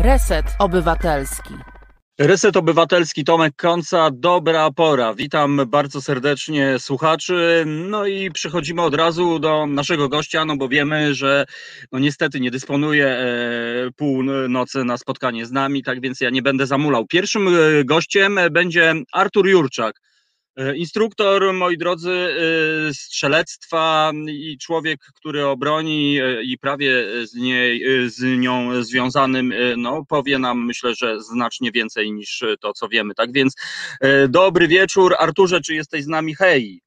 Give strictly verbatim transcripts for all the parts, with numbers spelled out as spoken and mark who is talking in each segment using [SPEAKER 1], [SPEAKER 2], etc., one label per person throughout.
[SPEAKER 1] Reset Obywatelski.
[SPEAKER 2] Reset Obywatelski, Tomek Końca, dobra pora. Witam bardzo serdecznie słuchaczy. No i przechodzimy od razu do naszego gościa, no bo wiemy, że no niestety nie dysponuje e, północy na spotkanie z nami, tak więc ja nie będę zamulał. Pierwszym gościem będzie Artur Jurczak. Instruktor, moi drodzy, strzelectwa i człowiek, który o broni i prawie z, niej, z nią związanym, no powie nam, myślę, że znacznie więcej niż to, co wiemy. Tak więc dobry wieczór. Arturze, czy jesteś z nami? Hej!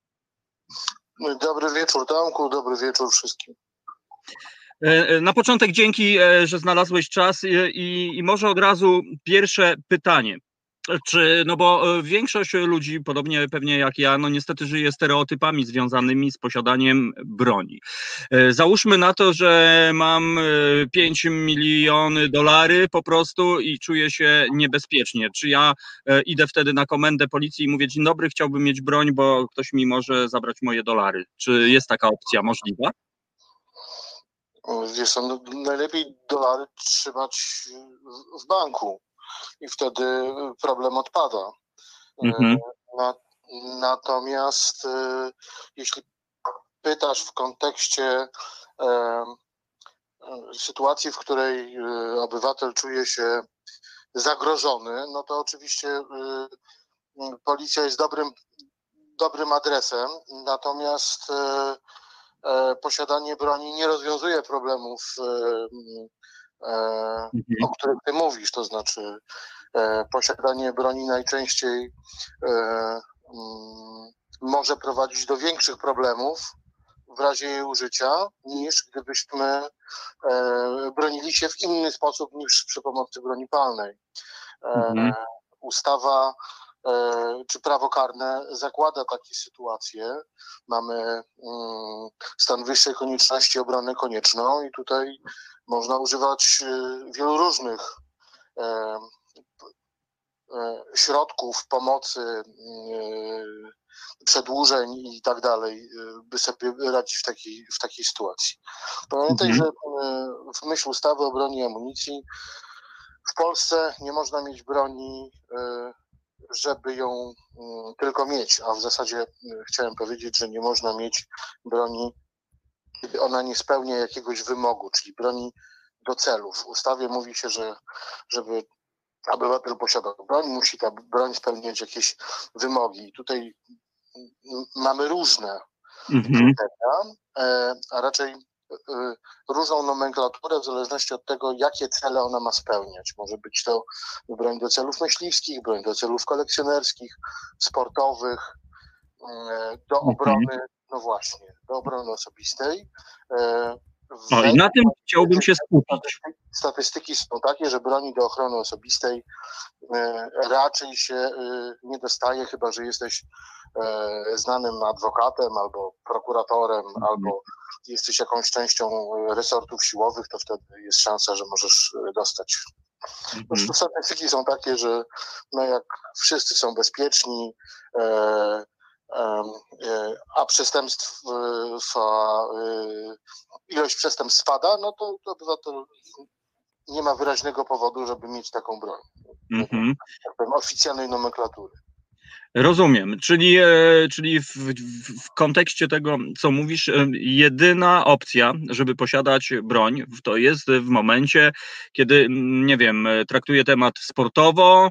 [SPEAKER 3] Dobry wieczór, Tomku, dobry wieczór wszystkim.
[SPEAKER 2] Na początek dzięki, że znalazłeś czas i, i może od razu pierwsze pytanie. Czy, no bo większość ludzi, podobnie pewnie jak ja, no niestety żyje stereotypami związanymi z posiadaniem broni. Załóżmy na to, że mam pięć milionów dolarów po prostu i czuję się niebezpiecznie. Czy ja idę wtedy na komendę policji i mówię: dzień dobry, chciałbym mieć broń, bo ktoś mi może zabrać moje dolary. Czy jest taka opcja możliwa?
[SPEAKER 3] Wiesz, no, najlepiej dolary trzymać w banku i wtedy problem odpada. Mhm. Na, natomiast jeśli pytasz w kontekście e, sytuacji, w której obywatel czuje się zagrożony, no to oczywiście e, policja jest dobrym, dobrym adresem, natomiast e, e, posiadanie broni nie rozwiązuje problemów, e, e, mhm. o których ty mówisz, to znaczy e, posiadanie broni najczęściej e, m, może prowadzić do większych problemów w razie jej użycia, niż gdybyśmy e, bronili się w inny sposób niż przy pomocy broni palnej. E, mhm. Ustawa e, czy prawo karne zakłada takie sytuacje. Mamy mm, stan wyższej konieczności, obronę konieczną i tutaj można używać wielu różnych e, e, środków pomocy, e, przedłużeń i tak dalej, by sobie radzić w takiej, w takiej sytuacji. Pamiętaj, mhm. że w myśl ustawy o broni i amunicji w Polsce nie można mieć broni, żeby ją tylko mieć, a w zasadzie chciałem powiedzieć, że nie można mieć broni, kiedy ona nie spełnia jakiegoś wymogu, czyli broni do celów. W ustawie mówi się, że żeby obywatel posiadał broń, musi ta broń spełniać jakieś wymogi. I tutaj mamy różne kryteria, a raczej różną nomenklaturę w zależności od tego, jakie cele ona ma spełniać. Może być to broń do celów myśliwskich, broń do celów kolekcjonerskich, sportowych, do obrony, no właśnie, do obrony osobistej.
[SPEAKER 2] O, i na tym chciałbym się skupić.
[SPEAKER 3] Statystyki są takie, że broni do ochrony osobistej raczej się nie dostaje, chyba że jesteś znanym adwokatem albo prokuratorem, mm. albo jesteś jakąś częścią resortów siłowych, to wtedy jest szansa, że możesz dostać. Mm. Po prostu statystyki są takie, że no jak wszyscy są bezpieczni, e, e, a przestępstw, a, ilość przestępstw spada, no to, to obywatel nie ma wyraźnego powodu, żeby mieć taką broń. Mm-hmm. Oficjalnej nomenklatury.
[SPEAKER 2] Rozumiem, czyli, czyli w, w, w kontekście tego, co mówisz, jedyna opcja, żeby posiadać broń, to jest w momencie, kiedy, nie wiem, traktuję temat sportowo,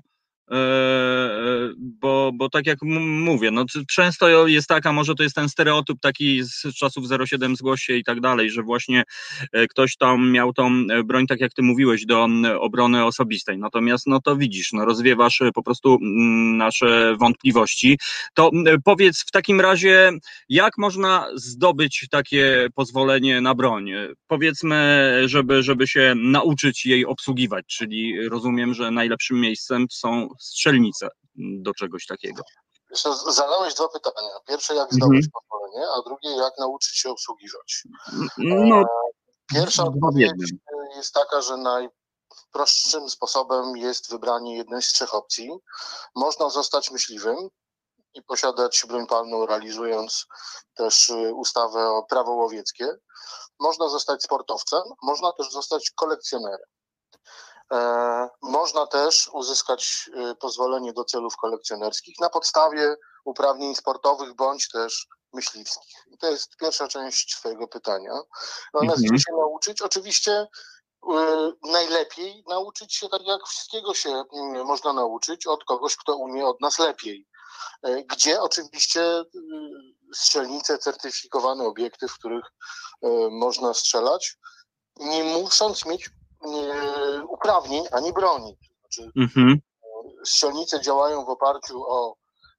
[SPEAKER 2] bo, bo tak jak mówię, no często jest taka, może to jest ten stereotyp taki z czasów zero siedem zgłoś się i tak dalej, że właśnie ktoś tam miał tą broń, tak jak ty mówiłeś, do obrony osobistej. Natomiast no to widzisz, no rozwiewasz po prostu nasze wątpliwości. To powiedz w takim razie, jak można zdobyć takie pozwolenie na broń? Powiedzmy, żeby, żeby się nauczyć jej obsługiwać, czyli rozumiem, że najlepszym miejscem są strzelnice do czegoś takiego.
[SPEAKER 3] Zadałeś dwa pytania. Pierwsze, jak zdobyć mhm. pozwolenie, a drugie, jak nauczyć się obsługiwać.
[SPEAKER 2] No,
[SPEAKER 3] Pierwsza odpowiedź jest taka, że najprostszym sposobem jest wybranie jednej z trzech opcji. Można zostać myśliwym i posiadać broń palną, realizując też ustawę o prawo łowieckie. Można zostać sportowcem, można też zostać kolekcjonerem. Można też uzyskać pozwolenie do celów kolekcjonerskich na podstawie uprawnień sportowych bądź też myśliwskich. I to jest pierwsza część twojego pytania. Natomiast
[SPEAKER 2] Mhm.
[SPEAKER 3] gdzie się nauczyć? Oczywiście najlepiej nauczyć się, tak jak wszystkiego się można nauczyć, od kogoś, kto umie od nas lepiej. Gdzie oczywiście strzelnice, certyfikowane obiekty, w których można strzelać, nie musząc mieć uprawnień ani broni. Znaczy,
[SPEAKER 2] Mhm.
[SPEAKER 3] strzelnice działają w oparciu o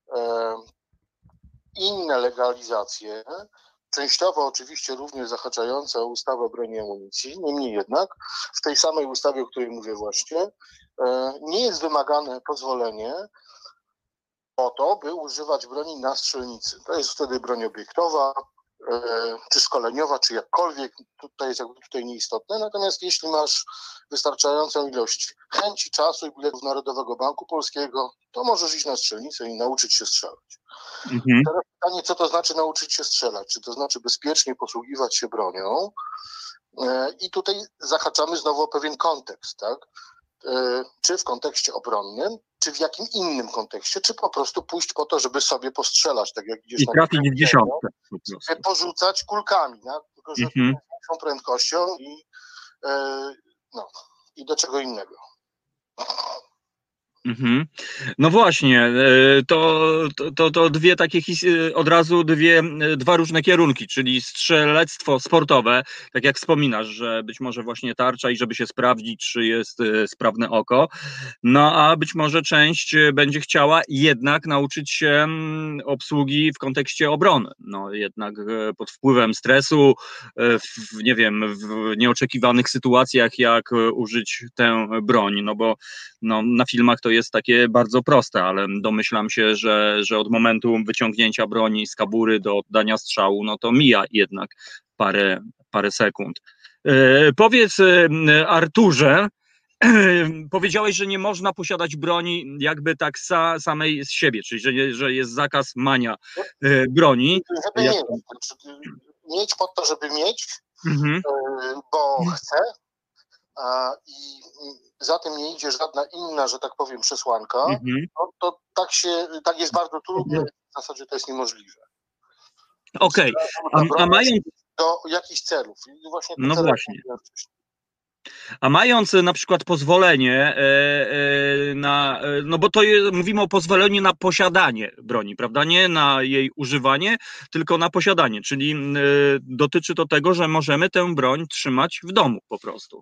[SPEAKER 3] inne legalizacje, częściowo oczywiście również zahaczające o ustawę o broni i amunicji, niemniej jednak w tej samej ustawie, o której mówię właśnie, nie jest wymagane pozwolenie po to, by używać broni na strzelnicy. To jest wtedy broń obiektowa, czy szkoleniowa, czy jakkolwiek, to jest jakby tutaj nieistotne. Natomiast jeśli masz wystarczającą ilość chęci, czasu i biletów Narodowego Banku Polskiego, to możesz iść na strzelnicę i nauczyć się strzelać.
[SPEAKER 2] Mhm.
[SPEAKER 3] Teraz pytanie, co to znaczy nauczyć się strzelać? Czy to znaczy bezpiecznie posługiwać się bronią? I tutaj zahaczamy znowu o pewien kontekst, tak? Czy w kontekście obronnym, czy w jakim innym kontekście, czy po prostu pójść po to, żeby sobie postrzelać, tak jak idziesz
[SPEAKER 2] I
[SPEAKER 3] na
[SPEAKER 2] trafić w dziesiątkę. Po prostu.
[SPEAKER 3] porzucać kulkami, tak? Tylko że
[SPEAKER 2] Mhm.
[SPEAKER 3] z większą prędkością i, no, i do czego innego.
[SPEAKER 2] Mhm. No właśnie, to, to, to dwie takie od razu dwie, dwa różne kierunki, czyli strzelectwo sportowe, tak jak wspominasz, że być może właśnie tarcza i żeby się sprawdzić, czy jest sprawne oko, no a być może część będzie chciała jednak nauczyć się obsługi w kontekście obrony, no jednak pod wpływem stresu, w, nie wiem, w nieoczekiwanych sytuacjach, jak użyć tę broń, no bo no, na filmach to jest takie bardzo proste, ale domyślam się, że, że od momentu wyciągnięcia broni z kabury do oddania strzału, no to mija jednak parę, parę sekund. E, powiedz, Arturze, powiedziałeś, że nie można posiadać broni jakby tak sa, samej z siebie, czyli że, że jest zakaz mania e, broni.
[SPEAKER 3] Żeby
[SPEAKER 2] Jak...
[SPEAKER 3] mieć, mieć po to, żeby mieć,
[SPEAKER 2] Mhm.
[SPEAKER 3] bo chcę i za tym nie idzie żadna inna, że tak powiem, przesłanka,
[SPEAKER 2] Mhm.
[SPEAKER 3] no to tak się, tak jest bardzo trudne, w zasadzie to jest niemożliwe.
[SPEAKER 2] Okej, okay. a, a mając...
[SPEAKER 3] do jakichś celów. I właśnie te
[SPEAKER 2] no
[SPEAKER 3] cele
[SPEAKER 2] właśnie. A mając na przykład pozwolenie na, no bo to jest, mówimy o pozwoleniu na posiadanie broni, prawda? Nie na jej używanie, tylko na posiadanie, czyli dotyczy to tego, że możemy tę broń trzymać w domu po prostu.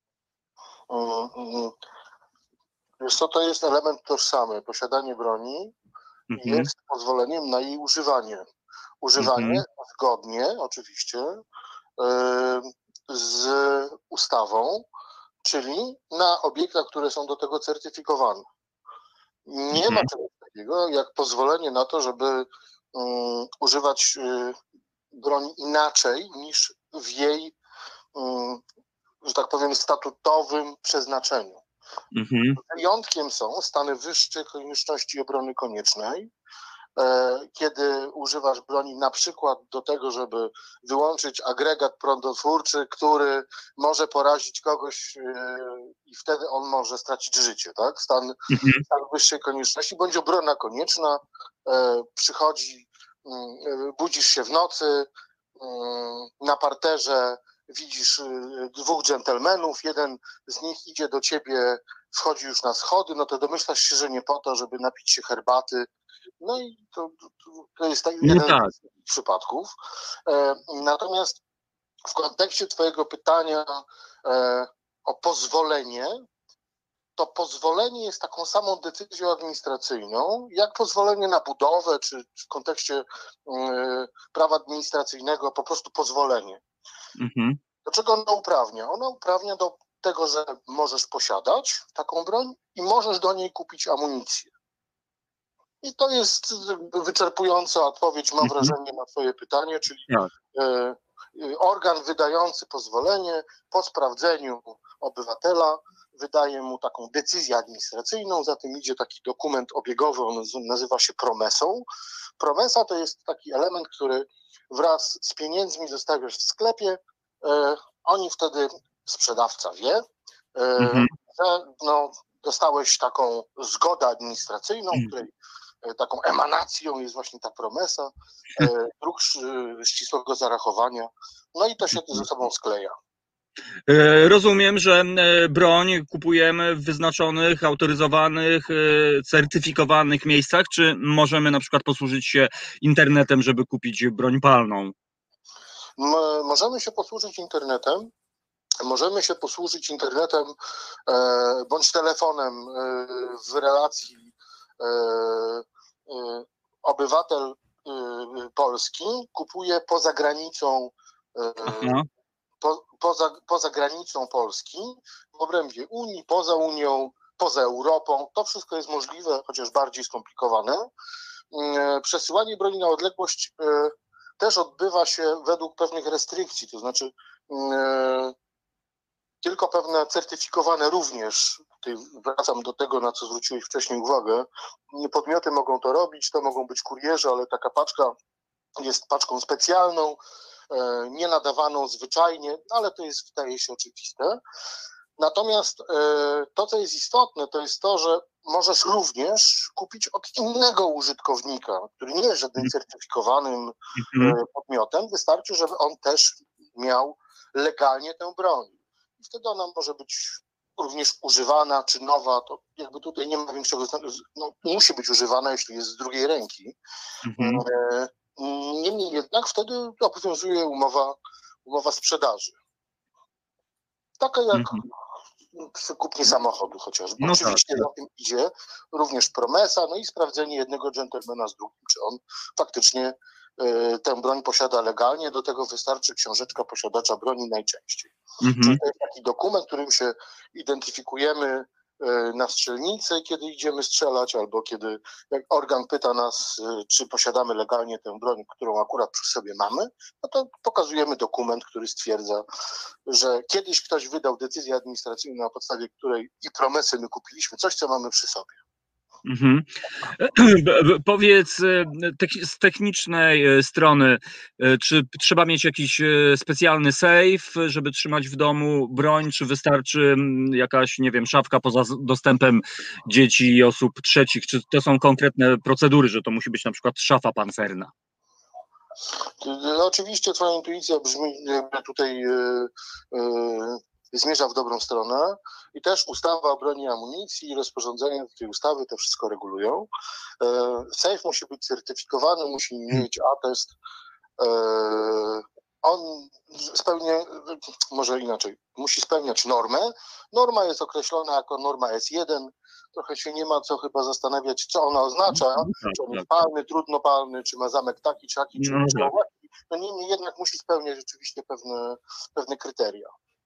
[SPEAKER 3] Wiesz co, to jest element tożsamy. Posiadanie broni mhm. jest pozwoleniem na jej używanie. Używanie mhm. zgodnie oczywiście z ustawą, czyli na obiektach, które są do tego certyfikowane. Nie mhm. ma czegoś takiego jak pozwolenie na to, żeby um, używać um, broni inaczej niż w jej, um, że tak powiem, statutowym przeznaczeniu. Mhm. Wyjątkiem są stany wyższej konieczności obrony koniecznej, kiedy używasz broni na przykład do tego, żeby wyłączyć agregat prądotwórczy, który może porazić kogoś i wtedy on może stracić życie, tak? Stan, mhm. stan wyższej konieczności, bądź obrona konieczna, przychodzi, budzisz się w nocy, na parterze widzisz dwóch dżentelmenów, jeden z nich idzie do ciebie, wchodzi już na schody, no to domyślasz się, że nie po to, żeby napić się herbaty. No i to, to, to jest tak jeden no tak. z przypadków. E, natomiast w kontekście twojego pytania e, o pozwolenie, to pozwolenie jest taką samą decyzją administracyjną, jak pozwolenie na budowę, czy, czy w kontekście e, prawa administracyjnego po prostu pozwolenie. Mhm. Do czego ono uprawnia? Ono uprawnia do tego, że możesz posiadać taką broń i możesz do niej kupić amunicję. I to jest wyczerpująca odpowiedź, mam mhm. wrażenie, na twoje pytanie, czyli tak. e, organ wydający pozwolenie po sprawdzeniu obywatela wydaje mu taką decyzję administracyjną, za tym idzie taki dokument obiegowy, on nazywa się promesą. Promesa to jest taki element, który wraz z pieniędzmi zostawiasz w sklepie, e, oni wtedy, sprzedawca wie, e, mhm. że no, dostałeś taką zgodę administracyjną, której taką emanacją jest właśnie ta promesa, dróg ścisłego zarachowania, no i to się ze sobą skleja.
[SPEAKER 2] Rozumiem, że broń kupujemy w wyznaczonych, autoryzowanych, certyfikowanych miejscach, czy możemy na przykład posłużyć się internetem, żeby kupić broń palną?
[SPEAKER 3] Możemy się posłużyć internetem, możemy się posłużyć internetem bądź telefonem w relacji obywatel polski kupuje poza granicą
[SPEAKER 2] Aha.
[SPEAKER 3] Po, poza, poza granicą Polski, w obrębie Unii, poza Unią, poza Europą. To wszystko jest możliwe, chociaż bardziej skomplikowane. Przesyłanie broni na odległość też odbywa się według pewnych restrykcji, to znaczy tylko pewne certyfikowane również, tutaj wracam do tego, na co zwróciłeś wcześniej uwagę, podmioty mogą to robić, to mogą być kurierzy, ale taka paczka jest paczką specjalną, nie nadawaną zwyczajnie, ale to jest, wydaje się, oczywiste. Natomiast to, co jest istotne, to jest to, że możesz również kupić od innego użytkownika, który nie jest żadnym certyfikowanym
[SPEAKER 2] Mhm.
[SPEAKER 3] podmiotem, wystarczy, żeby on też miał legalnie tę broń. I wtedy ona może być również używana, czy nowa, to jakby tutaj nie ma większego znaczenia, no, musi być używana, jeśli jest z drugiej ręki.
[SPEAKER 2] Mhm.
[SPEAKER 3] Niemniej jednak wtedy obowiązuje umowa, umowa sprzedaży. Taka jak
[SPEAKER 2] Mhm.
[SPEAKER 3] przy kupnie samochodu chociażby.
[SPEAKER 2] No
[SPEAKER 3] Oczywiście
[SPEAKER 2] tak,
[SPEAKER 3] za tym idzie również promesa, no i sprawdzenie jednego dżentelmena z drugim, czy on faktycznie y, tę broń posiada legalnie. Do tego wystarczy książeczka posiadacza broni najczęściej.
[SPEAKER 2] Mhm.
[SPEAKER 3] Czyli to jest taki dokument, którym się identyfikujemy na strzelnicy, kiedy idziemy strzelać, albo kiedy jak organ pyta nas, czy posiadamy legalnie tę broń, którą akurat przy sobie mamy, no to pokazujemy dokument, który stwierdza, że kiedyś ktoś wydał decyzję administracyjną, na podstawie której i promesy my kupiliśmy coś, co mamy przy sobie.
[SPEAKER 2] Mhm. Powiedz z technicznej strony, czy trzeba mieć jakiś specjalny safe, żeby trzymać w domu broń, czy wystarczy jakaś, nie wiem, szafka poza dostępem dzieci i osób trzecich, czy to są konkretne procedury, że to musi być na przykład szafa pancerna?
[SPEAKER 3] Oczywiście twoja intuicja brzmi jakby tutaj yy, yy, zmierza w dobrą stronę i też ustawa o broni i amunicji i rozporządzenia tej ustawy to wszystko regulują. Safe musi być certyfikowany, musi mieć atest. On spełnia, może inaczej, musi spełniać normę. Norma jest określona jako norma S jeden. Trochę się nie ma co chyba zastanawiać, co ona oznacza,
[SPEAKER 2] No tak,
[SPEAKER 3] czy on jest
[SPEAKER 2] tak.
[SPEAKER 3] palny, trudnopalny, czy ma zamek taki, czy taki, czy
[SPEAKER 2] No
[SPEAKER 3] czy
[SPEAKER 2] tak.
[SPEAKER 3] no niemniej jednak musi spełniać rzeczywiście pewne, pewne kryteria.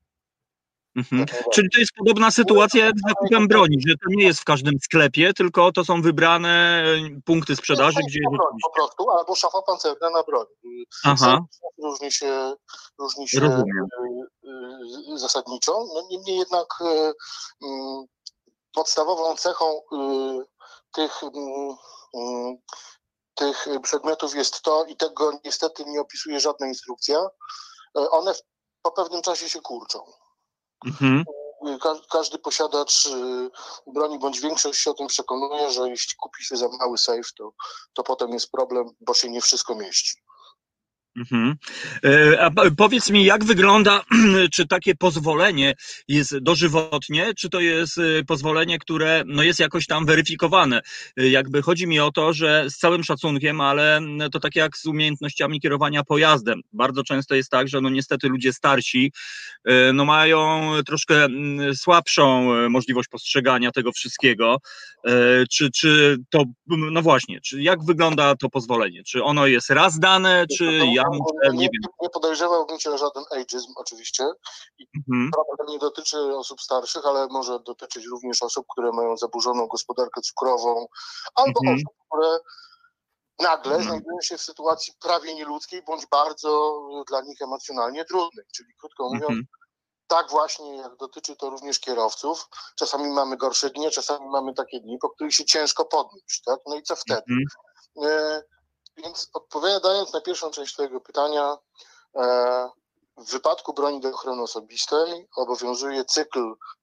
[SPEAKER 2] Mhm. Czyli to jest podobna sytuacja jak z zakupem broni, że to nie jest w każdym sklepie, tylko to są wybrane punkty sprzedaży, gdzie
[SPEAKER 3] na broń, po
[SPEAKER 2] rzeczywiście...
[SPEAKER 3] prostu, albo szafa pancerna na broń.
[SPEAKER 2] Aha,
[SPEAKER 3] Różni się, różni się
[SPEAKER 2] rozumiem.
[SPEAKER 3] y, y, zasadniczo. No, niemniej jednak y, y, podstawową cechą y, tych, y, y, tych przedmiotów jest to, i tego niestety nie opisuje żadna instrukcja, y, one w, po pewnym czasie się kurczą.
[SPEAKER 2] Mhm.
[SPEAKER 3] Każdy posiadacz broni bądź większość się o tym przekonuje, że jeśli kupi się za mały safe, to, to potem jest problem, bo się nie wszystko mieści.
[SPEAKER 2] Mhm. A powiedz mi, jak wygląda, czy takie pozwolenie jest dożywotnie, czy to jest pozwolenie, które no jest jakoś tam weryfikowane? Jakby chodzi mi o to, że z całym szacunkiem, ale to tak jak z umiejętnościami kierowania pojazdem. Bardzo często jest tak, że no niestety ludzie starsi no mają troszkę słabszą możliwość postrzegania tego wszystkiego. Czy, czy to, no właśnie, czy jak wygląda to pozwolenie? Czy ono jest raz dane, czy ja muszę, nie
[SPEAKER 3] nie,
[SPEAKER 2] wiem.
[SPEAKER 3] nie podejrzewałbym cię o żaden ageizm oczywiście. I
[SPEAKER 2] Mhm.
[SPEAKER 3] problem nie dotyczy osób starszych, ale może dotyczyć również osób, które mają zaburzoną gospodarkę cukrową, albo
[SPEAKER 2] Mhm.
[SPEAKER 3] osób, które nagle
[SPEAKER 2] Mhm.
[SPEAKER 3] znajdują się w sytuacji prawie nieludzkiej, bądź bardzo dla nich emocjonalnie trudnej. Czyli krótko mówiąc,
[SPEAKER 2] Mhm.
[SPEAKER 3] tak właśnie jak dotyczy to również kierowców. Czasami mamy gorsze dni, czasami mamy takie dni, po których się ciężko podnieść, tak? No i co wtedy?
[SPEAKER 2] Mhm.
[SPEAKER 3] E, więc odpowiadając na pierwszą część twojego pytania, e, w wypadku broni do ochrony osobistej obowiązuje cykl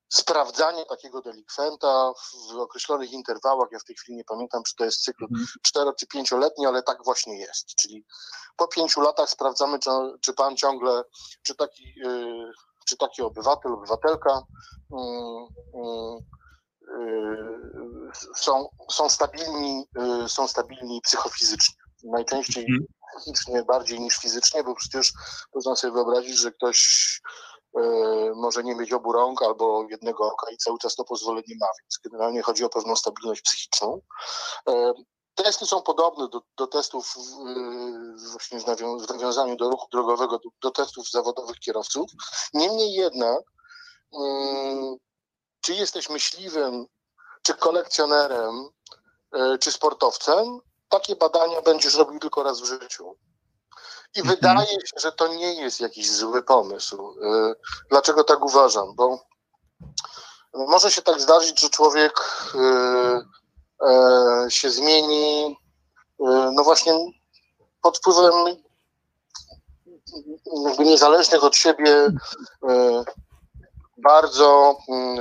[SPEAKER 3] sprawdzanie takiego delikwenta w określonych interwałach. Ja w tej chwili nie pamiętam, czy to jest cykl cztero czy pięcioletni, ale tak właśnie jest. Czyli po pięciu latach sprawdzamy, czy, czy pan ciągle, czy taki, yy, czy taki obywatel, obywatelka yy, yy, są, są stabilni, yy, są stabilni psychofizycznie. Najczęściej
[SPEAKER 2] Mhm.
[SPEAKER 3] psychicznie bardziej niż fizycznie, bo przecież można sobie wyobrazić, że ktoś yy, może nie mieć obu rąk albo jednego oka i cały czas to pozwolenie ma, więc generalnie chodzi o pewną stabilność psychiczną. Yy, Testy są podobne do, do testów yy, właśnie w, nawią- w nawiązaniu do ruchu drogowego, do, do testów zawodowych kierowców. Niemniej jednak, yy, czy jesteś myśliwym, czy kolekcjonerem, yy, czy sportowcem, takie badania będziesz robił tylko raz w życiu. I
[SPEAKER 2] Mhm.
[SPEAKER 3] wydaje się, że to nie jest jakiś zły pomysł. Yy, dlaczego tak uważam? Bo może się tak zdarzyć, że człowiek yy, yy, się zmieni, yy, no właśnie pod wpływem jakby niezależnych od siebie yy, bardzo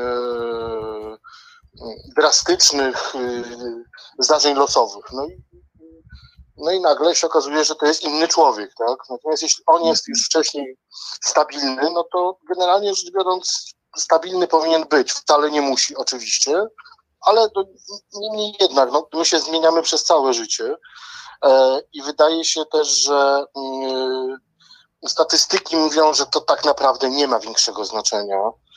[SPEAKER 3] yy, drastycznych yy, zdarzeń losowych. No i, no i nagle się okazuje, że to jest inny człowiek, tak? Natomiast jeśli on jest już wcześniej stabilny, no to generalnie rzecz biorąc stabilny powinien być. Wcale nie musi oczywiście, ale to niemniej jednak, no, my się zmieniamy przez całe życie e, i wydaje się też, że y, statystyki mówią, że to tak naprawdę nie ma większego znaczenia.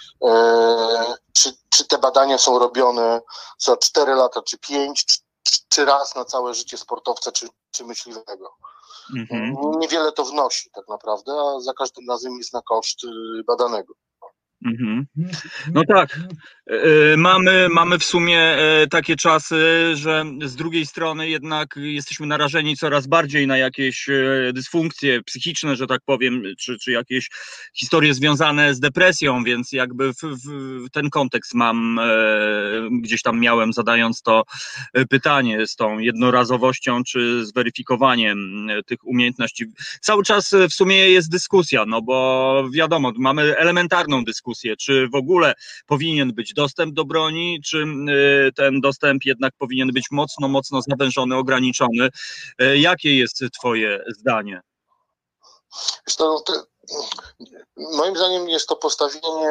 [SPEAKER 3] E, czy, czy te badania są robione co cztery lata, czy pięć, czy, czy raz na całe życie sportowca, czy, czy myśliwego.
[SPEAKER 2] Mhm.
[SPEAKER 3] Niewiele to wnosi tak naprawdę, a za każdym razem jest na koszt y, badanego.
[SPEAKER 2] Mhm. No tak, e, mamy, mamy w sumie e, takie czasy, że z drugiej strony jednak jesteśmy narażeni coraz bardziej na jakieś e, dysfunkcje psychiczne, że tak powiem, czy, czy jakieś historie związane z depresją, więc jakby w, w ten kontekst mam, e, gdzieś tam miałem zadając to e, pytanie z tą jednorazowością, czy zweryfikowaniem e, tych umiejętności. Cały czas e, w sumie jest dyskusja, no bo wiadomo, mamy elementarną dyskusję, czy w ogóle powinien być dostęp do broni, czy y, ten dostęp jednak powinien być mocno, mocno zawężony, ograniczony. Y, Jakie jest twoje zdanie?
[SPEAKER 3] Zresztą te, moim zdaniem jest to postawienie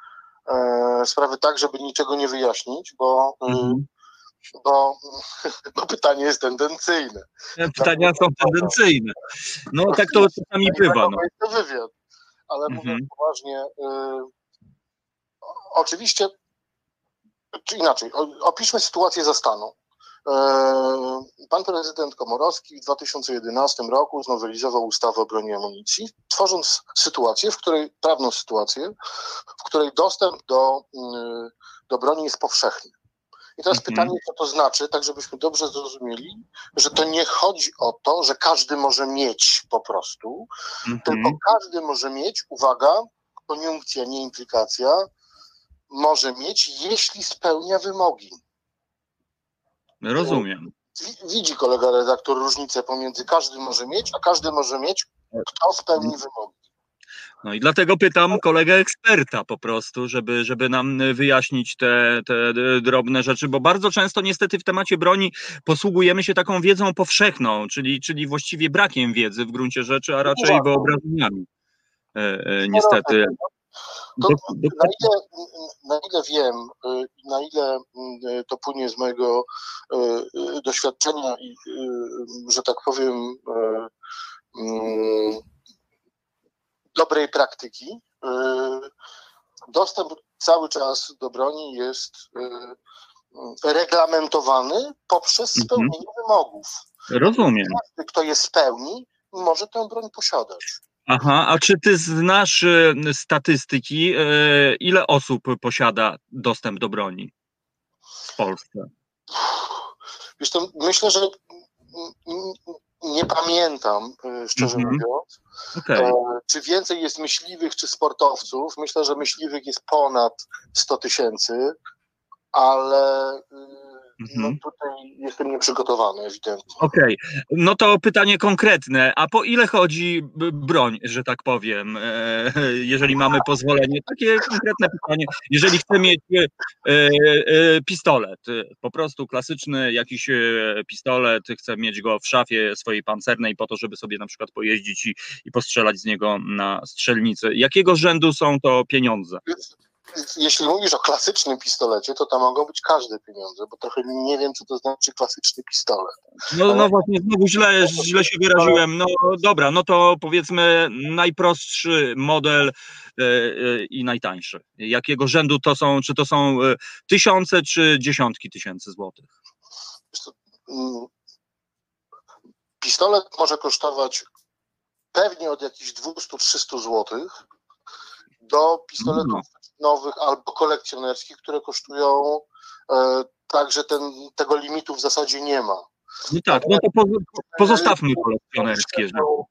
[SPEAKER 3] e, sprawy tak, żeby niczego nie wyjaśnić, bo,
[SPEAKER 2] Mhm.
[SPEAKER 3] bo, bo pytanie jest tendencyjne.
[SPEAKER 2] Pytania są tendencyjne. No tak to czasami bywa. No.
[SPEAKER 3] Jest to wywiad, ale mówiąc
[SPEAKER 2] Mhm.
[SPEAKER 3] poważnie, y, oczywiście, czy inaczej, opiszmy sytuację za stanu. Pan prezydent Komorowski w dwa tysiące jedenastym roku znowelizował ustawę o broni i amunicji, tworząc sytuację, w której, prawną sytuację, w której dostęp do, do broni jest powszechny. I teraz
[SPEAKER 2] Mhm.
[SPEAKER 3] pytanie, co to znaczy, tak żebyśmy dobrze zrozumieli, że to nie chodzi o to, że każdy może mieć po prostu,
[SPEAKER 2] Mhm.
[SPEAKER 3] tylko każdy może mieć, uwaga, koniunkcja, nie implikacja, może mieć, jeśli spełnia wymogi.
[SPEAKER 2] Rozumiem.
[SPEAKER 3] Widzi kolega redaktor różnicę pomiędzy każdy może mieć, a każdy może mieć, kto spełni wymogi.
[SPEAKER 2] No i dlatego pytam kolegę eksperta po prostu, żeby, żeby nam wyjaśnić te, te drobne rzeczy, bo bardzo często niestety w temacie broni posługujemy się taką wiedzą powszechną, czyli, czyli właściwie brakiem wiedzy w gruncie rzeczy, a raczej wyobrażeniami. E, e, niestety.
[SPEAKER 3] To,
[SPEAKER 2] Do, do...
[SPEAKER 3] na, ile, na ile wiem, na ile to płynie z mojego doświadczenia i, że tak powiem, dobrej praktyki, dostęp cały czas do broni jest reglamentowany poprzez spełnienie mhm. wymogów.
[SPEAKER 2] Rozumiem.
[SPEAKER 3] Każdy, kto je spełni, może tę broń posiadać.
[SPEAKER 2] Aha, a czy ty znasz statystyki, ile osób posiada dostęp do broni w Polsce?
[SPEAKER 3] Wiesz, to myślę, że nie pamiętam, szczerze mm-hmm. mówiąc.
[SPEAKER 2] Okay.
[SPEAKER 3] Czy więcej jest myśliwych, czy sportowców? Myślę, że myśliwych jest ponad sto tysięcy, ale no
[SPEAKER 2] Mhm.
[SPEAKER 3] tutaj jestem nieprzygotowany ewidentnie.
[SPEAKER 2] Okej, no to pytanie konkretne, a po ile chodzi b broń, że tak powiem, e, jeżeli mamy pozwolenie? Takie konkretne pytanie. Jeżeli chcę mieć, e, e, pistolet, po prostu klasyczny jakiś, e, pistolet, chcę mieć go w szafie swojej pancernej po to, żeby sobie na przykład pojeździć i i postrzelać z niego na strzelnicy. Jakiego rzędu są to pieniądze?
[SPEAKER 3] Jeśli mówisz o klasycznym pistolecie, to tam mogą być każde pieniądze, bo trochę nie wiem, co to znaczy klasyczny pistolet.
[SPEAKER 2] No, no właśnie, znowu źle, źle się wyraziłem. No dobra, no to powiedzmy najprostszy model e, e, i najtańszy. Jakiego rzędu to są? Czy to są e, tysiące, czy dziesiątki tysięcy złotych?
[SPEAKER 3] Wiesz co, mm, Pistolet może kosztować pewnie od jakichś dwieście do trzystu złotych do pistoletów
[SPEAKER 2] No.
[SPEAKER 3] nowych albo kolekcjonerskich, które kosztują e, tak, że ten, tego limitu w zasadzie nie ma.
[SPEAKER 2] No tak, no to po, pozostawmy kolekcjonerskie rzeczy.
[SPEAKER 3] Średnią,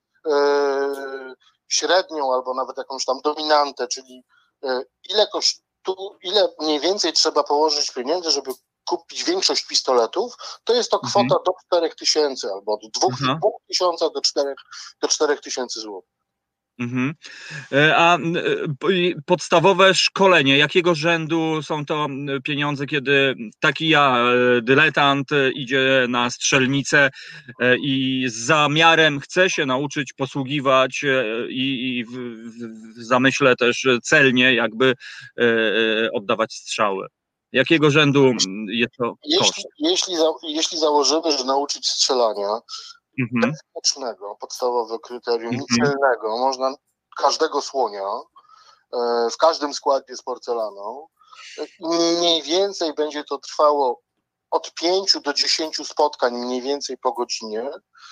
[SPEAKER 3] e, średnią albo nawet jakąś tam dominantę, czyli e, ile kosztu, ile mniej więcej trzeba położyć pieniędzy, żeby kupić większość pistoletów, to jest to kwota
[SPEAKER 2] Mhm.
[SPEAKER 3] do czterech tysięcy albo od dwóch
[SPEAKER 2] Aha.
[SPEAKER 3] tysięcy do czterech do czterech tysięcy złotych.
[SPEAKER 2] Mhm. E, A m, e, po- i podstawowe szkolenie, jakiego rzędu są to m, pieniądze, kiedy taki ja, e, dyletant, e, idzie na strzelnicę e, i z zamiarem chce się nauczyć posługiwać e, i, i w, w, w zamyśle też celnie jakby e, e, oddawać strzały. Jakiego rzędu m, jest to koszt?
[SPEAKER 3] Jeśli, jeśli, za, jeśli założymy, że nauczyć strzelania,
[SPEAKER 2] Mhm.
[SPEAKER 3] bezpiecznego, podstawowe kryterium,
[SPEAKER 2] Mhm.
[SPEAKER 3] celnego, można każdego słonia e, w każdym składzie z porcelaną, e, mniej więcej będzie to trwało od pięciu do dziesięciu spotkań mniej więcej po godzinie,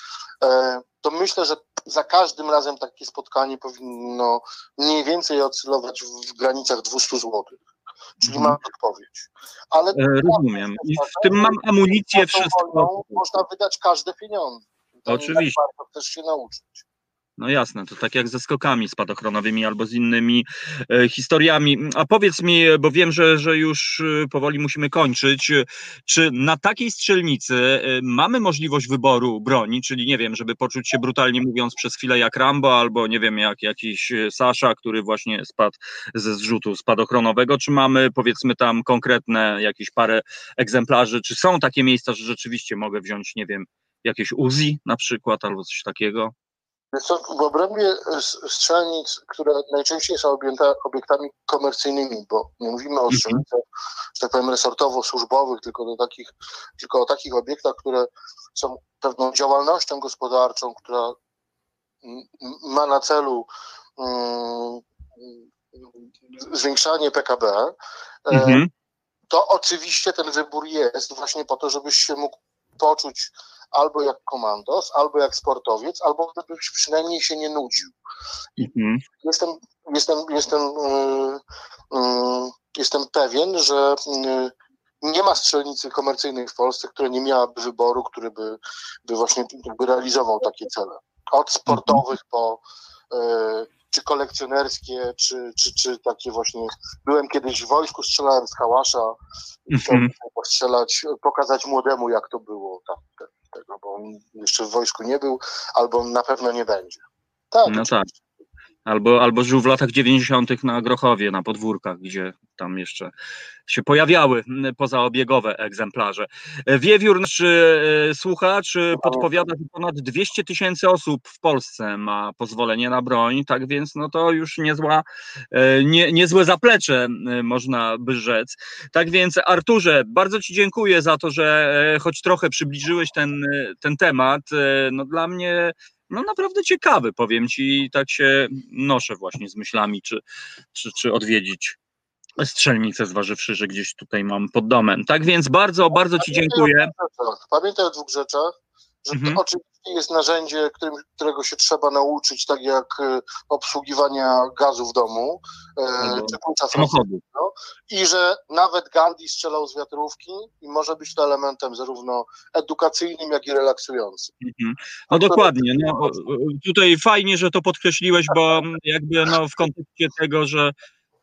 [SPEAKER 3] e, to myślę, że za każdym razem takie spotkanie powinno mniej więcej oscylować w granicach dwieście złotych. Czyli
[SPEAKER 2] Mhm.
[SPEAKER 3] mam odpowiedź. Ale
[SPEAKER 2] E, Rozumiem. I w tym mam amunicję,
[SPEAKER 3] za tą
[SPEAKER 2] wszystko.
[SPEAKER 3] wojną można wydać każde pieniądze. Pytanie, jak
[SPEAKER 2] Oczywiście.
[SPEAKER 3] warto też się nauczyć.
[SPEAKER 2] No jasne, to tak jak ze skokami spadochronowymi albo z innymi e, historiami. A powiedz mi, bo wiem, że, że już e, powoli musimy kończyć, e, czy na takiej strzelnicy e, mamy możliwość wyboru broni, czyli nie wiem, żeby poczuć się brutalnie mówiąc przez chwilę jak Rambo, albo nie wiem, jak jakiś e, Sasza, który właśnie spadł ze zrzutu spadochronowego, czy mamy powiedzmy tam konkretne jakieś parę egzemplarzy, czy są takie miejsca, że rzeczywiście mogę wziąć, nie wiem, jakieś Uzi na przykład, albo coś takiego?
[SPEAKER 3] Wiesz co, w obrębie s- strzelnic, które najczęściej są objęte obiektami komercyjnymi, bo nie mówimy o
[SPEAKER 2] Mhm.
[SPEAKER 3] strzelnicach, że tak powiem, resortowo-służbowych, tylko, do takich, tylko o takich obiektach, które są pewną działalnością gospodarczą, która mm, ma na celu mm, zwiększanie P K B, e,
[SPEAKER 2] Mhm.
[SPEAKER 3] to oczywiście ten wybór jest właśnie po to, żebyś się mógł poczuć albo jak komandos, albo jak sportowiec, albo żebyś przynajmniej się nie nudził.
[SPEAKER 2] Mhm.
[SPEAKER 3] Jestem, jestem, jestem, yy, yy, jestem pewien, że yy, nie ma strzelnicy komercyjnej w Polsce, która nie miałaby wyboru, który by, by właśnie jakby realizował takie cele. Od sportowych po yy, czy kolekcjonerskie, czy, czy, czy takie właśnie. Byłem kiedyś w wojsku, strzelałem z kałasza i chciałem
[SPEAKER 2] Mhm.
[SPEAKER 3] postrzelać, pokazać młodemu, jak to było tam, te- tego, bo on jeszcze w wojsku nie był, albo na pewno nie będzie. Tak,
[SPEAKER 2] No tak.
[SPEAKER 3] oczywiście.
[SPEAKER 2] Albo, albo żył w latach dziewięćdziesiątych na Grochowie, na podwórkach, gdzie tam jeszcze się pojawiały m, pozaobiegowe egzemplarze. E, Wiewiór, nasz e, słuchacz, e, podpowiada, że ponad dwieście tysięcy osób w Polsce ma pozwolenie na broń, tak więc no to już niezła, e, nie, niezłe zaplecze, e, można by rzec. Tak więc Arturze, bardzo Ci dziękuję za to, że e, choć trochę przybliżyłeś ten, e, ten temat. E, No dla mnie no naprawdę ciekawy, powiem Ci, tak się noszę właśnie z myślami, czy, czy, czy odwiedzić strzelnicę, zważywszy, że gdzieś tutaj mam pod domem. Tak więc bardzo, bardzo Ci dziękuję.
[SPEAKER 3] Pamiętaj o dwóch rzeczach, że to
[SPEAKER 2] Mhm.
[SPEAKER 3] oczywiście jest narzędzie, którym, którego się trzeba nauczyć, tak jak e, obsługiwania gazu w domu, e,
[SPEAKER 2] Albo
[SPEAKER 3] czy klucza
[SPEAKER 2] samochodu.
[SPEAKER 3] i że nawet Gandhi strzelał z wiatrówki i może być to elementem zarówno edukacyjnym, jak i relaksującym.
[SPEAKER 2] Mhm. No dokładnie. No, tutaj fajnie, że to podkreśliłeś, bo jakby no w kontekście tego, że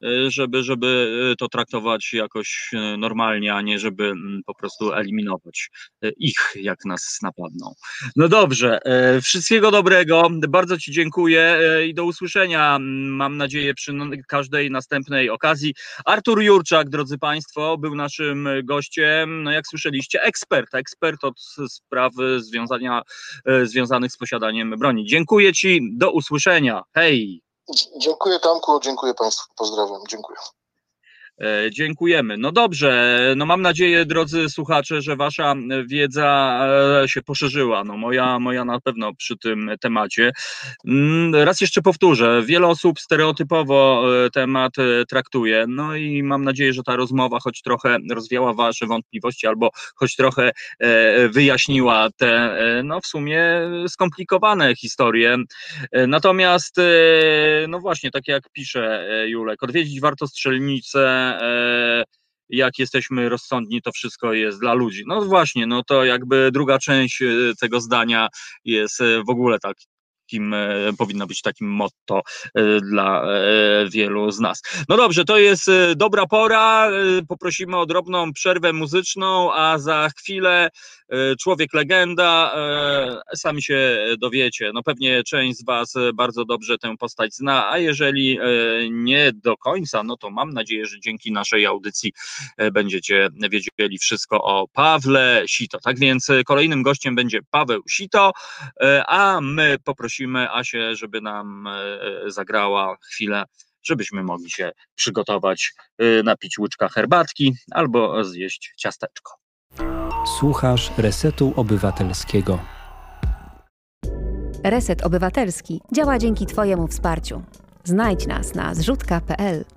[SPEAKER 2] żeby, żeby to traktować jakoś normalnie, a nie żeby po prostu eliminować ich, jak nas napadną. No dobrze, wszystkiego dobrego, bardzo Ci dziękuję i do usłyszenia, mam nadzieję, przy każdej następnej okazji. Artur Jurczak, drodzy Państwo, był naszym gościem, no jak słyszeliście, ekspert, ekspert od spraw związania, związanych z posiadaniem broni. Dziękuję Ci, do usłyszenia, hej!
[SPEAKER 3] Dziękuję Tomku, dziękuję Państwu, pozdrawiam, dziękuję.
[SPEAKER 2] Dziękujemy. No dobrze, no mam nadzieję, drodzy słuchacze, że wasza wiedza się poszerzyła. No moja, moja na pewno przy tym temacie. Raz jeszcze powtórzę, wiele osób stereotypowo temat traktuje, no i mam nadzieję, że ta rozmowa choć trochę rozwiała wasze wątpliwości albo choć trochę wyjaśniła te, no w sumie skomplikowane historie. Natomiast, no właśnie, tak jak pisze Julek, odwiedzić warto strzelnicę, jak jesteśmy rozsądni, to wszystko jest dla ludzi. No właśnie, no to jakby druga część tego zdania jest w ogóle tak. Takim, powinno być takim motto dla wielu z nas. No dobrze, to jest dobra pora, poprosimy o drobną przerwę muzyczną, a za chwilę człowiek legenda, sami się dowiecie, no pewnie część z was bardzo dobrze tę postać zna, a jeżeli nie do końca, no to mam nadzieję, że dzięki naszej audycji będziecie wiedzieli wszystko o Pawle Sito. Tak więc kolejnym gościem będzie Paweł Sito, a my poprosimy Asię, żeby nam zagrała chwilę, żebyśmy mogli się przygotować, napić łyczka herbatki albo zjeść ciasteczko.
[SPEAKER 4] Słuchasz Resetu Obywatelskiego.
[SPEAKER 5] Reset Obywatelski działa dzięki Twojemu wsparciu. Znajdź nas na zrzutka kropka pe el.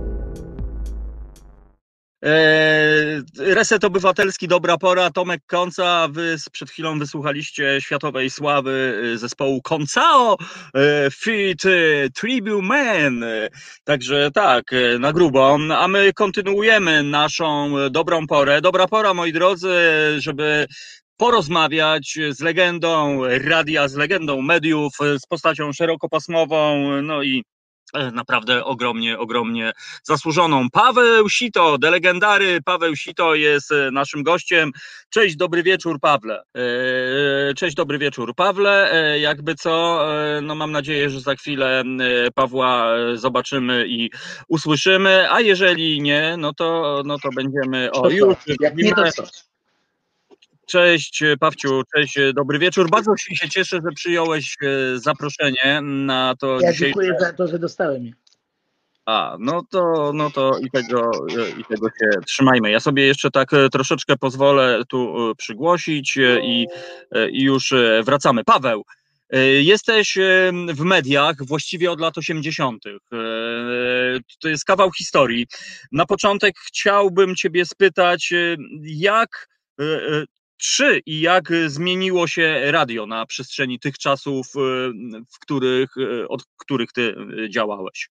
[SPEAKER 2] Reset Obywatelski, dobra pora, Tomek Konca, wy przed chwilą wysłuchaliście światowej sławy zespołu Koncao feat. Tribu Man, także tak, na grubo, a my kontynuujemy naszą dobrą porę. Dobra pora, moi drodzy, żeby porozmawiać z legendą radia, z legendą mediów, z postacią szerokopasmową, no i naprawdę ogromnie, ogromnie zasłużoną. Paweł Sito, de legendary Paweł Sito jest naszym gościem. Cześć, dobry wieczór, Pawle. Cześć, dobry wieczór, Pawle. Jakby co, no mam nadzieję, że za chwilę Pawła zobaczymy i usłyszymy, a jeżeli nie, no to, no to będziemy... O, już,
[SPEAKER 6] jak nie, to co?
[SPEAKER 2] Cześć Pawciu, cześć, dobry wieczór. Bardzo się cieszę, że przyjąłeś zaproszenie na to
[SPEAKER 6] Ja
[SPEAKER 2] dzisiejsze...
[SPEAKER 6] dziękuję za to, że dostałem je.
[SPEAKER 2] A, no to, no to i tego, i tego się trzymajmy. Ja sobie jeszcze tak troszeczkę pozwolę tu przygłosić i, i już wracamy. Paweł, jesteś w mediach właściwie od lat osiemdziesiątych. To jest kawał historii. Na początek chciałbym ciebie spytać, jak... Czy i jak zmieniło się radio na przestrzeni tych czasów, w których, od których ty działałeś?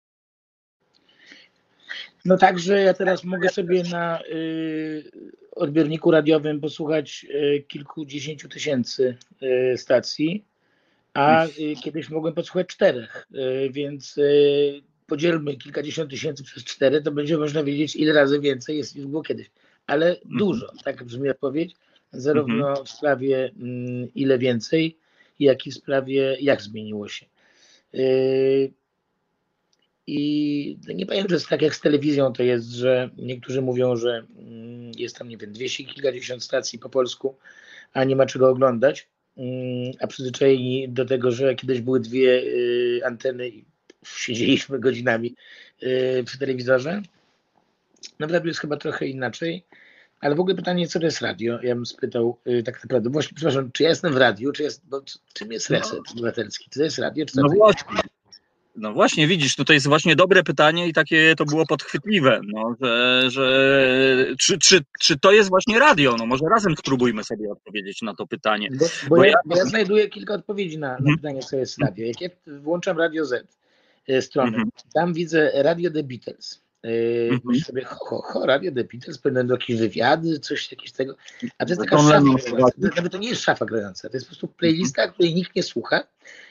[SPEAKER 6] No także ja teraz mogę sobie na y, odbiorniku radiowym posłuchać y, kilkudziesięciu tysięcy y, stacji, a y, kiedyś mogłem posłuchać czterech, y, więc y, podzielmy kilkadziesiąt tysięcy przez cztery, to będzie można wiedzieć, ile razy więcej jest niż było kiedyś. Ale dużo, tak brzmi odpowiedź. Zarówno mhm. w sprawie mm, ile więcej, jak i w sprawie jak zmieniło się. Yy, I nie pamiętam, że jest tak jak z telewizją to jest, że niektórzy mówią, że mm, jest tam, nie wiem, dwieście kilkadziesiąt stacji po polsku, a nie ma czego oglądać, yy, a przyzwyczajeni do tego, że kiedyś były dwie yy, anteny i siedzieliśmy godzinami yy, przy telewizorze. No w radiu jest chyba trochę inaczej. Ale w ogóle pytanie, co to jest radio? Ja bym spytał yy, tak naprawdę, właśnie, przepraszam, czy ja jestem w radiu, czy jest, bo czym jest Reset Obywatelski? Czy to jest radio, czy to
[SPEAKER 2] no właśnie, no właśnie, widzisz, tutaj jest właśnie dobre pytanie i takie to było podchwytliwe, no, że, że czy, czy, czy to jest właśnie radio? No może razem spróbujmy sobie odpowiedzieć na to pytanie.
[SPEAKER 6] Bo, bo, bo, ja, ja... bo ja znajduję kilka odpowiedzi na, na hmm. pytanie, co jest radio. Jak ja włączam Radio Z y, strony, hmm. tam widzę Radio The Beatles. Yy, myślę sobie, ho, ho, Radio The Beatles, będą jakieś wywiady, coś jakieś tego, a to jest taka szafa grająca, nawet to nie jest szafa grająca, to jest po prostu playlista, której nikt nie słucha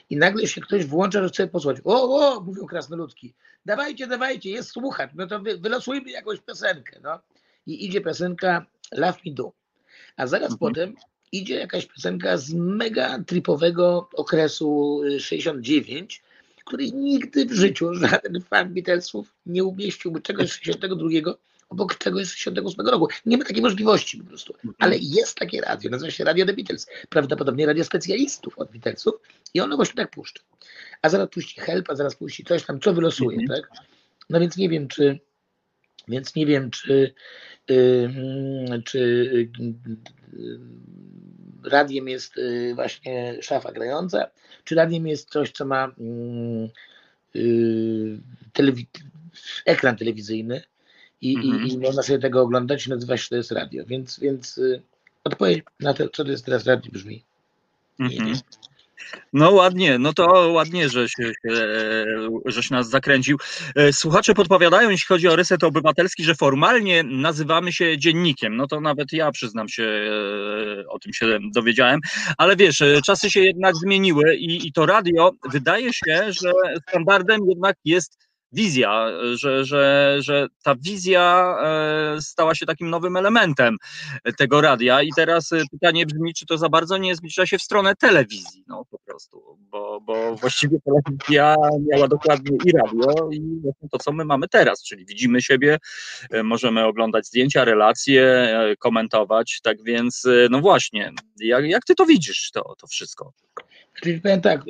[SPEAKER 6] i nagle się ktoś włącza, że chce posłuchać. O, o, mówią krasnoludki, dawajcie, dawajcie, jest słuchacz, no to wy, wylosujmy jakąś piosenkę, no. I idzie piosenka Love Me Do, a zaraz
[SPEAKER 2] Mhm.
[SPEAKER 6] potem idzie jakaś piosenka z mega tripowego okresu sześćdziesiąt dziewięć, który nigdy w życiu żaden fan Beatlesów nie umieściłby czegoś z sześćdziesiątego drugiego obok czegoś z sześćdziesiątego ósmego roku. Nie ma takiej możliwości po prostu. Ale jest takie radio, nazywa się Radio The Beatles. Prawdopodobnie radio specjalistów od Beatlesów i ono właśnie tak puszcza. A zaraz puści Help, a zaraz puści coś tam, co wylosuje,
[SPEAKER 2] Mhm.
[SPEAKER 6] tak? No więc nie wiem, czy więc nie wiem, czy yy, czy yy, radiem jest yy, właśnie szafa grająca, czy radiem jest coś, co ma yy, yy, telewi- ekran telewizyjny i,
[SPEAKER 2] Mhm.
[SPEAKER 6] i, i można sobie tego oglądać i nazywa się, że to jest radio. Więc, więc yy, odpowiedź na to, co to jest teraz radio, brzmi nie
[SPEAKER 2] Mhm.
[SPEAKER 6] wiem.
[SPEAKER 2] No ładnie, no to ładnie, że się, się, żeś nas zakręcił. Słuchacze podpowiadają, jeśli chodzi o Reset Obywatelski, że formalnie nazywamy się dziennikiem. No to nawet ja przyznam się, o tym się dowiedziałem. Ale wiesz, czasy się jednak zmieniły i, i to radio wydaje się, że standardem jednak jest wizja, że, że, że ta wizja stała się takim nowym elementem tego radia i teraz pytanie brzmi, czy to za bardzo nie zbliża się w stronę telewizji, no po prostu, bo, bo właściwie telewizja miała dokładnie i radio i właśnie to, co my mamy teraz, czyli widzimy siebie, możemy oglądać zdjęcia, relacje, komentować, tak więc no właśnie, jak, jak ty to widzisz, to, to wszystko?
[SPEAKER 6] Czyli powiem tak,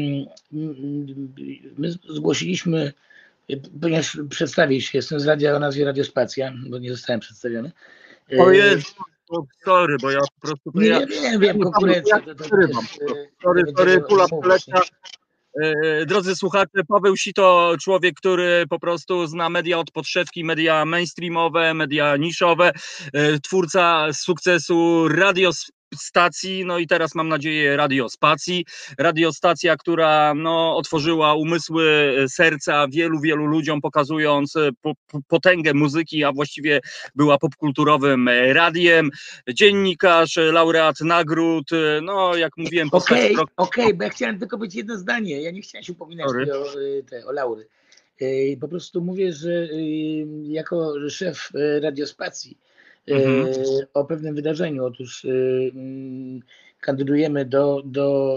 [SPEAKER 6] my zgłosiliśmy, ponieważ przedstawię się, jestem z radia o nazwie Radiospacja, bo nie zostałem przedstawiony.
[SPEAKER 2] O Jezu, sorry, bo ja po prostu...
[SPEAKER 6] Nie,
[SPEAKER 2] ja,
[SPEAKER 6] nie wiem, wiem, konkurencja. To, to, to
[SPEAKER 2] sorry, sorry, sorry, kula przeleciała. Drodzy słuchacze, Paweł Sito, człowiek, który po prostu zna media od podszewki, media mainstreamowe, media niszowe, twórca sukcesu radiostacji, no i teraz mam nadzieję radiospacji. Radiostacja, która no, otworzyła umysły, serca wielu, wielu ludziom, pokazując po, po, potęgę muzyki, a właściwie była popkulturowym radiem. Dziennikarz, laureat nagród, no jak mówiłem...
[SPEAKER 6] Okej, okay, okej, okay, bo ja chciałem tylko być jedno zdanie, ja nie chciałem się upominać o, te, o laury. Po prostu mówię, że jako szef radiospacji mhm. o pewnym wydarzeniu, otóż kandydujemy do, do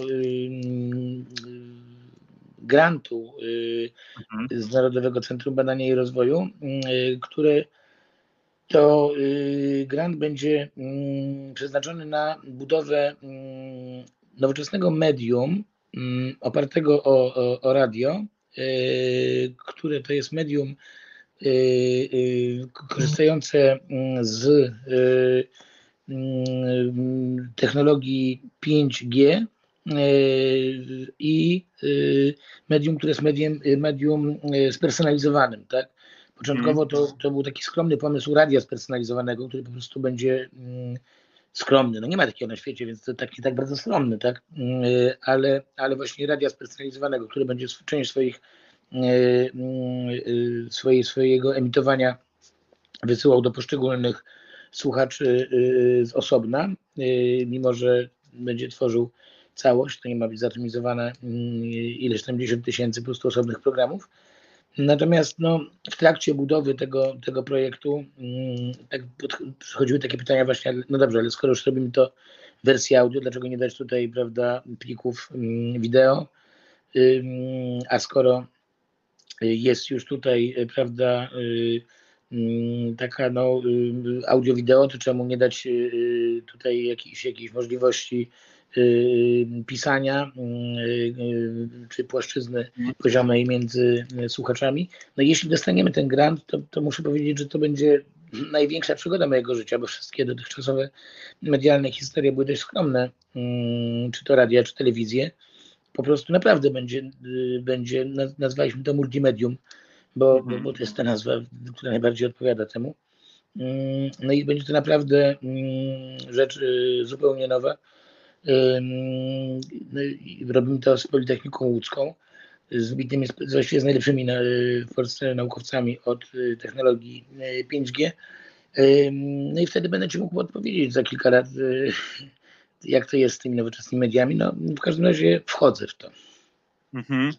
[SPEAKER 6] grantu mhm. z Narodowego Centrum Badania i Rozwoju, które to grant będzie przeznaczony na budowę nowoczesnego medium opartego o, o, o radio, które to jest medium korzystające z technologii pięć G i medium, które jest medium, medium spersonalizowanym, tak? Początkowo to, to był taki skromny pomysł radia spersonalizowanego, który po prostu będzie skromny. No nie ma takiego na świecie, więc to tak, nie tak bardzo skromny, tak? Ale, ale właśnie radia spersonalizowanego, który będzie część swoich, swojej, swojego emitowania wysyłał do poszczególnych słuchaczy z osobna, mimo że będzie tworzył całość, to nie ma być zatomizowane ileś tam dziesiąt tysięcy po prostu osobnych programów. Natomiast no, w trakcie budowy tego, tego projektu tak przychodziły takie pytania właśnie, no dobrze, ale skoro już robimy to w wersji audio, dlaczego nie dać tutaj, prawda, plików wideo, a skoro jest już tutaj, prawda, taka no, audio-wideo, to czemu nie dać tutaj jakiejś, jakiejś możliwości pisania czy płaszczyzny poziomej między słuchaczami. No jeśli dostaniemy ten grant, to, to muszę powiedzieć, że to będzie największa przygoda mojego życia, bo wszystkie dotychczasowe medialne historie były dość skromne, czy to radia, czy telewizję. Po prostu naprawdę będzie, będzie nazwaliśmy to multimedium, bo, bo, bo to jest ta nazwa, która najbardziej odpowiada temu. No i będzie to naprawdę rzecz zupełnie nowa. Robimy to z Politechniką Łódzką, z wybitnymi, właściwie z najlepszymi na, w Polsce naukowcami od technologii pięć G. No i wtedy będę Ci mógł odpowiedzieć za kilka lat, jak to jest z tymi nowoczesnymi mediami. No, w każdym razie wchodzę w to.
[SPEAKER 2] Mhm.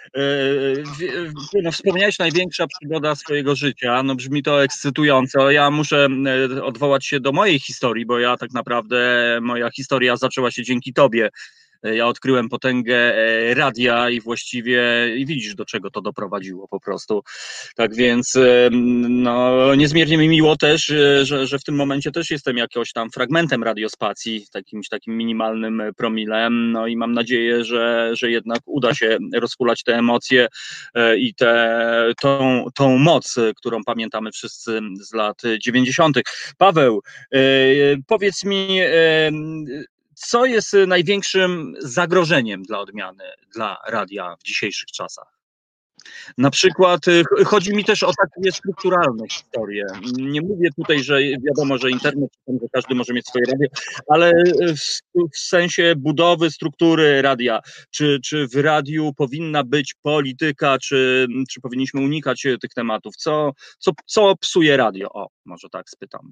[SPEAKER 2] No, wspomniałeś największa przygoda swojego życia, no brzmi to ekscytująco. Ja muszę odwołać się do mojej historii, bo ja tak naprawdę, moja historia zaczęła się dzięki tobie. Ja odkryłem potęgę radia i właściwie i widzisz, do czego to doprowadziło po prostu. Tak więc no, niezmiernie mi miło też, że, że w tym momencie też jestem jakoś tam fragmentem radiospacji, takimś takim minimalnym promilem, no i mam nadzieję, że, że jednak uda się rozhulać te emocje i tę tą, tą moc, którą pamiętamy wszyscy z lat dziewięćdziesiątych. Paweł, powiedz mi, co jest największym zagrożeniem dla odmiany, dla radia w dzisiejszych czasach? Na przykład chodzi mi też o takie strukturalne historie. Nie mówię tutaj, że wiadomo, że internet, że każdy może mieć swoje radio, ale w, w sensie budowy struktury radia. Czy, czy w radiu powinna być polityka, czy, czy powinniśmy unikać tych tematów? Co, co, co psuje radio? O, może tak spytam.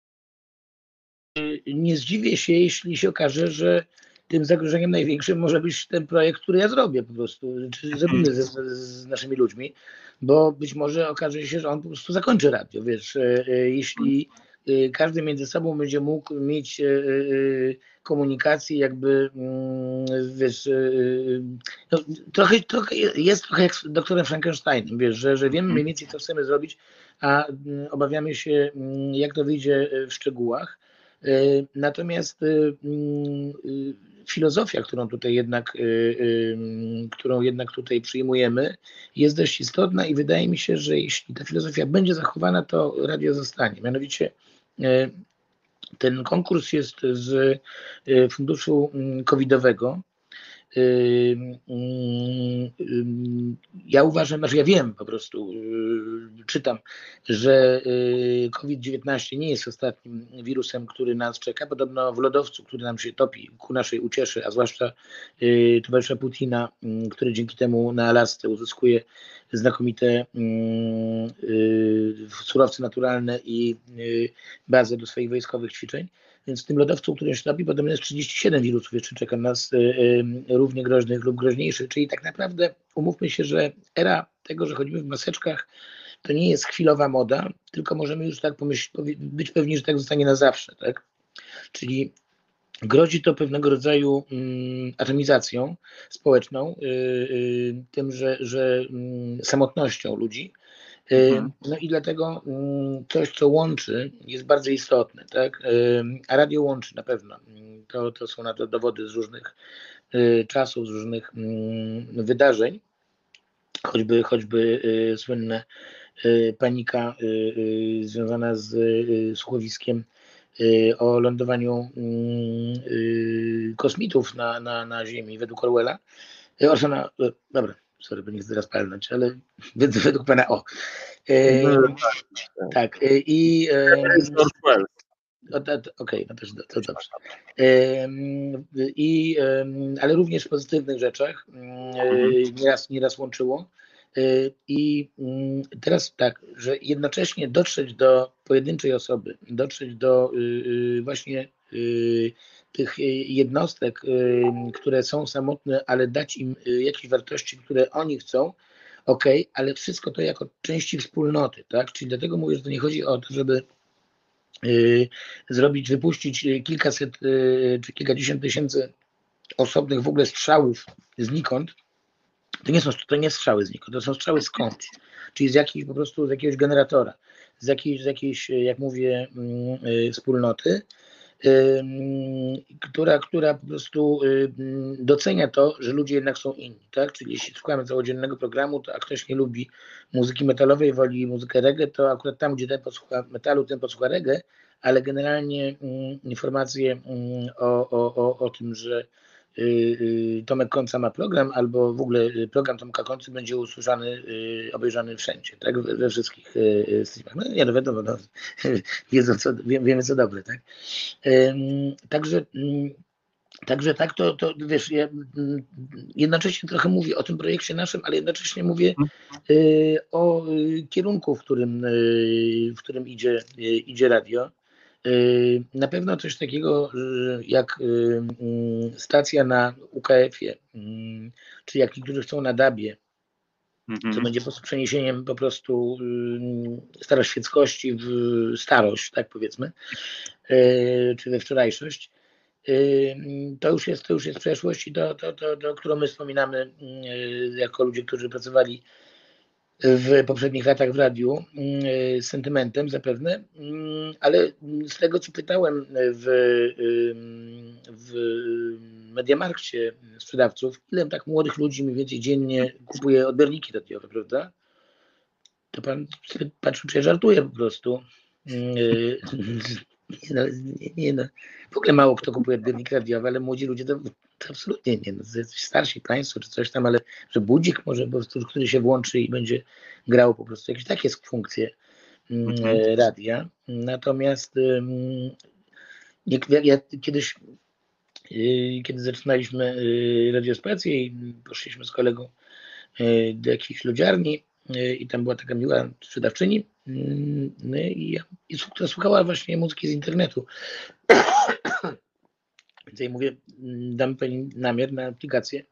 [SPEAKER 6] Nie zdziwię się, jeśli się okaże, że tym zagrożeniem największym może być ten projekt, który ja zrobię po prostu, czy zrobimy z, z naszymi ludźmi, bo być może okaże się, że on po prostu zakończy radio, wiesz, jeśli każdy między sobą będzie mógł mieć komunikację jakby, wiesz, no, trochę, trochę jest trochę jak z doktorem Frankensteinem, wiesz, że, że wiemy mniej więcej, co chcemy zrobić, a obawiamy się, jak to wyjdzie w szczegółach. Natomiast filozofia, którą tutaj jednak, którą jednak tutaj przyjmujemy, jest dość istotna i wydaje mi się, że jeśli ta filozofia będzie zachowana, to radio zostanie. Mianowicie ten konkurs jest z funduszu covidowego. Ja uważam, znaczy ja wiem po prostu, czytam, że COVID dziewiętnaście nie jest ostatnim wirusem, który nas czeka. Podobno w lodowcu, który nam się topi ku naszej ucieszy, a zwłaszcza towarzysza Putina, który dzięki temu na Alasce uzyskuje znakomite surowce naturalne i bazę do swoich wojskowych ćwiczeń. Więc w tym lodowcu, który się topi, podobno jest trzydzieści siedem wirusów, jeszcze czeka nas y, y, równie groźnych lub groźniejszych. Czyli tak naprawdę umówmy się, że era tego, że chodzimy w maseczkach, to nie jest chwilowa moda, tylko możemy już tak pomyśleć, być pewni, że tak zostanie na zawsze. Tak? Czyli grozi to pewnego rodzaju mm, atomizacją społeczną, y, y, tym, że, że y, samotnością ludzi. No i dlatego coś, co łączy, jest bardzo istotne, tak? A radio łączy na pewno. To, to są na to dowody z różnych czasów, z różnych wydarzeń, choćby, choćby słynna panika związana z słuchowiskiem o lądowaniu kosmitów na, na, na Ziemi według Orwella. Orsona, dobra. Sorry, bo nie chcę teraz palnąć, ale według pana o. E, no, tak, e, i... E, Okej, okay, no to, to dobrze. E, i, e, ale również w pozytywnych rzeczach e, nieraz, nieraz łączyło. E, I teraz tak, że jednocześnie dotrzeć do pojedynczej osoby, dotrzeć do e, właśnie e, tych jednostek, które są samotne, ale dać im jakieś wartości, które oni chcą, ok, ale wszystko to jako części wspólnoty, tak? Czyli dlatego mówię, że to nie chodzi o to, żeby zrobić, wypuścić kilkaset czy kilkadziesiąt tysięcy osobnych w ogóle strzałów znikąd. To nie są to nie strzały znikąd, to są strzały skądś, czyli z jakiejś po prostu z jakiegoś generatora, z jakiejś, z jakiejś jak mówię, wspólnoty, która, która po prostu docenia to, że ludzie jednak są inni, tak? Czyli jeśli słuchamy całodziennego programu, to a ktoś nie lubi muzyki metalowej, woli muzykę reggae, to akurat tam, gdzie ten posłucha metalu, ten posłucha reggae, ale generalnie informacje o, o, o, o tym, że Tomek Końca ma program, albo w ogóle program Tomka Końcy będzie usłyszany, obejrzany wszędzie, tak? We, we wszystkich streamach. No nie, no wiadomo, no, wiedzą co, wie, wiemy co dobre, tak? Także, także tak, to, to wiesz, ja jednocześnie trochę mówię o tym projekcie naszym, ale jednocześnie mówię o kierunku, w którym, w którym idzie, idzie radio. Na pewno coś takiego jak stacja na U K F-ie, czy jak niektórzy chcą na dabie,
[SPEAKER 2] Mhm.
[SPEAKER 6] co będzie po prostu przeniesieniem po prostu staroświeckości w starość, tak powiedzmy, czy we wczorajszość. To już jest, to już jest przeszłość i to, to, to, to, którą my wspominamy jako ludzie, którzy pracowali w poprzednich latach w radiu z sentymentem zapewne, ale z tego, co pytałem w, w Mediamarkcie sprzedawców, ile tak młodych ludzi mniej więcej dziennie kupuje odbiorniki radiowe, prawda? To pan patrzy, czy ja żartuję po prostu. Nie, no, nie, nie, no. W ogóle mało kto kupuje odbiornik radiowy, ale młodzi ludzie to, to absolutnie nie. No, starsi państwo czy coś tam, ale że budzik może po prostu, który się włączy i będzie grał po prostu jakieś takie funkcje mhm. radia. Natomiast nie, ja kiedyś, kiedy zaczynaliśmy radiospację i poszliśmy z kolegą do jakiejś lodziarni, i tam była taka miła sprzedawczyni no i, i która słuchała właśnie muzyki z internetu. Więc ja jej mówię, dam pani namiar na aplikację,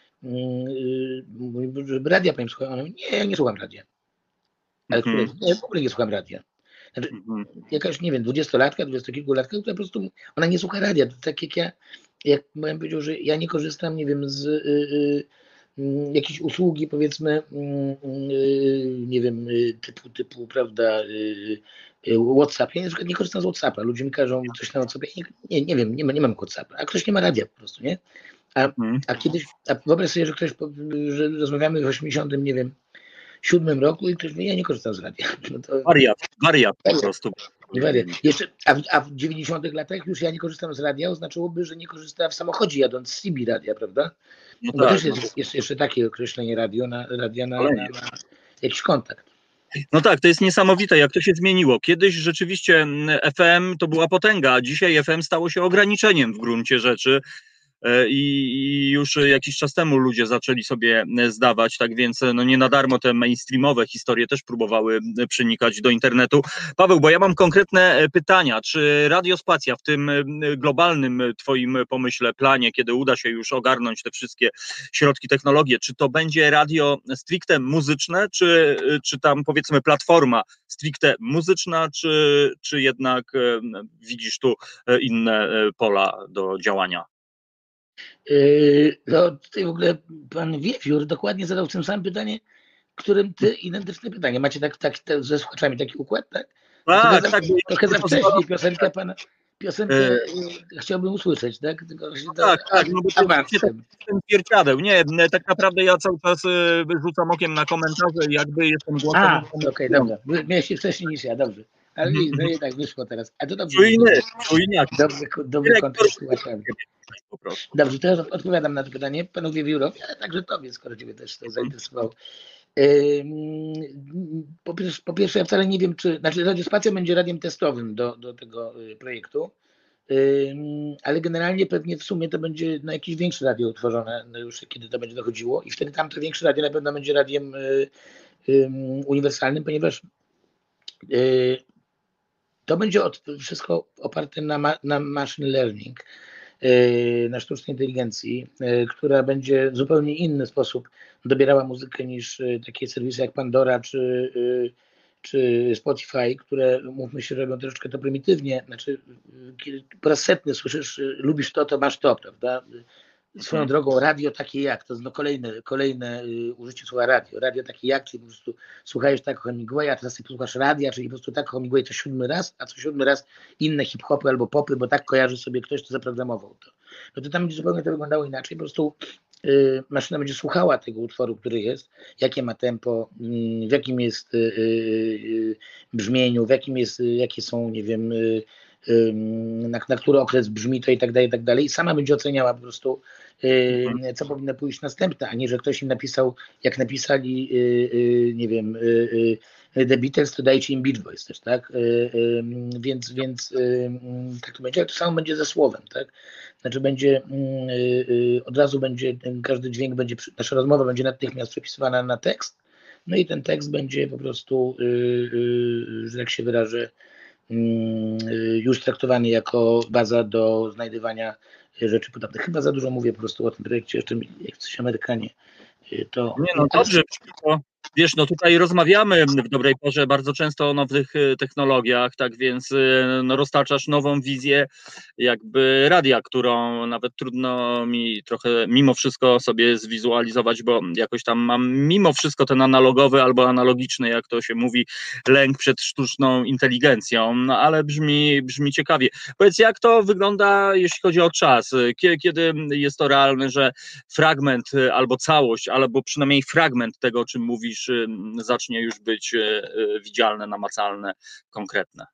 [SPEAKER 6] żeby radia pani słuchała. Ona mówi, nie, ja nie słucham radia. Ale mm-hmm. które, nie, w ogóle nie słucham radia. Znaczy, mm-hmm. jakaś, nie wiem, dwudziestolatka, dwudziestokilkulatka, która po prostu, ona nie słucha radia. To tak jak ja, jak bym powiedział, że ja nie korzystam, nie wiem, z y, y, jakieś usługi, powiedzmy, nie wiem, typu, typu, prawda, WhatsApp. Ja na przykład nie korzystam z WhatsAppa. Ludzie mi każą coś na WhatsAppie. Nie, nie wiem, nie, ma, nie mam WhatsAppa. A ktoś nie ma radia po prostu, nie? A, a kiedyś, a wyobraź sobie, że ktoś, że rozmawiamy w osiemdziesiątym, nie wiem, siódmym roku i ktoś mówi, ja nie korzystam z radia. No to,
[SPEAKER 2] wariat, wariat po prostu.
[SPEAKER 6] Wariat. Jeszcze, a, w, a w dziewięćdziesiątych latach już ja nie korzystam z radia, oznaczałoby, że nie korzystam w samochodzie jadąc z C B radia, prawda? No Bo tak, też jest, no. jest jeszcze takie określenie radio na, radia na, na, na jakiś kontakt.
[SPEAKER 2] No tak, to jest niesamowite, jak to się zmieniło. Kiedyś rzeczywiście F M to była potęga, a dzisiaj F M stało się ograniczeniem w gruncie rzeczy. I już jakiś czas temu ludzie zaczęli sobie zdawać, tak więc no nie na darmo te mainstreamowe historie też próbowały przenikać do internetu. Paweł, bo ja mam konkretne pytania. Czy Radiospacja w tym globalnym twoim pomyśle, planie, kiedy uda się już ogarnąć te wszystkie środki, technologie, czy to będzie radio stricte muzyczne, czy, czy tam powiedzmy platforma stricte muzyczna, czy, czy jednak widzisz tu inne pola do działania?
[SPEAKER 6] No tutaj w ogóle pan Wiewiór dokładnie zadał tym samym pytanie, którym ty identyczne pytanie. Macie tak, tak te, ze słuchaczami taki układ, tak?
[SPEAKER 2] Tak,
[SPEAKER 6] trochę
[SPEAKER 2] tak.
[SPEAKER 6] Za, trochę za wcześnie piosenkę pana, piosenkę e... chciałbym usłyszeć, tak? Tylko,
[SPEAKER 2] no tak, to, tak, no bo to jest ten pierdziadeł. Nie, tak naprawdę ja cały czas rzucam okiem na komentarze i jakby jestem głosem.
[SPEAKER 6] A, okej, okay, dobra. Miałeś się wcześniej niż ja, dobrze. Ale nie, no i tak wyszło teraz. A to dobrze.
[SPEAKER 2] Czujny, czujniak.
[SPEAKER 6] Dobry, dobry kontekst słuchaczami. Dobrze, teraz odpowiadam na to pytanie panu Wiewiórowi, ale także tobie, skoro ciebie też to zainteresowało. Po pierwsze, po pierwsze, ja wcale nie wiem, czy, znaczy Radiospacja będzie radiem testowym do, do tego projektu, ale generalnie pewnie w sumie to będzie na jakieś większe radio utworzone, już kiedy to będzie dochodziło i wtedy tamto większe radio na pewno będzie radiem uniwersalnym, ponieważ to będzie od, wszystko oparte na, ma, na machine learning, na sztucznej inteligencji, która będzie w zupełnie inny sposób dobierała muzykę niż takie serwisy jak Pandora czy, czy Spotify, które, mówmy się, robią troszeczkę to prymitywnie. Znaczy, po raz setny słyszysz, lubisz to, to masz to, prawda? Swoją drogą radio takie jak, to jest no kolejne, kolejne użycie słowa radio. Radio takie jak, czyli po prostu słuchajesz tak Hemingwaya, a teraz ty posłuchasz radia, czyli po prostu tak Hemingway to siódmy raz, a co siódmy raz inne hip-hopy albo popy, bo tak kojarzy sobie ktoś, kto zaprogramował to. No to tam będzie zupełnie to wyglądało inaczej, po prostu y, maszyna będzie słuchała tego utworu, który jest, jakie ma tempo, y, w jakim jest y, y, brzmieniu, w jakim jest, y, jakie są, nie wiem, y, Na, na który okres brzmi to i tak dalej, i tak dalej. Sama będzie oceniała po prostu, yy, co powinno pójść następne, a nie, że ktoś im napisał, jak napisali, yy, yy, nie wiem, yy, yy, The Beatles, to dajcie im Beach Boys też, tak? Yy, yy, więc więc yy, tak to będzie, ale to samo będzie ze słowem, tak? Znaczy będzie, yy, yy, od razu będzie, ten, każdy dźwięk będzie, nasza rozmowa będzie natychmiast przepisywana na tekst, no i ten tekst będzie po prostu, yy, yy, że tak się wyrażę, już traktowany jako baza do znajdywania rzeczy podobnych. Chyba za dużo mówię po prostu o tym projekcie, o tym, jak coś Amerykanie. To...
[SPEAKER 2] Nie, no dobrze, to, wiesz, no tutaj rozmawiamy w dobrej porze bardzo często o nowych technologiach, tak więc no, roztaczasz nową wizję jakby radia, którą nawet trudno mi trochę mimo wszystko sobie zwizualizować, bo jakoś tam mam mimo wszystko ten analogowy albo analogiczny, jak to się mówi, lęk przed sztuczną inteligencją, no ale brzmi, brzmi ciekawie. Powiedz, jak to wygląda, jeśli chodzi o czas, kiedy jest to realne, że fragment albo całość, albo przynajmniej fragment tego, o czym mówisz, zacznie już być widzialne, namacalne, konkretne.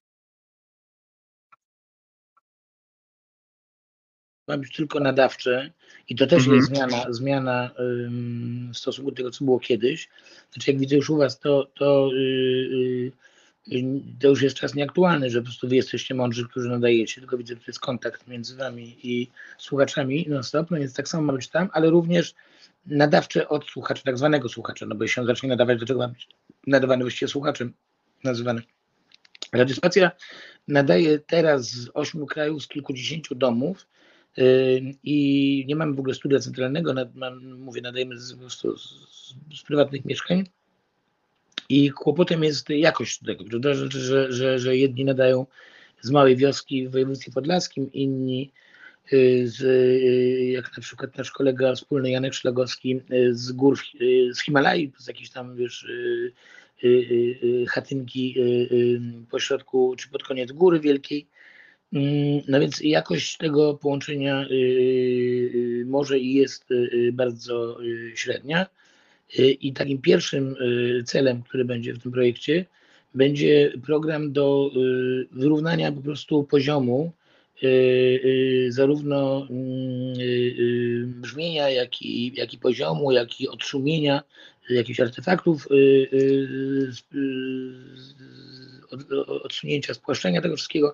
[SPEAKER 6] Ma być tylko nadawcze i to też
[SPEAKER 2] mhm.
[SPEAKER 6] jest zmiana, zmiana ym, w stosunku do tego, co było kiedyś. Znaczy, jak widzę już u was, to, to, yy, yy, to już jest czas nieaktualny, że po prostu wy jesteście mądrzy, którzy nadajecie, tylko widzę, że to jest kontakt między wami i słuchaczami non stop, no więc tak samo ma być tam, ale również nadawcze od słuchacza, tak zwanego słuchacza, no bo jeśli on zacznie nadawać, dlaczego ma być nadawany właściwie słuchaczem nazywany. Radiospacja nadaje teraz z ośmiu krajów, z kilkudziesięciu domów yy, i nie mamy w ogóle studia centralnego, nad, mam, mówię, nadajemy z, po prostu z, z prywatnych mieszkań i kłopotem jest jakość tego, prawda, że, że, że, że jedni nadają z małej wioski w województwie podlaskim, inni z, jak na przykład nasz kolega wspólny Janek Szlagowski z gór, z Himalai, z jakiejś tam, wiesz, chatynki po środku, czy pod koniec Góry Wielkiej. No więc jakość tego połączenia może i jest bardzo średnia. I takim pierwszym celem, który będzie w tym projekcie, będzie program do wyrównania po prostu poziomu zarówno brzmienia, jak i, jak i poziomu, jak i odszumienia jakichś artefaktów, odsunięcia, spłaszczenia tego wszystkiego,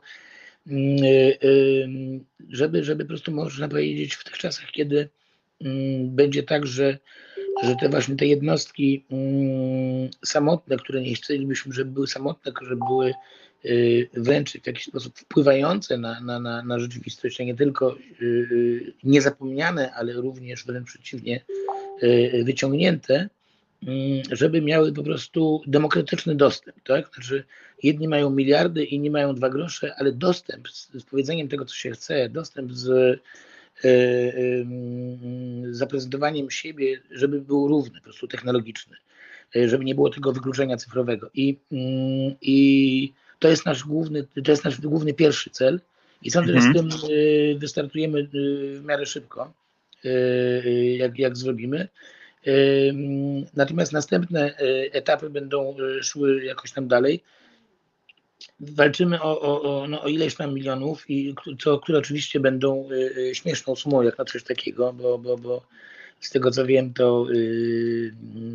[SPEAKER 6] żeby, żeby po prostu można powiedzieć w tych czasach, kiedy będzie tak, że, że te właśnie te jednostki samotne, które nie chcielibyśmy, żeby były samotne, żeby były wręcz w jakiś sposób wpływające na, na, na, na rzeczywistość, a nie tylko niezapomniane, ale również wręcz przeciwnie wyciągnięte, żeby miały po prostu demokratyczny dostęp, tak? Znaczy jedni mają miliardy, inni mają dwa grosze, ale dostęp z, z powiedzeniem tego, co się chce, dostęp z y, y, y, zaprezentowaniem siebie, żeby był równy, po prostu technologiczny, żeby nie było tego wykluczenia cyfrowego. I, i to jest nasz główny, to jest nasz główny pierwszy cel i sądzę, że z tym y, wystartujemy y, w miarę szybko, y, jak, jak zrobimy. Natomiast następne etapy będą szły jakoś tam dalej. Walczymy o, o, o, no, o ileś tam milionów, i co, które oczywiście będą śmieszną sumą jak na coś takiego, bo, bo, bo z tego co wiem, to yy,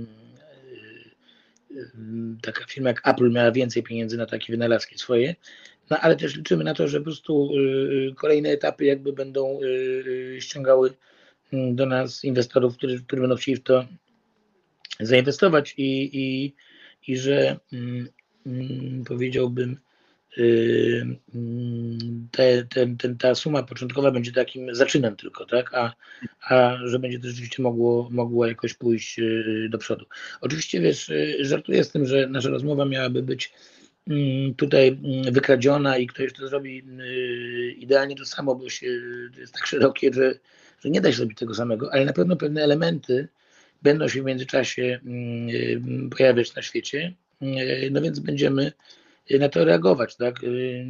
[SPEAKER 6] yy, taka firma jak Apple miała więcej pieniędzy na takie wynalazki swoje. No ale też liczymy na to, że po prostu yy, kolejne etapy jakby będą yy, ściągały do nas inwestorów, którzy, którzy będą chcieli w to zainwestować i, i, i że mm, powiedziałbym yy, te, ten, ten, ta suma początkowa będzie takim zaczynem tylko, tak? A, a że będzie to rzeczywiście mogło, mogło jakoś pójść yy, do przodu. Oczywiście wiesz, yy, żartuję z tym, że nasza rozmowa miałaby być yy, tutaj yy, wykradziona i ktoś to zrobi yy, idealnie to samo, bo się, to jest tak szerokie, że że nie da się zrobić tego samego, ale na pewno pewne elementy będą się w międzyczasie pojawiać na świecie, no więc będziemy na to reagować, tak?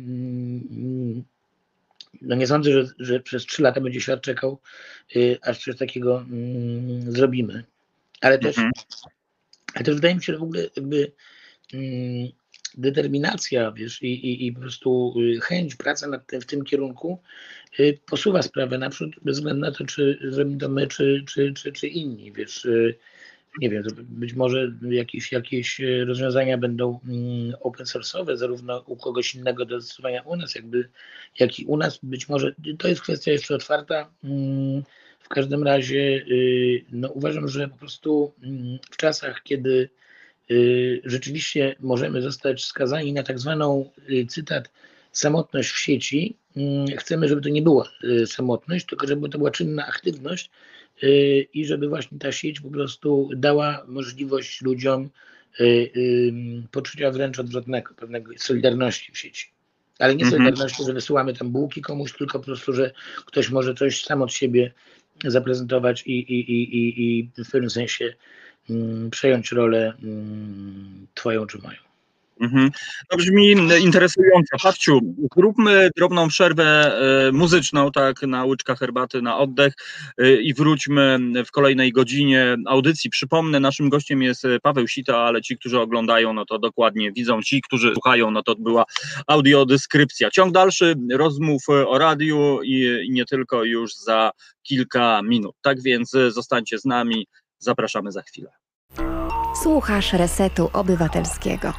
[SPEAKER 6] No nie sądzę, że, że przez trzy lata będzie świat czekał, aż coś takiego zrobimy, ale też, mhm. ale też wydaje mi się, że w ogóle jakby determinacja, wiesz, i, i, i po prostu chęć, praca nad tym, w tym kierunku posuwa sprawę naprzód bez względu na to, czy zrobimy to my, czy, czy, czy, czy inni, wiesz, nie wiem, być może jakieś, jakieś rozwiązania będą open source'owe, zarówno u kogoś innego do zastosowania u nas, jakby, jak i u nas, być może, to jest kwestia jeszcze otwarta. W każdym razie no, uważam, że po prostu w czasach, kiedy rzeczywiście możemy zostać skazani na tak zwaną, cytat, samotność w sieci. Chcemy, żeby to nie była samotność, tylko żeby to była czynna aktywność i żeby właśnie ta sieć po prostu dała możliwość ludziom poczucia wręcz odwrotnego, pewnego solidarności w sieci. Ale nie solidarności, że wysyłamy tam bułki komuś, tylko po prostu, że ktoś może coś sam od siebie zaprezentować i, i, i, i, i w pewnym sensie mm, przejąć rolę mm, twoją czy moją.
[SPEAKER 2] Mhm. To brzmi interesująco. Pawciu, zróbmy drobną przerwę e, muzyczną, tak, na łyczka herbaty, na oddech e, i wróćmy w kolejnej godzinie audycji. Przypomnę, naszym gościem jest Paweł Sita, ale ci, którzy oglądają, no to dokładnie widzą, ci, którzy słuchają, no to była audiodeskrypcja. Ciąg dalszy rozmów o radiu i, i nie tylko, już za kilka minut. Tak więc zostańcie z nami, zapraszamy za chwilę.
[SPEAKER 5] Słuchasz Resetu Obywatelskiego.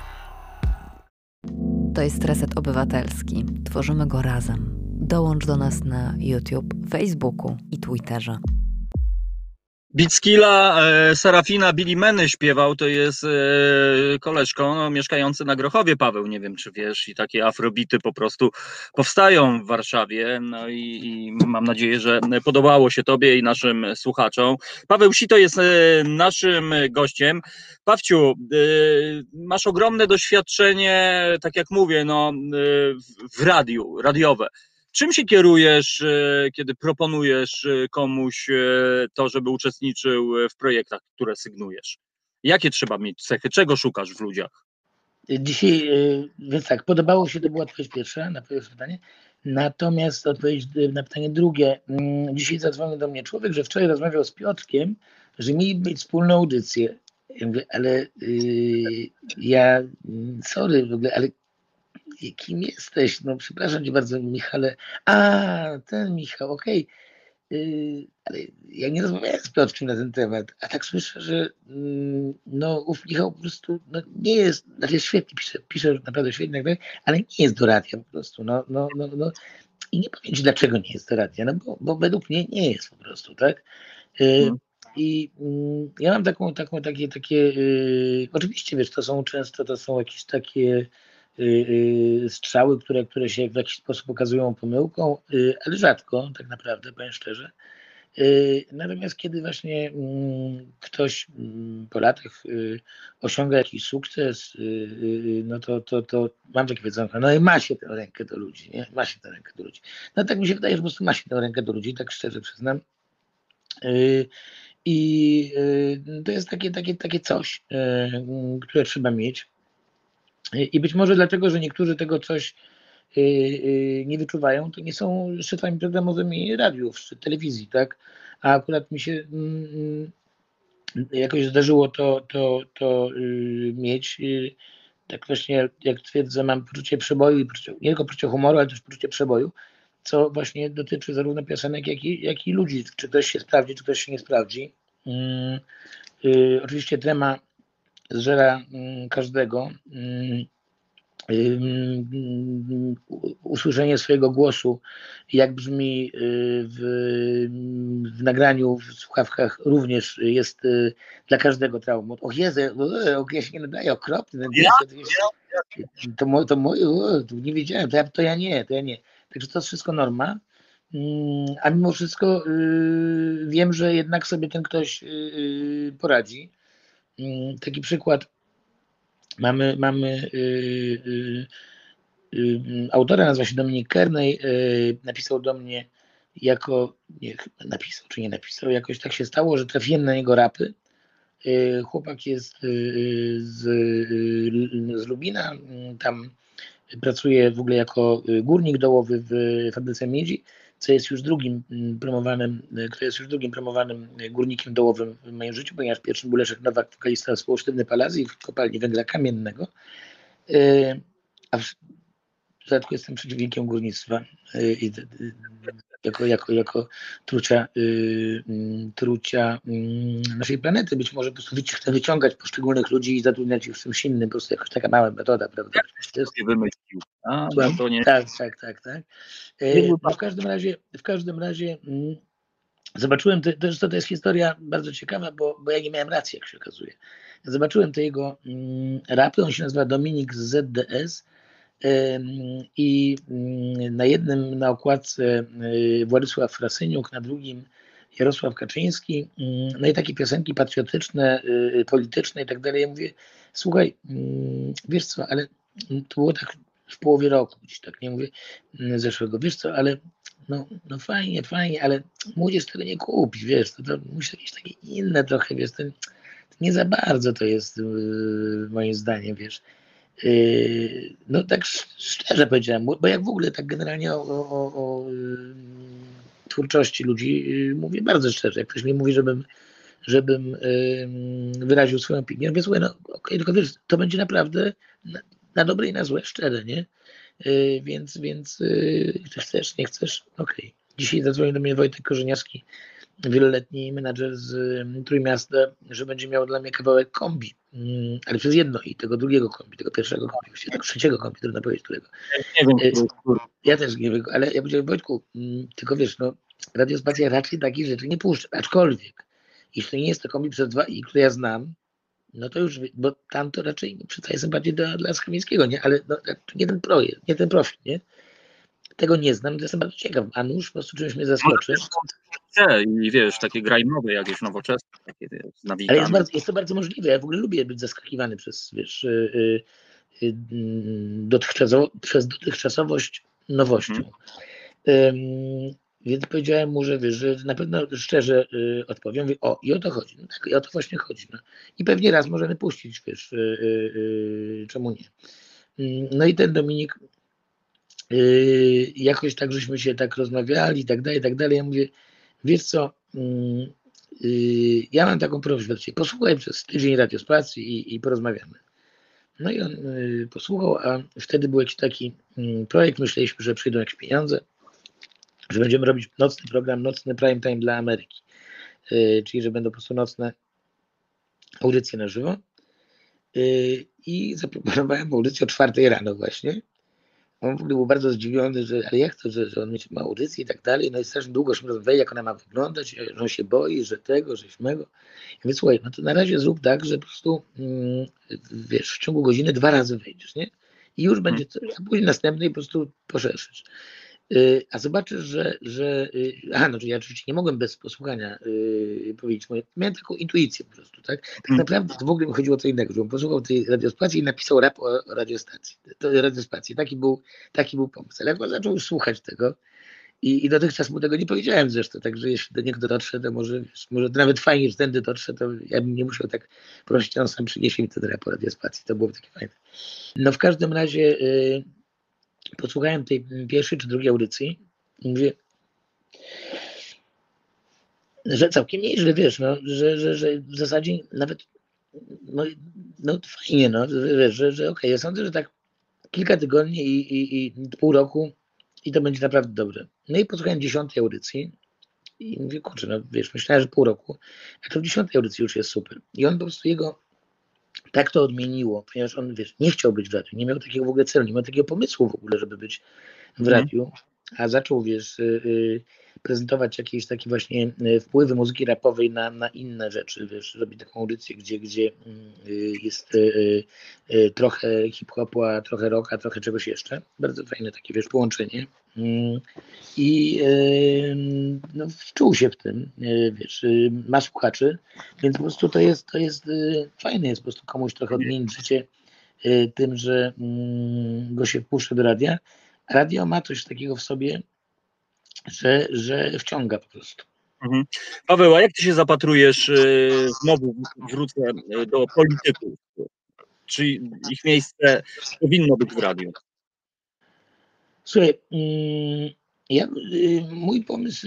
[SPEAKER 1] To jest Reset Obywatelski. Tworzymy go razem. Dołącz do nas na YouTube, Facebooku i Twitterze.
[SPEAKER 2] Beatskilla e, Serafina Billy Meny śpiewał, to jest e, koleżką no, mieszkający na Grochowie, Paweł, nie wiem czy wiesz, i takie afrobity po prostu powstają w Warszawie, no i, i mam nadzieję, że podobało się tobie i naszym słuchaczom. Paweł Sito jest e, naszym gościem. Pawciu, e, masz ogromne doświadczenie, tak jak mówię, no, e, w, w radiu, radiowe. Czym się kierujesz, kiedy proponujesz komuś to, żeby uczestniczył w projektach, które sygnujesz? Jakie trzeba mieć cechy? Czego szukasz w ludziach?
[SPEAKER 6] Dzisiaj, więc tak, podobało się, to była odpowiedź pierwsza na pierwsze pytanie. Natomiast odpowiedź na pytanie drugie. Dzisiaj zadzwonił do mnie człowiek, że wczoraj rozmawiał z Piotrkiem, że mieli mieć wspólną audycję. Ja mówię, ale yy, ja, sorry w ogóle, ale kim jesteś? No przepraszam cię bardzo, Michale. A, ten Michał, okej. Okay. Yy, ale ja nie rozmawiałem z Piotrkiem na ten temat, a tak słyszę, że yy, no ów Michał po prostu no, nie jest, znaczy świetnie pisze, pisze naprawdę świetnie, tak dalej, ale nie jest do radia po prostu. No, no, no, no. I nie powiem ci, dlaczego nie jest do radia, no bo, bo według mnie nie jest po prostu, tak? Yy, hmm. I yy, ja mam taką, taką takie, takie yy, oczywiście wiesz, to są często, to są jakieś takie strzały, które, które się w jakiś sposób okazują pomyłką, ale rzadko, tak naprawdę, powiem szczerze. Natomiast kiedy właśnie ktoś po latach osiąga jakiś sukces, no to, to, to mam takie powiedzenie, no i ma się tę rękę do ludzi, nie? Ma się tę rękę do ludzi. No tak mi się wydaje, że po prostu ma się tę rękę do ludzi, tak szczerze przyznam. I to jest takie, takie, takie coś, które trzeba mieć. I być może dlatego, że niektórzy tego coś nie wyczuwają, to nie są szefami programowymi radiów czy telewizji, tak? A akurat mi się jakoś zdarzyło to, to, to mieć. Tak właśnie, jak twierdzę, mam poczucie przeboju, i poczucie, nie tylko poczucie humoru, ale też poczucie przeboju, co właśnie dotyczy zarówno piosenek, jak i, jak i ludzi. Czy ktoś się sprawdzi, czy ktoś się nie sprawdzi. Oczywiście trema zżera każdego. Usłyszenie swojego głosu, jak brzmi w, w nagraniu, w słuchawkach, również jest dla każdego traumą. Och Jezu, ja się nie nadaję, okropny.
[SPEAKER 2] Ja?
[SPEAKER 6] To, to moje, to nie wiedziałem, to ja, to ja nie, to ja nie. Także to jest wszystko norma. A mimo wszystko wiem, że jednak sobie ten ktoś poradzi. Taki przykład. Mamy, mamy yy, yy, yy, autora, nazywa się Dominik Kearney, yy, napisał do mnie jako, nie, napisał czy nie napisał, jakoś tak się stało, że trafiłem na niego rapy. Yy, chłopak jest yy, z, yy, z Lubina, yy, tam pracuje w ogóle jako górnik dołowy w fabryce miedzi, co jest już drugim promowanym, kto jest już drugim promowanym górnikiem dołowym w moim życiu, ponieważ pierwszym był Leszek Nowak, wokalista zespołu Sztywny Palazji w kopalni węgla kamiennego, a w dodatku jestem przeciwnikiem górnictwa i jako, jako, jako trucia, trucia naszej planety. Być może po prostu chcę wyciągać poszczególnych ludzi i zatrudniać ich w czymś innym, po prostu jakoś taka mała metoda, prawda?
[SPEAKER 2] To jest wymyślił. A, to nie...
[SPEAKER 6] Tak, tak, tak, tak. No w każdym razie, w każdym razie zobaczyłem, to, to, to jest historia bardzo ciekawa, bo, bo ja nie miałem racji, jak się okazuje. zobaczyłem te jego rapy, on się nazywa Dominik z Z D S i na jednym na okładce Władysław Frasyniuk, na drugim Jarosław Kaczyński, no i takie piosenki patriotyczne, polityczne i tak dalej. Ja mówię, słuchaj, wiesz co, ale to było tak w połowie roku, gdzieś tak, nie mówię, zeszłego, wiesz co, ale no, no fajnie, fajnie, ale młodzież tego nie kupi, wiesz, to, to musi jakieś takie inne trochę, wiesz, to, to nie za bardzo to jest yy, moim zdaniem, wiesz. Yy, no tak szczerze powiedziałem, bo jak w ogóle tak generalnie o, o, o, o yy, twórczości ludzi yy, mówię bardzo szczerze, jak ktoś mi mówi, żebym żebym yy, wyraził swoją opinię, mówię, słuchaj, no okej, okay, tylko wiesz, to będzie naprawdę na, na dobre i na złe, szczere, nie? Yy, więc, więc yy, chcesz, nie chcesz, okej. Okay. Dzisiaj zadzwonił do mnie Wojtek Korzeniowski, wieloletni menadżer z y, Trójmiasta, że będzie miał dla mnie kawałek kombi, yy, ale przez jedno i tego drugiego kombi, tego pierwszego kombi, właściwie tego trzeciego kombi, trudno powiedzieć którego.
[SPEAKER 2] Nie wiem,
[SPEAKER 6] Yy, ja też nie wiem, ale ja powiedziałem, Wojtku, yy, tylko wiesz, no Radiospacja raczej takich rzeczy nie puszcza, aczkolwiek jeśli to nie jest to kombi przez dwa i, które ja znam, no to już, bo tam to raczej przystaje sympatię dla, dla Skamińskiego, nie? Ale no, to nie ten projekt, nie ten profil, nie? Tego nie znam, to jestem bardzo ciekaw. A nuż po prostu czymś mnie zaskoczy.
[SPEAKER 2] I wiesz, takie grajmowe, jakieś nowoczesne, takie z nawikami.
[SPEAKER 6] Ale jest, bardzo, jest to bardzo możliwe. Ja w ogóle lubię być zaskakiwany przez, wiesz, yy, yy, dotychczasowo, przez dotychczasowość nowością. Hmm. Yy, Więc powiedziałem mu, że wiesz, że na pewno szczerze y, odpowiem. Mówię, o, i o to chodzi. No tak, i o to właśnie chodzi. No. I pewnie raz możemy puścić, wiesz, y, y, y, czemu nie. Y, no i ten Dominik, y, jakoś tak żeśmy się tak rozmawiali i tak dalej, i tak dalej. Ja mówię, wiesz co, y, y, ja mam taką prośbę do ciebie, posłuchaj przez tydzień Radiospacji i, i porozmawiamy. No i on y, posłuchał, a wtedy był jakiś taki y, projekt, myśleliśmy, że przyjdą jakieś pieniądze, że będziemy robić nocny program, nocny prime time dla Ameryki, yy, czyli że będą po prostu nocne audycje na żywo yy, i zaproponowałem audycję o czwartej rano właśnie. On w ogóle był bardzo zdziwiony, że ale jak to, że, że on ma audycję i tak dalej, no i strasznie długo się rozmawiali, jak ona ma wyglądać, że on się boi, że tego, że śmego. Ja mówię, słuchaj, no to na razie zrób tak, że po prostu yy, wiesz, w ciągu godziny dwa razy wejdziesz, nie? I już będzie coś, a później następnej po prostu poszerzysz. A zobaczysz, że, że aha, no, ja oczywiście nie mogłem bez posłuchania yy, powiedzieć moje, miałem taką intuicję po prostu, tak? Tak naprawdę to w ogóle mi chodziło o co innego, że on posłuchał tej radiospacji i napisał rap o radiostacji, to radiospacji, taki był, taki był pomysł, ale jak on zaczął już słuchać tego i, i dotychczas mu tego nie powiedziałem zresztą, także jeśli do niego dotrze, to może, wiesz, może nawet fajnie, że tędy dotrze, to ja bym nie musiał tak prosić, on sam przyniesie mi ten rap o radiospacji, to byłoby takie fajne. No w każdym razie yy, posłuchałem tej pierwszej czy drugiej audycji i mówię, że całkiem nieźle, wiesz, no, że, że, że w zasadzie nawet no, no fajnie, no, że, że, że okej, okay. Ja sądzę, że tak kilka tygodni i, i, i pół roku i to będzie naprawdę dobre. No i posłuchałem dziesiątej audycji i mówię, kurczę, no wiesz, myślałem, że pół roku, a to w dziesiątej audycji już jest super. I on po prostu jego tak to odmieniło, ponieważ on, wiesz, nie chciał być w radiu, nie miał takiego w ogóle celu, nie miał takiego pomysłu w ogóle, żeby być w radiu, a zaczął, wiesz, yy, prezentować jakieś takie właśnie wpływy muzyki rapowej na, na inne rzeczy, wiesz, robi taką audycję, gdzie, gdzie yy, jest yy, yy, trochę hip-hopu, a trochę rocka, trochę czegoś jeszcze. Bardzo fajne takie, wiesz, połączenie. Yy, I yy, no, wczuł się w tym, yy, wiesz, yy, ma słuchaczy, więc po prostu to jest, to jest yy, fajne, jest po prostu komuś trochę odmienić życie yy, tym, że yy, go się wpuszcza do radia. Radio ma coś takiego w sobie, że, że wciąga po prostu.
[SPEAKER 2] Mhm. Paweł, a jak ty się zapatrujesz, znowu wrócę do polityków, czy ich miejsce powinno być w radiu?
[SPEAKER 6] Słuchaj, ja, mój pomysł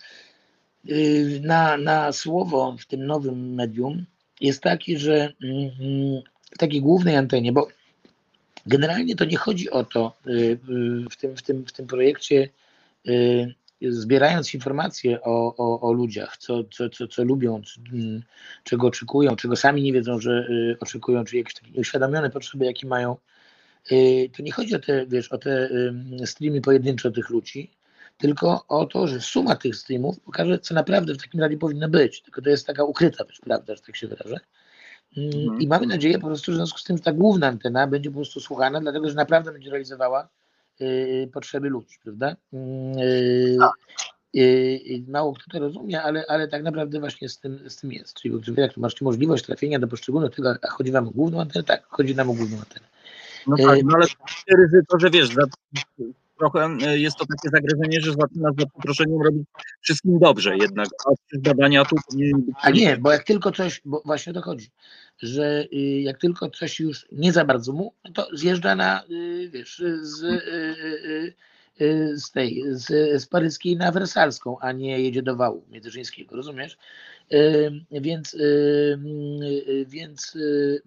[SPEAKER 6] na, na słowo w tym nowym medium jest taki, że w takiej głównej antenie, bo generalnie to nie chodzi o to w tym, w tym, w tym projekcie, zbierając informacje o, o, o ludziach, co, co, co, co lubią, czego oczekują, czego sami nie wiedzą, że oczekują, czy jakieś takie nieuświadomione potrzeby, jakie mają, to nie chodzi o te, wiesz, o te streamy pojedyncze tych ludzi, tylko o to, że suma tych streamów pokaże, co naprawdę w takim radiu powinno być. Tylko to jest taka ukryta, wiesz, prawda, że tak się wyrażę. Mhm. I mamy nadzieję po prostu, że w związku z tym ta główna antena będzie po prostu słuchana, dlatego że naprawdę będzie realizowała y, potrzeby ludzi, prawda? Y, y, mało kto to rozumie, ale, ale tak naprawdę właśnie z tym, z tym jest. Czyli jak masz możliwość trafienia do poszczególnych tego, a chodzi wam o główną antenę? Tak, chodzi nam o główną antenę.
[SPEAKER 2] No tak, no ale ryzyko, że wiesz, za, trochę jest to takie zagrożenie, że zaczynasz za przeproszeniem robić wszystkim dobrze jednak, a przez badania tu powinien być...
[SPEAKER 6] A nie, bo jak tylko coś, bo właśnie o to chodzi, że y, jak tylko coś już nie za bardzo mu, no to zjeżdża na, y, wiesz, z, y, y, y, z tej, z, z paryskiej na wersalską, a nie jedzie do wału międzyżyńskiego, rozumiesz? Y, więc y, y, więc y,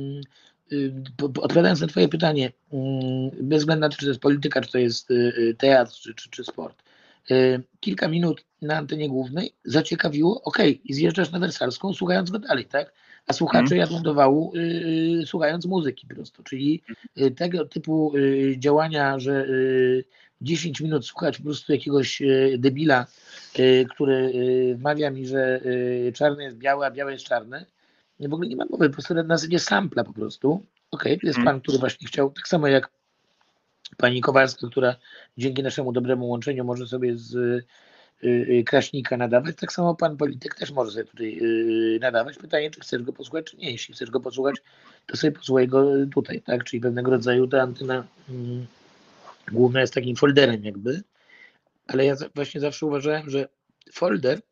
[SPEAKER 6] y, odpowiadając na twoje pytanie, y, bez względu na to, czy to jest polityka, czy to jest y, teatr, czy, czy, czy sport, kilka minut na antenie głównej zaciekawiło, okej, okay, i zjeżdżasz na wersalską, słuchając go dalej, tak? A słuchacze hmm. jadą do wału, yy, słuchając muzyki po prostu, czyli yy, tego typu yy, działania, że yy, dziesięć minut słuchać po prostu jakiegoś yy, debila, yy, który yy, wmawia mi, że yy, czarne jest białe, a białe jest czarne. W ogóle nie ma mowy, po prostu na zasadzie sampla po prostu. Okej, okay, tu jest hmm. pan, który właśnie chciał, tak samo jak pani Kowalska, która dzięki naszemu dobremu łączeniu może sobie z y, y, Kraśnika nadawać, tak samo pan polityk też może sobie tutaj y, nadawać. Pytanie, czy chcesz go posłuchać, czy nie. Jeśli chcesz go posłuchać, to sobie posłuchaj go tutaj, tak? Czyli pewnego rodzaju ta antena y, główna jest takim folderem jakby, ale ja właśnie zawsze uważałem, że folder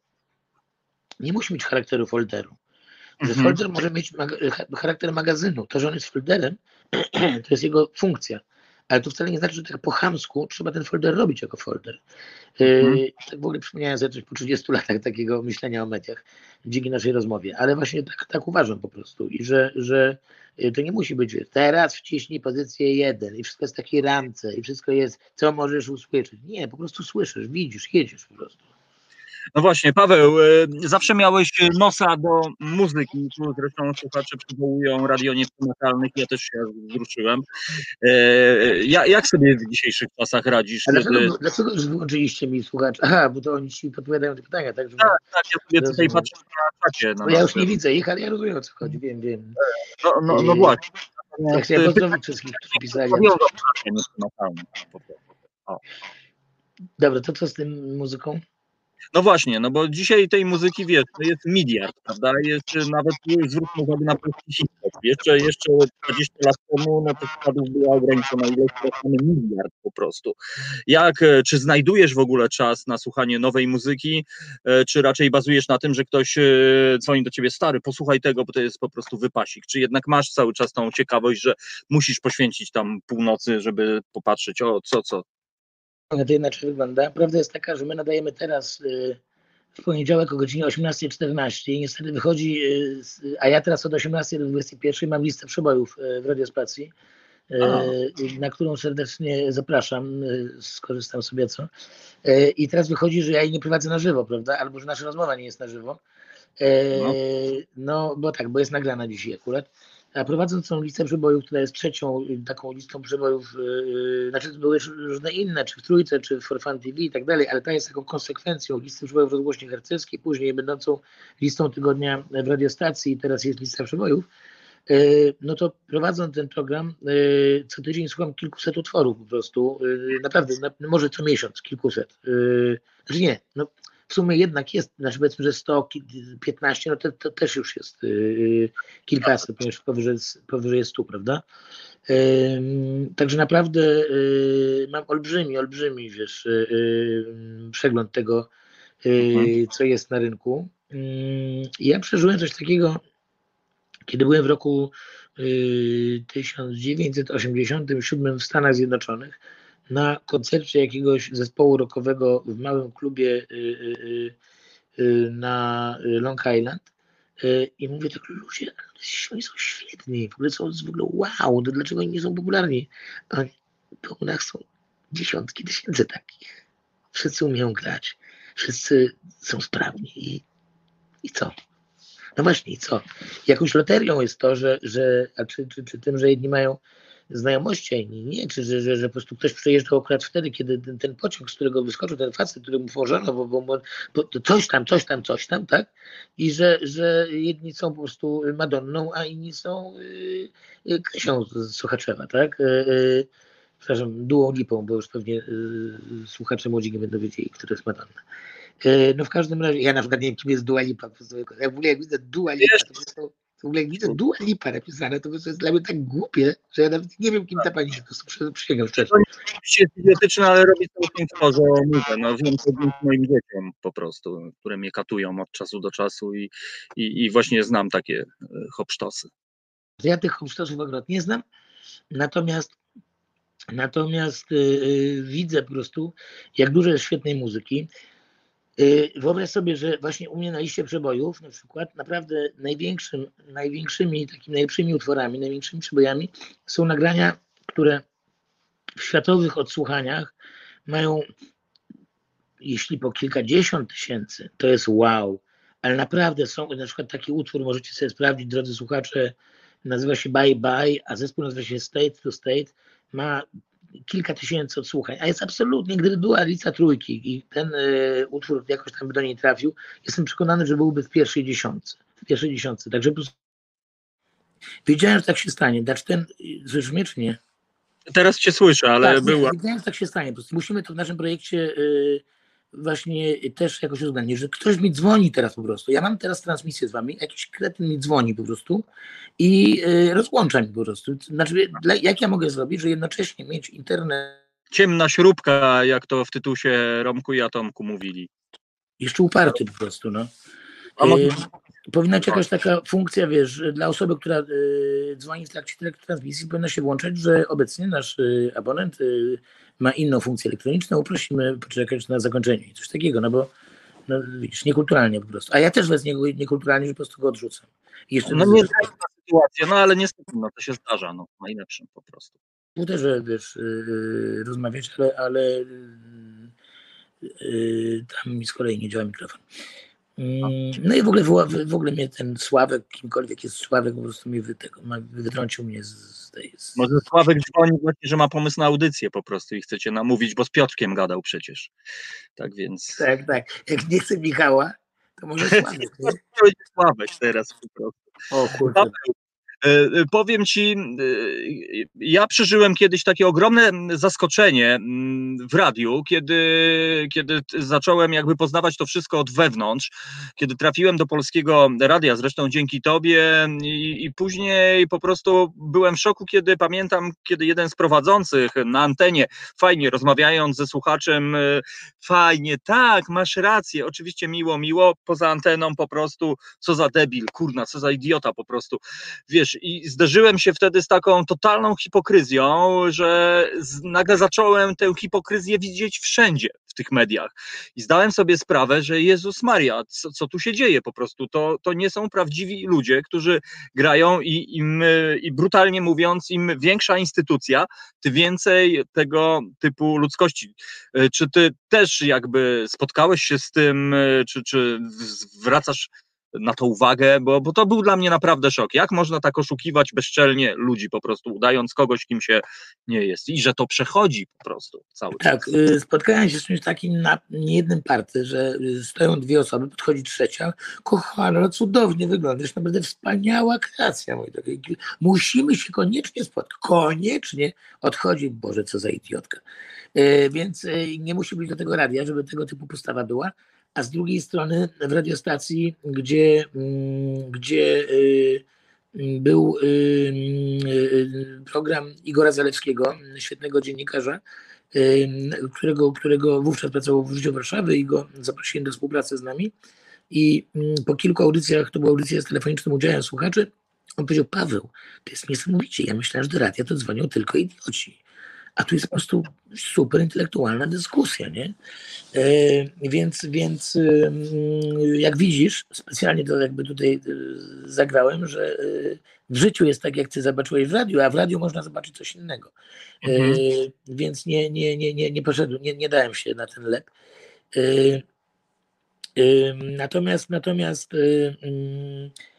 [SPEAKER 6] nie musi mieć charakteru folderu. Że mhm. folder może mieć mag- charakter magazynu. To, że on jest folderem, to jest jego funkcja. Ale to wcale nie znaczy, że tak po chamsku trzeba ten folder robić jako folder. Mhm. Yy, tak w ogóle przypomniałem sobie coś po trzydziestu latach takiego myślenia o mediach dzięki naszej rozmowie. Ale właśnie tak, tak uważam po prostu. I że, że to nie musi być, teraz wciśnij pozycję jeden i wszystko jest w takiej ramce i wszystko jest, co możesz usłyszeć. Nie, po prostu słyszysz, widzisz, jedziesz po prostu.
[SPEAKER 2] No właśnie, Paweł, zawsze miałeś nosa do muzyki, tu zresztą słuchacze przywołują radio nieprzymakalnych, ja też się wzruszyłem. Jak sobie w dzisiejszych czasach radzisz?
[SPEAKER 6] A dlaczego, kiedy... dlaczego wyłączyliście mi słuchaczy? Aha, bo to oni ci podpowiadają te pytania, tak? Żeby...
[SPEAKER 2] Tak, tak, ja sobie tutaj patrzę na czacie.
[SPEAKER 6] No ja już nie widzę ich, ale ja rozumiem, o co chodzi, wiem, wiem.
[SPEAKER 2] No, no, no właśnie.
[SPEAKER 6] Ja chcę pozdrowić wszystkich, którzy pisali. Dobra, to co z tym muzyką?
[SPEAKER 2] No właśnie, no bo dzisiaj tej muzyki, wiesz, to jest miliard, prawda? Jest nawet, zwróćmy uwagę na polski hip-hop. Jeszcze, jeszcze dwadzieścia lat temu, no to składów była ograniczona ilość, teraz mamy miliard po prostu. Jak, czy znajdujesz w ogóle czas na słuchanie nowej muzyki, czy raczej bazujesz na tym, że ktoś dzwoni do ciebie, stary, posłuchaj tego, bo to jest po prostu wypasik, czy jednak masz cały czas tą ciekawość, że musisz poświęcić tam północy, żeby popatrzeć, o co, co?
[SPEAKER 6] To inaczej wygląda. Prawda jest taka, że my nadajemy teraz y, w poniedziałek o godzinie osiemnasta czternaście i niestety wychodzi, y, a ja teraz od osiemnastej do dwudziestej pierwszej mam listę przebojów y, w Radiospacji, y, na którą serdecznie zapraszam, y, skorzystam sobie co. Y, I teraz wychodzi, że ja jej nie prowadzę na żywo, prawda? Albo że nasza rozmowa nie jest na żywo. Y, no. no, bo tak, bo jest nagrana dzisiaj akurat. A prowadząc tą listę przebojów, która jest trzecią taką listą przebojów, yy, znaczy były różne inne, czy w Trójce, czy w For Fun T V i tak dalej, ale ta jest taką konsekwencją listy przebojów rozgłośni harcerskiej, później będącą listą tygodnia w radiostacji, teraz jest lista przebojów, yy, no to prowadząc ten program, yy, co tydzień słucham kilkuset utworów po prostu, yy, naprawdę, na, może co miesiąc kilkuset, yy, znaczy nie, no w sumie jednak jest, znaczy powiedzmy, że sto piętnaście, no to, to też już jest yy, kilkaset, ponieważ powyżej, powyżej stu, prawda? Yy, także naprawdę yy, mam olbrzymi, olbrzymi, wiesz, yy, przegląd tego, yy, co jest na rynku. Yy, ja przeżyłem coś takiego, kiedy byłem w roku yy, tysiąc dziewięćset osiemdziesiątym siódmym w Stanach Zjednoczonych, na koncercie jakiegoś zespołu rockowego w małym klubie y, y, y, na Long Island y, i mówię tak, ludzie, oni są świetni, w ogóle są w ogóle wow, to dlaczego oni nie są popularni? A to u nas są dziesiątki tysięcy takich. Wszyscy umieją grać, wszyscy są sprawni i, i co? No właśnie, i co? Jakąś loterią jest to, że, że a czy, czy, czy tym, że jedni mają znajomości, a inni nie, czy że, że, że po prostu ktoś przejeżdżał akurat wtedy, kiedy ten, ten pociąg, z którego wyskoczył ten facet, któremu tworzono, bo, bo, bo, bo coś tam, coś tam, coś tam, tak? I że, że jedni są po prostu Madonną, a inni są yy, Krysią z Sochaczewa, tak? Yy, przepraszam, Duą Lipą, bo już pewnie yy, słuchacze młodzi nie będą wiedzieli, kto to jest Madonna. Yy, no w każdym razie, ja na przykład nie wiem, kim jest Dua Lipa. Ja w ogóle jak widzę Dua Lipa, to, to w ogóle jak widzę Dua Lipa napisane, to, to jest dla mnie tak głupie, że ja nawet nie wiem, kim ta pani się po prostu przysięgam szczerze.
[SPEAKER 2] To oczywiście jest idiotyczne, ale robi całkiem tworze mówię. No wiem to dzięki moim dzieciom po prostu, które mnie katują od czasu do czasu i, i, i właśnie znam takie hopsztosy.
[SPEAKER 6] Ja tych hopsztosów akurat nie znam, natomiast natomiast yy, widzę po prostu, jak dużo jest świetnej muzyki. Wyobraź sobie, że właśnie u mnie na liście przebojów na przykład naprawdę największym, największymi, takimi najlepszymi utworami, największymi przebojami są nagrania, które w światowych odsłuchaniach mają, jeśli po kilkadziesiąt tysięcy, to jest wow, ale naprawdę są, na przykład taki utwór możecie sobie sprawdzić, drodzy słuchacze, nazywa się Bye Bye, a zespół nazywa się State to State, ma kilka tysięcy odsłuchań, a jest absolutnie, gdyby była lista trójki i ten y, utwór jakoś tam by do niej trafił, jestem przekonany, że byłby w pierwszej dziesiątce. W pierwszej dziesiątce. Także po prostu wiedziałem, że tak się stanie. Dacz ten, słyszysz mnie, czy nie?
[SPEAKER 2] Teraz cię słyszę, ale
[SPEAKER 6] tak,
[SPEAKER 2] była.
[SPEAKER 6] Wiedziałem, że tak się stanie. Po prostu musimy to w naszym projekcie y, właśnie też jakoś uwzględnić, że ktoś mi dzwoni teraz po prostu. Ja mam teraz transmisję z wami, jakiś kretyn mi dzwoni po prostu i y, rozłącza mi po prostu. Znaczy, dla, jak ja mogę zrobić, że jednocześnie mieć internet.
[SPEAKER 2] Ciemna śrubka, jak to w tytusie Romku i Atomku mówili.
[SPEAKER 6] Jeszcze uparty po prostu, no. Y, powinna być jakaś taka funkcja, wiesz, dla osoby, która y, dzwoni w trakcie transmisji, powinna się włączać, że obecnie nasz y, abonent y, ma inną funkcję elektroniczną, prosimy poczekać na zakończenie i coś takiego, no bo no, widzisz, niekulturalnie po prostu. A ja też bez niego niekulturalnie, że po prostu go odrzucam. I jeszcze
[SPEAKER 2] no nie jest ta sytuacja, no ale niestety no, to się zdarza, no najlepszym po prostu.
[SPEAKER 6] Tu też, wiesz, yy, rozmawiać, ale, ale yy, tam mi z kolei nie działa mikrofon. No i w ogóle, w ogóle mnie ten Sławek, kimkolwiek jest Sławek, po prostu mnie wy, tego, wytrącił mnie z tej... Z...
[SPEAKER 2] Może Sławek dzwoni właśnie, że ma pomysł na audycję po prostu i chcecie namówić, bo z Piotrkiem gadał przecież. Tak więc...
[SPEAKER 6] Tak, tak. Jak nie chce Michała, to może Sławek, nie?
[SPEAKER 2] Sławek teraz po prostu.
[SPEAKER 6] O kurde.
[SPEAKER 2] Powiem ci, ja przeżyłem kiedyś takie ogromne zaskoczenie w radiu, kiedy, kiedy zacząłem jakby poznawać to wszystko od wewnątrz, kiedy trafiłem do Polskiego Radia, zresztą dzięki tobie i, i później po prostu byłem w szoku, kiedy pamiętam, kiedy jeden z prowadzących na antenie, fajnie rozmawiając ze słuchaczem, fajnie, tak, masz rację, oczywiście miło, miło, poza anteną po prostu, co za debil, kurna, co za idiota po prostu, wiesz, i zderzyłem się wtedy z taką totalną hipokryzją, że nagle zacząłem tę hipokryzję widzieć wszędzie w tych mediach i zdałem sobie sprawę, że Jezus Maria, co, co tu się dzieje po prostu, to, to nie są prawdziwi ludzie, którzy grają i, im, i brutalnie mówiąc, im większa instytucja, tym więcej tego typu ludzkości. Czy ty też jakby spotkałeś się z tym, czy, czy zwracasz na to uwagę, bo, bo to był dla mnie naprawdę szok. Jak można tak oszukiwać bezczelnie ludzi po prostu, udając kogoś, kim się nie jest i że to przechodzi po prostu cały
[SPEAKER 6] tak,
[SPEAKER 2] czas.
[SPEAKER 6] Tak, spotkałem się z czymś takim na niejednym party, że stoją dwie osoby, podchodzi trzecia, kochana, cudownie wyglądasz, naprawdę wspaniała kreacja, mój drogi. Musimy się koniecznie spotkać, koniecznie. Odchodzi, Boże, co za idiotka. Yy, więc yy, nie musi być do tego radia, żeby tego typu postawa była. A z drugiej strony w radiostacji, gdzie, gdzie był program Igora Zalewskiego, świetnego dziennikarza, którego, którego wówczas pracował w Życiu Warszawy i go zaprosiłem do współpracy z nami. I po kilku audycjach, to była audycja z telefonicznym udziałem słuchaczy, on powiedział: Paweł, to jest niesamowicie, ja myślałem, że do radia to dzwonią tylko idioci. A tu jest po prostu super intelektualna dyskusja, nie? E, więc, więc e, jak widzisz, specjalnie to jakby tutaj e, zagrałem, że e, w życiu jest tak, jak ty zobaczyłeś w radiu, a w radiu można zobaczyć coś innego. E, mhm. Więc nie, nie, nie, nie, nie poszedłem, nie, nie dałem się na ten lep. E, e, natomiast natomiast e,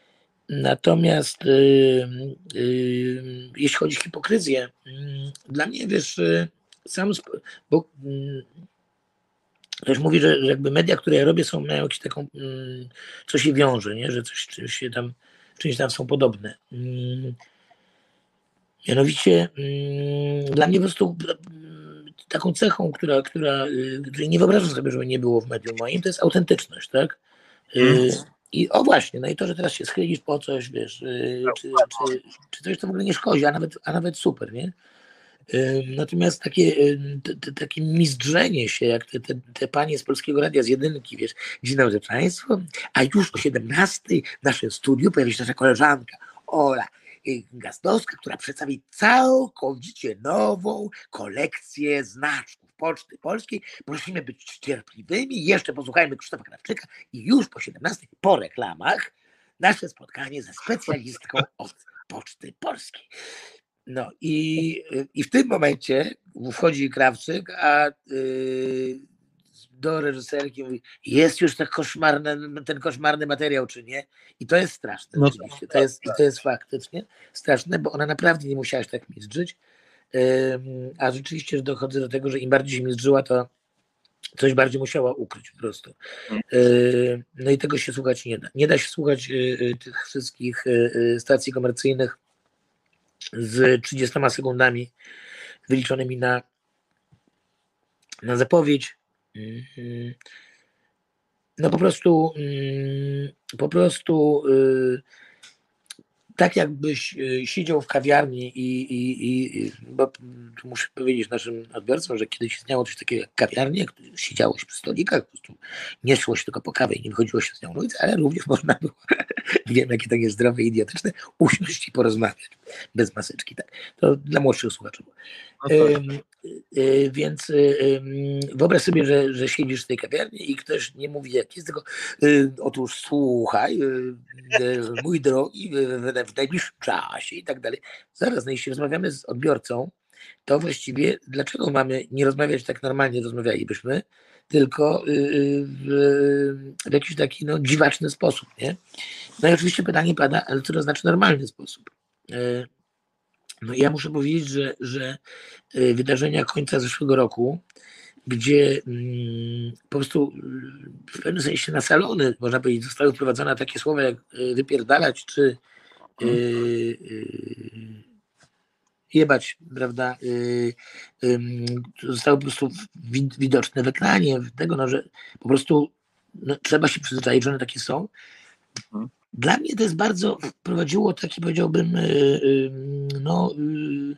[SPEAKER 6] Natomiast yy, yy, jeśli chodzi o hipokryzję, yy, dla mnie, wiesz, yy, sam, sp- bo yy, ktoś mówi, że, że jakby media, które ja robię, są, mają jakąś taką, yy, coś się wiąże, nie? Że coś, coś się tam, czymś tam są podobne. Yy, mianowicie yy, dla mnie po prostu yy, taką cechą, która, która, yy, której nie wyobrażam sobie, żeby nie było w medium moim, to jest autentyczność, tak? Yy, I o właśnie, no i to, że teraz się schylisz po coś, wiesz, yy, czy, czy, czy coś to w ogóle nie szkodzi, a nawet, a nawet super, nie? Yy, natomiast takie, yy, te, te, takie mizdrzenie się, jak te, te, te panie z Polskiego Radia z Jedynki, wiesz, dzień dobry Państwu, a już o siedemnastej w naszym studiu pojawi się nasza koleżanka Ola yy, Gazdowska, która przedstawi całkowicie nową kolekcję znaczków Poczty Polskiej. Prosimy być cierpliwymi, jeszcze posłuchajmy Krzysztofa Krawczyka i już po siedemnastej, po reklamach, nasze spotkanie ze specjalistką od Poczty Polskiej. No i, i w tym momencie wchodzi Krawczyk, a yy, do reżyserki mówi, jest już ten koszmarny, ten koszmarny materiał, czy nie? I to jest straszne,
[SPEAKER 2] No
[SPEAKER 6] oczywiście. To jest, I to jest faktycznie straszne, bo ona naprawdę nie musiała się tak mizdrzyć. Yy, a rzeczywiście że dochodzę do tego, że im bardziej się mizdrzyła, to coś bardziej musiała ukryć po prostu. Yy, no i tego się słuchać nie da. Nie da się słuchać yy, tych wszystkich yy, stacji komercyjnych z trzydziestoma sekundami wyliczonymi na, na zapowiedź. No po prostu po prostu tak jakbyś siedział w kawiarni i, i, i bo tu muszę powiedzieć naszym odbiorcom, że kiedyś istniało coś takiego jak kawiarnie, siedziało się przy stolikach, po prostu nie szło się tylko po kawę i nie wychodziło się z nią na ulicę, ale również można było, wiem jakie to niezdrowe i idiotyczne, usiąść i porozmawiać bez maseczki. Tak. To dla młodszych słuchaczy. No tak. ym, yy, więc yy, wyobraź sobie, że, że siedzisz w tej kawiarni i ktoś nie mówi jak jest, tylko yy, otóż słuchaj, yy, yy, mój drogi, yy, w najbliższym czasie i tak dalej. Zaraz, no jeśli rozmawiamy z odbiorcą, to właściwie dlaczego mamy nie rozmawiać tak normalnie, rozmawialibyśmy, tylko yy, w, w jakiś taki no, dziwaczny sposób, nie? No i oczywiście pytanie pada, ale co to znaczy normalny sposób? Yy, no ja muszę powiedzieć, że, że yy, wydarzenia końca zeszłego roku, gdzie yy, po prostu yy, w pewnym sensie na salony, można powiedzieć, zostały wprowadzone takie słowa jak yy, wypierdalać, czy Yy, yy, jebać, prawda, yy, yy, zostało po prostu wid- widoczne w ekranie, tego, no, że po prostu no, trzeba się przyzwyczaić, że one takie są. Mhm. Dla mnie to jest bardzo, wprowadziło taki, powiedziałbym, yy, yy, no yy,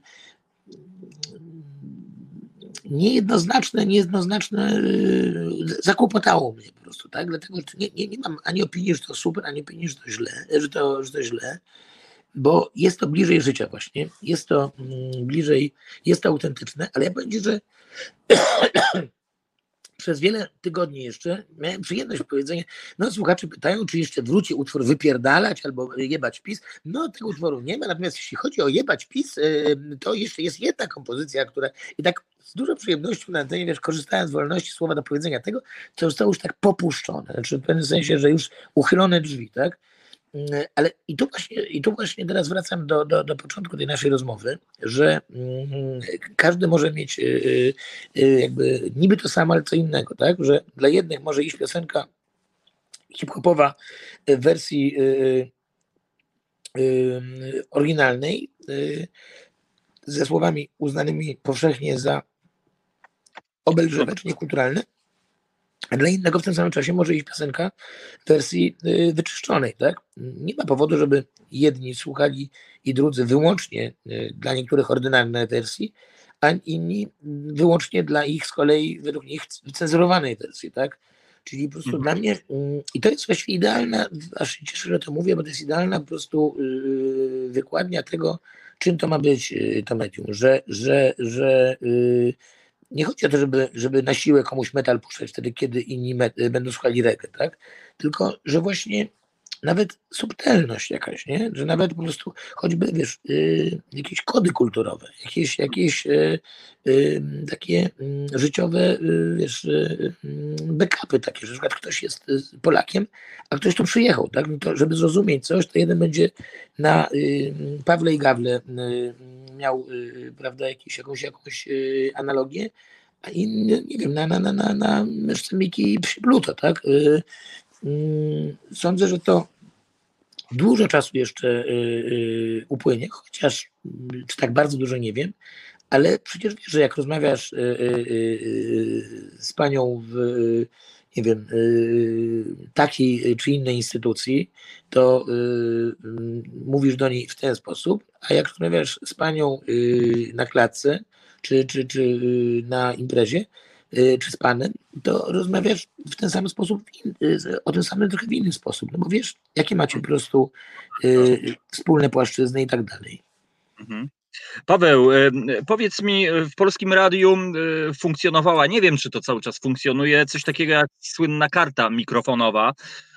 [SPEAKER 6] niejednoznaczne, niejednoznaczne yy, zakłopotało mnie po prostu, tak, dlatego, że nie, nie, nie mam ani opinii, że to super, ani opinii, że to źle, że to, że to źle, bo jest to bliżej życia właśnie, jest to mm, bliżej, jest to autentyczne, ale ja powiem ci, że przez wiele tygodni jeszcze miałem przyjemność powiedzenia, no słuchacze pytają, czy jeszcze wróci utwór wypierdalać albo jebać PiS. No tego utworu nie ma, natomiast jeśli chodzi o jebać PiS, to jeszcze jest jedna kompozycja, która i tak z dużą przyjemnością na antenie, wiesz, korzystając z wolności słowa do powiedzenia tego, co zostało już tak popuszczone, znaczy w pewnym sensie, że już uchylone drzwi, tak? Ale i tu właśnie, i tu właśnie teraz wracam do, do, do początku tej naszej rozmowy, że mm, każdy może mieć y, y, jakby niby to samo, ale co innego, tak? Że dla jednych może iść piosenka hip-hopowa w wersji y, y, oryginalnej y, ze słowami uznanymi powszechnie za obelżywe czy niekulturalne, a dla innego w tym samym czasie może iść piosenka w wersji y, wyczyszczonej, tak? Nie ma powodu, żeby jedni słuchali i drudzy wyłącznie y, dla niektórych oryginalnej wersji, a inni wyłącznie dla ich z kolei według nich cenzurowanej wersji, tak? Czyli po prostu mhm. dla mnie, y, i to jest właściwie idealna, aż się cieszę, że to mówię, bo to jest idealna po prostu y, wykładnia tego, czym to ma być y, to medium, że, że, że y, nie chodzi o to, żeby, żeby na siłę komuś metal puszczać wtedy, kiedy inni met- będą słuchali reggae, tak? Tylko, że właśnie nawet subtelność jakaś, nie? Że nawet po prostu choćby, wiesz, y, jakieś kody kulturowe, jakieś, jakieś y, y, takie y, życiowe, y, wiesz, y, backupy takie, że na przykład ktoś jest Polakiem, a ktoś tu przyjechał, tak? No to żeby zrozumieć coś, to jeden będzie na y, Pawle i Gawle y, miał, y, prawda, jakieś, jakąś, jakąś y, analogię, a inny, nie wiem, na, na, na, na, na myszce Miki przy Pluto, tak? Y, Sądzę, że to dużo czasu jeszcze upłynie, chociaż czy tak bardzo dużo nie wiem, ale przecież wiesz, że jak rozmawiasz z panią w, nie wiem, takiej czy innej instytucji, to mówisz do niej w ten sposób, a jak rozmawiasz z panią na klatce czy, czy, czy na imprezie, czy z panem, to rozmawiasz w ten sam sposób, o tym samym trochę w inny sposób, no bo wiesz, jakie macie po prostu y, wspólne płaszczyzny i tak dalej.
[SPEAKER 2] Mhm. Paweł, powiedz mi, w Polskim Radiu funkcjonowała, nie wiem, czy to cały czas funkcjonuje, coś takiego jak słynna karta mikrofonowa.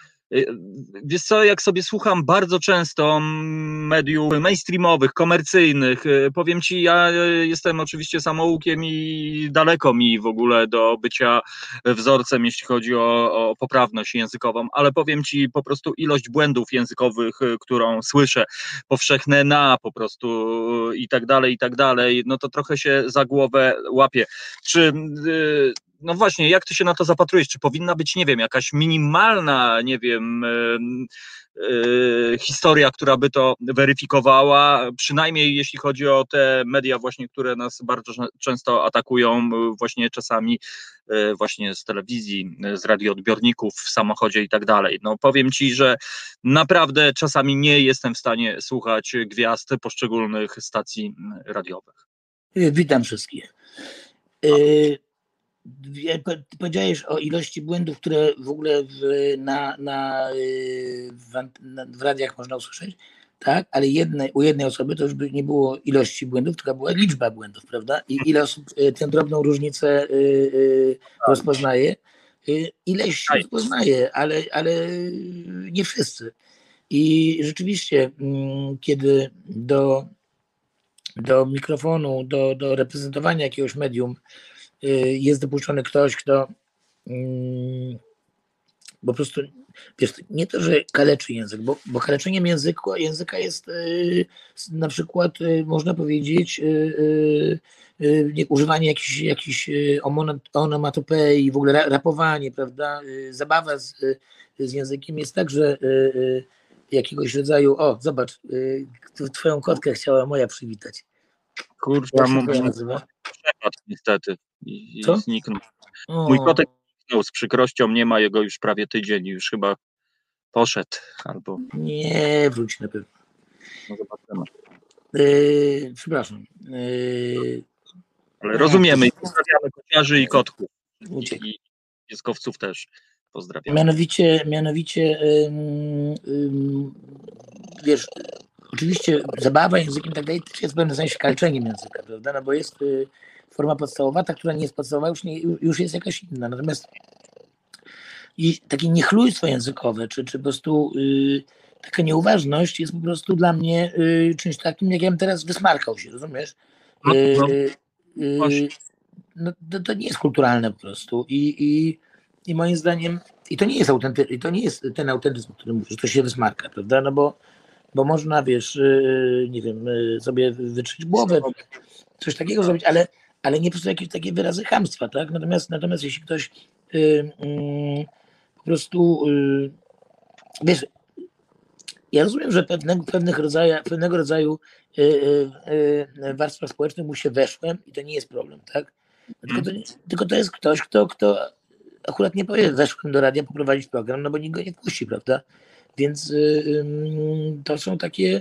[SPEAKER 2] Wiesz co, jak sobie słucham bardzo często mediów mainstreamowych, komercyjnych, powiem ci, ja jestem oczywiście samoukiem i daleko mi w ogóle do bycia wzorcem, jeśli chodzi o, o poprawność językową, ale powiem ci po prostu ilość błędów językowych, którą słyszę, powszechne na po prostu i tak dalej, i tak dalej, no to trochę się za głowę łapie. Czy no właśnie, jak ty się na to zapatrujesz? Czy powinna być, nie wiem, jakaś minimalna, nie wiem, yy, yy, historia, która by to weryfikowała, przynajmniej jeśli chodzi o te media właśnie, które nas bardzo często atakują, właśnie czasami yy, właśnie z telewizji, z radioodbiorników w samochodzie i tak dalej. No powiem ci, że naprawdę czasami nie jestem w stanie słuchać gwiazd poszczególnych stacji radiowych.
[SPEAKER 6] Witam wszystkich. Yy... Powiedziałeś o ilości błędów, które w ogóle w, na, na, w, na, w radiach można usłyszeć, tak? Ale jednej, u jednej osoby to już by nie było ilości błędów, tylko była liczba błędów, prawda? I ile osób tę drobną różnicę rozpoznaje, ileś rozpoznaje, ale, ale nie wszyscy. I rzeczywiście, kiedy do, do mikrofonu, do, do reprezentowania jakiegoś medium jest dopuszczony ktoś, kto mm, po prostu, wiesz, nie to, że kaleczy język, bo, bo kaleczeniem języka, języka jest y, na przykład, y, można powiedzieć, y, y, y, używanie jakichś jakich onomatopei, w ogóle rapowanie, prawda, y, zabawa z, y, z językiem jest tak, że y, y, jakiegoś rodzaju, o zobacz, y, twoją kotkę chciała moja przywitać.
[SPEAKER 2] Kurczę, niestety i, i zniknął.
[SPEAKER 6] O.
[SPEAKER 2] Mój kotek zniknął z przykrością, nie ma jego już prawie tydzień, już chyba poszedł albo...
[SPEAKER 6] Nie, wróci na pewno.
[SPEAKER 2] No zobaczymy.
[SPEAKER 6] Yy, przepraszam. Yy,
[SPEAKER 2] Ale rozumiemy,
[SPEAKER 6] to...
[SPEAKER 2] pozdrawiamy kociarzy i kotków.
[SPEAKER 6] Uciekł.
[SPEAKER 2] I pieskowców też pozdrawiamy.
[SPEAKER 6] Mianowicie, mianowicie yy, yy, wiesz, oczywiście zabawa językiem i tak dalej też jest w pewnym sensie kalczeniem języka, prawda? No bo jest yy, forma podstawowa, ta, która nie jest podstawowa, już, nie, już jest jakaś inna. Natomiast i takie niechlujstwo językowe, czy, czy po prostu yy, taka nieuważność jest po prostu dla mnie yy, czymś takim, jak ja bym teraz wysmarkał się, rozumiesz? Yy, yy, no, to, to nie jest kulturalne po prostu i, i, i moim zdaniem i to nie jest autenty, i to nie jest ten autentyzm, o którym mówisz, że to się wysmarka, prawda? No bo, bo można, wiesz, yy, nie wiem, yy, sobie wytrzeć głowę, coś takiego zrobić, ale, ale nie po prostu jakieś takie wyrazy chamstwa, tak? Natomiast, natomiast jeśli ktoś yy, yy, po prostu, yy, wiesz, ja rozumiem, że pewnego, pewnych rodzaju, pewnego rodzaju yy, yy, warstwach społecznych mu się weszłem i to nie jest problem, tak? Tylko to, tylko to jest ktoś, kto, kto akurat nie powie, weszłem do radia poprowadzić program, no bo nikt go nie wpuści, prawda? Więc yy, to są takie...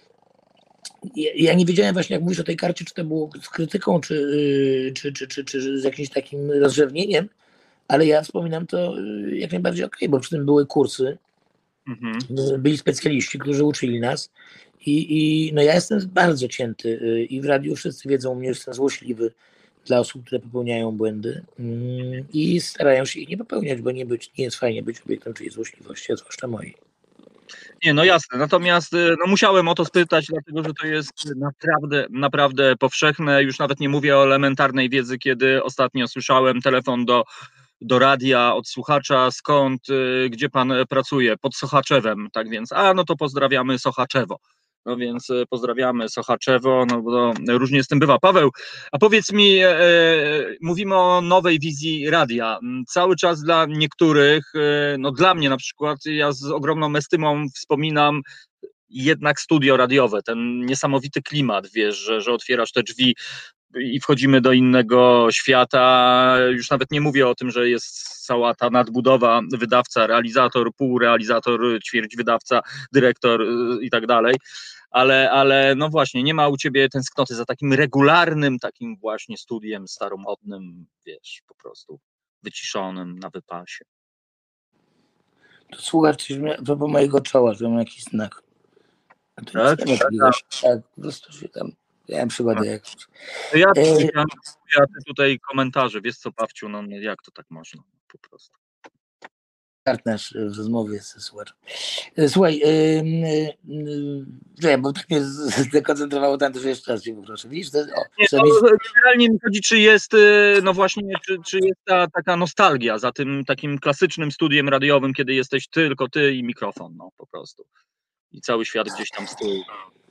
[SPEAKER 6] Ja, ja nie wiedziałem właśnie, jak mówisz o tej karcie, czy to było z krytyką, czy, yy, czy, czy, czy, czy z jakimś takim rozrzewnieniem, ale ja wspominam to jak najbardziej okej, okay, bo przy tym były kursy, mhm. byli specjaliści, którzy uczyli nas i, i no ja jestem bardzo cięty i w radiu wszyscy wiedzą u mnie, że jestem złośliwy dla osób, które popełniają błędy i starają się ich nie popełniać, bo nie, być, nie jest fajnie być obiektem czyjejś złośliwości, a zwłaszcza mojej.
[SPEAKER 2] Nie, no jasne, natomiast no musiałem o to spytać, dlatego że to jest naprawdę, naprawdę powszechne, już nawet nie mówię o elementarnej wiedzy, kiedy ostatnio słyszałem telefon do, do radia od słuchacza, skąd, gdzie pan pracuje, pod Sochaczewem, tak więc, a no to pozdrawiamy Sochaczewo. No więc pozdrawiamy Sochaczewo, no bo różnie z tym bywa. Paweł, a powiedz mi, e, mówimy o nowej wizji radia. Cały czas dla niektórych, e, no dla mnie na przykład, ja z ogromną estymą wspominam jednak studio radiowe, ten niesamowity klimat, wiesz, że, że otwierasz te drzwi i wchodzimy do innego świata. Już nawet nie mówię o tym, że jest cała ta nadbudowa, wydawca, realizator, półrealizator, ćwierć wydawca, dyrektor i tak dalej. Ale, ale no właśnie, nie ma u ciebie tęsknoty za takim regularnym, takim właśnie studiem staromodnym, wiesz, po prostu wyciszonym na wypasie.
[SPEAKER 6] To słuchacz, a propos mojego czoła, że mam jakiś znak. A to
[SPEAKER 2] Tak,
[SPEAKER 6] nie ma
[SPEAKER 2] tak,
[SPEAKER 6] takiego, tak, po prostu się tam, miałem przygodę jakąś.
[SPEAKER 2] Ja,
[SPEAKER 6] E,
[SPEAKER 2] ja, ja tutaj komentarze, wiesz co, Pawciu, no jak to tak można, po prostu.
[SPEAKER 6] Partnerz w rozmowie ze słuchaczem. Słuchaj, yy, yy, yy, bo tak mnie zdekoncentrowało tam, że jeszcze raz się poproszę. Widzisz, to, o,
[SPEAKER 2] Nie,
[SPEAKER 6] co
[SPEAKER 2] no,
[SPEAKER 6] mi...
[SPEAKER 2] generalnie mi chodzi, czy jest, no właśnie, czy, czy jest ta taka nostalgia za tym takim klasycznym studiem radiowym, kiedy jesteś tylko ty i mikrofon, no po prostu. I cały świat gdzieś tam z tyłu.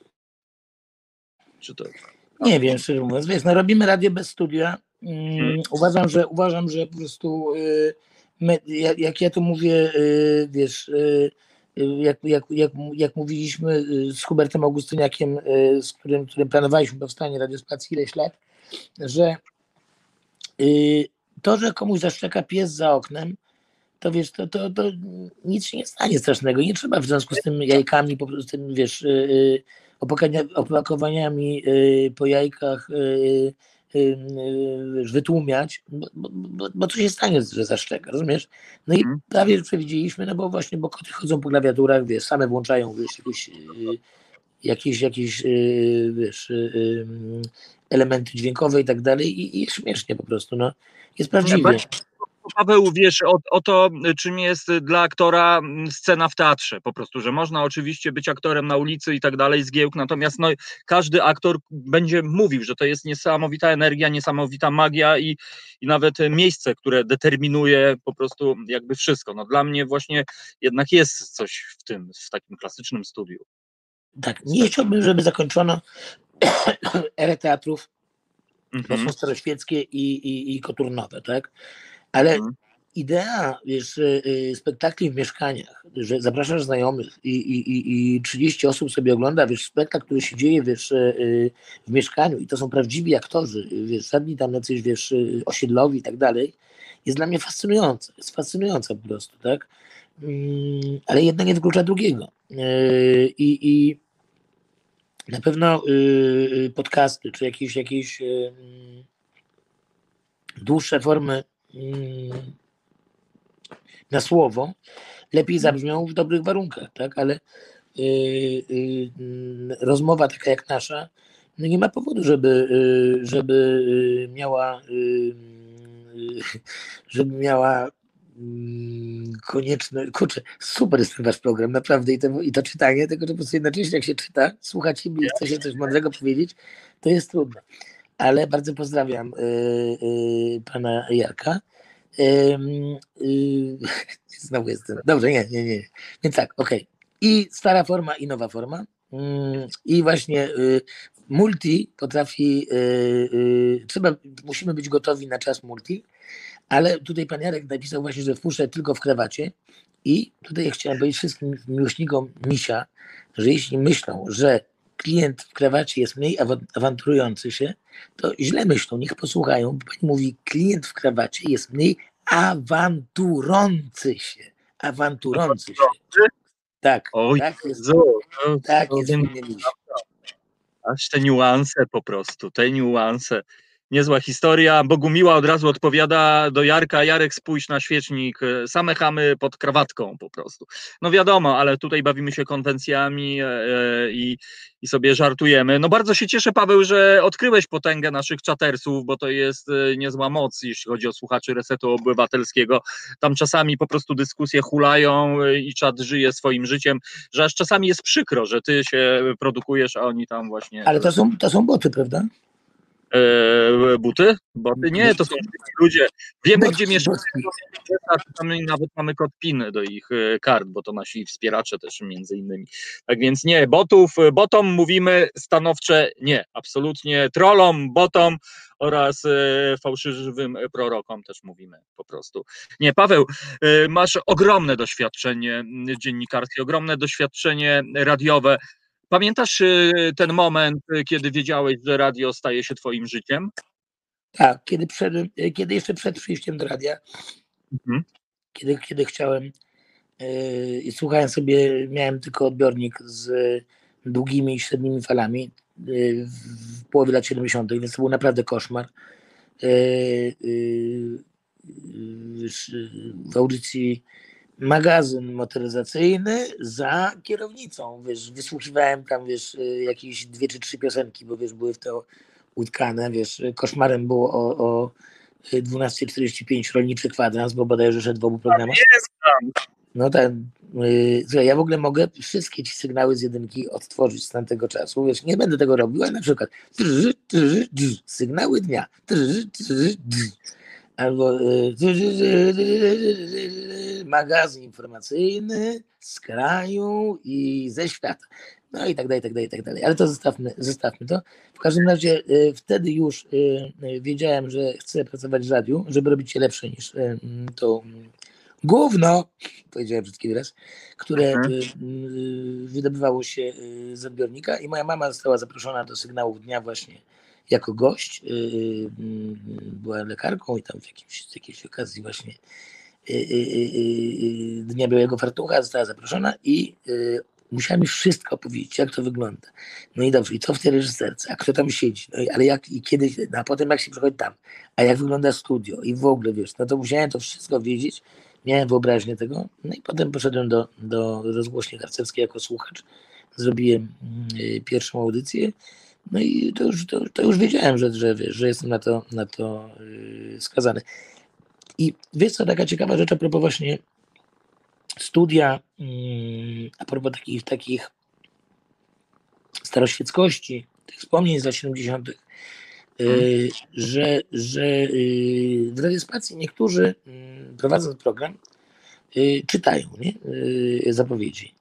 [SPEAKER 2] Czy to...
[SPEAKER 6] Nie wiem, szczerze mówiąc. Wiesz, no robimy radio bez studia. Yy,
[SPEAKER 2] hmm.
[SPEAKER 6] Uważam, że uważam, że po prostu yy, my, jak, jak ja to mówię, yy, wiesz, yy, Jak, jak, jak, jak mówiliśmy z Hubertem Augustyniakiem, z którym, którym planowaliśmy powstanie Radiospacji ileś lat, że to, że komuś zaszczeka pies za oknem, to wiesz, to, to, to nic się nie stanie strasznego. Nie trzeba w związku z tym jajkami, po prostu z tym, wiesz, opakowaniami po jajkach wytłumiać, bo, bo, bo co się stanie, że zaszczeka, rozumiesz? No i hmm. prawie przewidzieliśmy, no bo właśnie, bo koty chodzą po klawiaturach, wiesz, same włączają, wiesz, jakieś, jakieś, jakieś wiesz, elementy dźwiękowe i tak dalej i, i śmiesznie po prostu, no. Jest prawdziwie.
[SPEAKER 2] Paweł, wiesz o, o to, czym jest dla aktora scena w teatrze, po prostu, że można oczywiście być aktorem na ulicy i tak dalej, zgiełk, natomiast no, każdy aktor będzie mówił, że to jest niesamowita energia, niesamowita magia i, i nawet miejsce, które determinuje po prostu jakby wszystko. No, dla mnie właśnie jednak jest coś w tym, w takim klasycznym studiu.
[SPEAKER 6] Tak, nie chciałbym, żeby zakończono erę teatrów,
[SPEAKER 2] mm-hmm.
[SPEAKER 6] to są staroświeckie i, i, i koturnowe, tak? Ale hmm. idea, wiesz, spektakli w mieszkaniach, że zapraszasz znajomych i, i, i trzydzieści osób sobie ogląda, wiesz, spektakl, który się dzieje, wiesz, w mieszkaniu i to są prawdziwi aktorzy, wiesz, żadni tam jacyś, wiesz, osiedlowi i tak dalej, jest dla mnie fascynujące, jest fascynujące po prostu, tak? Ale jedno nie wyklucza drugiego. I, i na pewno podcasty, czy jakieś, jakieś dłuższe formy na słowo lepiej zabrzmią w dobrych warunkach, tak? Ale yy, yy, rozmowa taka jak nasza no nie ma powodu, żeby, yy, żeby miała yy, żeby miała yy, konieczne, kurczę, super jest ten wasz program, naprawdę i to, i to czytanie, tylko że po prostu jednocześnie jak się czyta, słuchacie mnie, chce się coś mądrego powiedzieć, to jest trudne. Ale bardzo pozdrawiam y, y, pana Jarka. Y, y, znowu jestem. Dobrze, nie, nie, nie. Więc tak, okej. Okay. I stara forma, i nowa forma. Y, I właśnie y, multi potrafi, y, y, trzeba, musimy być gotowi na czas multi, ale tutaj pan Jarek napisał właśnie, że wpuszczę tylko w krawacie. I tutaj chciałem powiedzieć wszystkim miłośnikom misia, że jeśli myślą, że klient w krawacie jest mniej awanturujący się, to źle myślą, niech posłuchają, bo pani mówi, klient w krawacie jest mniej awanturący się. Awanturący się. Tak,
[SPEAKER 2] Oj,
[SPEAKER 6] tak jest.
[SPEAKER 2] zo, no,
[SPEAKER 6] tak
[SPEAKER 2] no,
[SPEAKER 6] jest.
[SPEAKER 2] Aż te niuanse po prostu, te niuanse. Niezła historia. Bogumiła od razu odpowiada do Jarka: Jarek, spójrz na świecznik, same chamy pod krawatką po prostu. No wiadomo, ale tutaj bawimy się konwencjami e, i, i sobie żartujemy. No bardzo się cieszę, Paweł, że odkryłeś potęgę naszych czatersów, bo to jest niezła moc, jeśli chodzi o słuchaczy Resetu Obywatelskiego. Tam czasami po prostu dyskusje hulają i czat żyje swoim życiem, że aż czasami jest przykro, że ty się produkujesz, a oni tam właśnie...
[SPEAKER 6] Ale to są, to są boty, prawda?
[SPEAKER 2] E, buty? Boty? Nie, to są ludzie. Wiemy, gdzie mieszkają. Nawet mamy kod PIN do ich kart, bo to nasi wspieracze też między innymi. Tak więc nie, botów, botom mówimy stanowcze nie, absolutnie. Trollom, botom oraz e, fałszywym prorokom też mówimy po prostu. Nie, Paweł, e, masz ogromne doświadczenie dziennikarskie, ogromne doświadczenie radiowe. Pamiętasz ten moment, kiedy wiedziałeś, że radio staje się twoim życiem?
[SPEAKER 6] Tak, kiedy, przed, kiedy jeszcze przed przyjściem do radia, mhm. kiedy, kiedy chciałem i yy, słuchałem sobie, miałem tylko odbiornik z długimi i średnimi falami yy, w połowie lat siedemdziesiątych, więc to był naprawdę koszmar. Yy, yy, w audycji magazyn motoryzacyjny za kierownicą, wiesz, wysłuchiwałem tam, wiesz, jakieś dwie czy trzy piosenki, bo wiesz, były w to utkane, wiesz, koszmarem było o, o dwunasta czterdzieści pięć Rolniczy Kwadrans, bo bodajże szedł w obu programach. No tak, yy, ja w ogóle mogę wszystkie ci sygnały z jedynki odtworzyć z tamtego czasu, wiesz, nie będę tego robił, ale na przykład sygnały dnia, albo magazyn informacyjny z kraju i ze świata. No i tak dalej, i tak dalej, i tak dalej. Ale to zostawmy, zostawmy to. W każdym razie wtedy już wiedziałem, że chcę pracować w radiu, żeby robić się lepsze niż to gówno, powiedziałem brzydki wyraz, które mhm. wydobywało się z odbiornika i moja mama została zaproszona do Sygnałów Dnia właśnie jako gość. Była lekarką i tam w jakimś, z jakiejś okazji właśnie Dnia Białego Fartucha została zaproszona i musiała mi wszystko opowiedzieć, jak to wygląda. No i dobrze, i co w tej reżyserce, a kto tam siedzi, no i, ale jak i kiedy, no a potem jak się przychodzi tam, a jak wygląda studio i w ogóle, wiesz, no to musiałem to wszystko wiedzieć, miałem wyobraźnię tego, no i potem poszedłem do, do rozgłośni harcerskiej jako słuchacz, zrobiłem y, pierwszą audycję, no i to już, to, to już wiedziałem, że, że, wiesz, że jestem na to, na to y, skazany. I wiesz co, taka ciekawa rzecz a propos właśnie studia, a propos takich, takich staroświeckości, tych wspomnień z lat siedemdziesiątych, hmm. że, że w Radiospacji niektórzy, prowadząc program, czytają, nie? Zapowiedzi.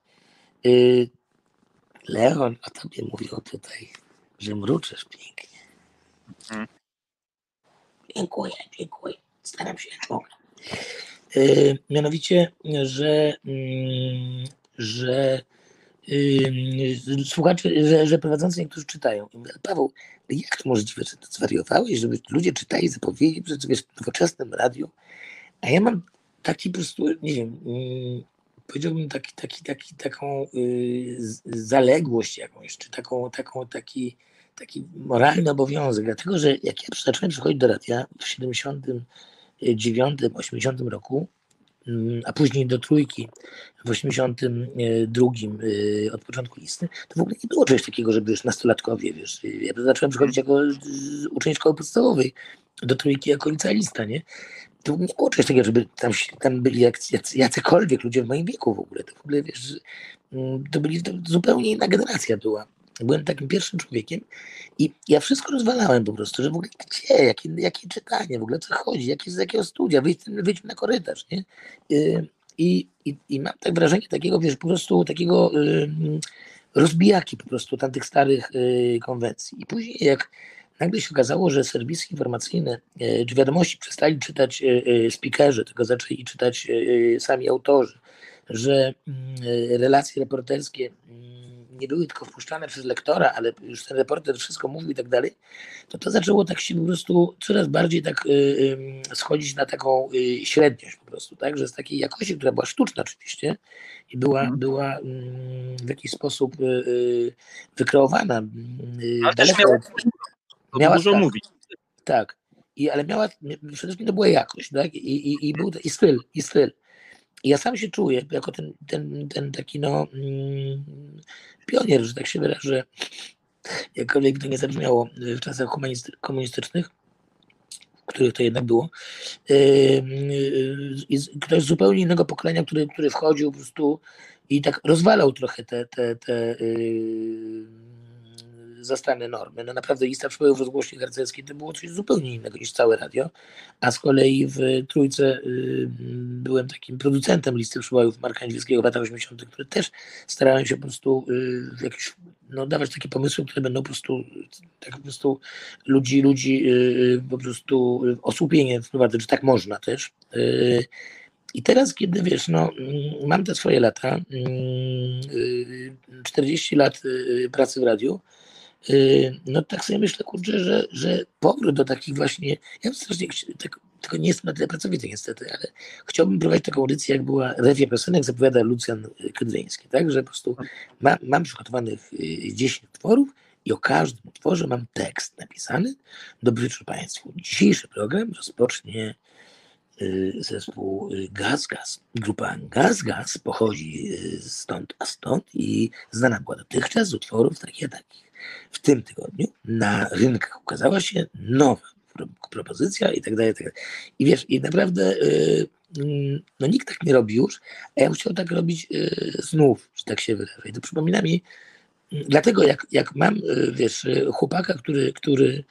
[SPEAKER 6] Leon o tobie mówił tutaj, że mruczesz pięknie. Hmm. Dziękuję, dziękuję. Staram się jak mogę. Yy, mianowicie, że, yy, że yy, słuchacze, że, że prowadzący niektórzy czytają. I mówię, Paweł, jak to możliwe, że to zwariowałeś, żeby ludzie czytali zapowiedzi przecież wiesz, w nowoczesnym radiu? A ja mam taki po prostu, nie wiem, yy, powiedziałbym taki, taki, taki, taką yy, zaległość jakąś, czy taką, taką, taki, taki moralny obowiązek, dlatego, że jak ja zacząłem przychodzić do radia w siedemdziesiątym dziewiątym, osiemdziesiątym roku, a później do Trójki w osiemdziesiątym drugim od początku listy, to w ogóle nie było czegoś takiego, żeby już nastolatkowie, wiesz, ja zacząłem przychodzić jako uczeń szkoły podstawowej do Trójki jako licealista, nie? To w ogóle nie było czegoś takiego, żeby tam, tam byli jacy, jacykolwiek ludzie w moim wieku w ogóle, to w ogóle, wiesz, to byli, to zupełnie inna generacja była. Byłem takim pierwszym człowiekiem i ja wszystko rozwalałem po prostu, że w ogóle gdzie, jakie, jakie czytanie, w ogóle co chodzi, jakie, z jakiego studia, wyjdźmy wyjdź na korytarz, nie? I, i, I mam tak wrażenie takiego, wiesz, po prostu takiego y, rozbijaki po prostu tamtych starych y, konwencji. I później jak nagle się okazało, że serwisy informacyjne y, czy wiadomości przestali czytać y, y, speakerzy, tylko zaczęli czytać y, sami autorzy, że y, relacje reporterskie y, nie były tylko wpuszczane przez lektora, ale już ten reporter wszystko mówił i tak dalej, to to zaczęło tak się po prostu coraz bardziej tak y, y, schodzić na taką y, średniość po prostu, tak, że z takiej jakości, która była sztuczna oczywiście i była, mm. była y, w jakiś sposób y, y, wykreowana. Y,
[SPEAKER 2] ale też miała, od, miała dużo tak, mówić.
[SPEAKER 6] tak. I, ale miała, przede wszystkim to była jakość, tak? I, i, i był i styl, i styl. I ja sam się czuję jako ten, ten, ten taki no mm, pionier, że tak się wyrażę, jakkolwiek to nie zabrzmiało w czasach komunistycznych, w których to jednak było. I ktoś z zupełnie innego pokolenia, który, który wchodził po prostu i tak rozwalał trochę te, te, te zastane normy. No naprawdę lista przebojów rozgłośni harcerskiej to było coś zupełnie innego niż całe radio, a z kolei w Trójce y, byłem takim producentem listy przebojów Marka Niedźwieckiego w latach osiemdziesiątych, które też starałem się po prostu y, jakieś, no, dawać takie pomysły, które będą po prostu tak po prostu ludzi, ludzi y, po prostu osłupienie wprowadzać, że tak można też. Y, I teraz, kiedy wiesz, no, mam te swoje lata, czterdzieści lat pracy w radiu, no tak sobie myślę, kurczę, że, że powrót do takich właśnie, ja strasznie, tak, tylko nie jestem na tyle pracowity niestety, ale chciałbym prowadzić taką audycję, jak była Rewia Piosenek, zapowiada Lucjan Kydryński, tak, że po prostu ma, mam przygotowanych dziesięć utworów i o każdym utworze mam tekst napisany. Dobry wieczór Państwu. Dzisiejszy program rozpocznie zespół Gaz Gaz. Grupa Gaz Gaz pochodzi stąd a stąd i znana była dotychczas z utworów takich a takich. W tym tygodniu na rynkach ukazała się nowa propozycja i tak dalej, i tak dalej. I wiesz, i naprawdę no nikt tak nie robi już, a ja bym chciał tak robić znów, że tak się wyrażę. I to przypomina mi, dlatego jak, jak mam, wiesz, chłopaka, który, który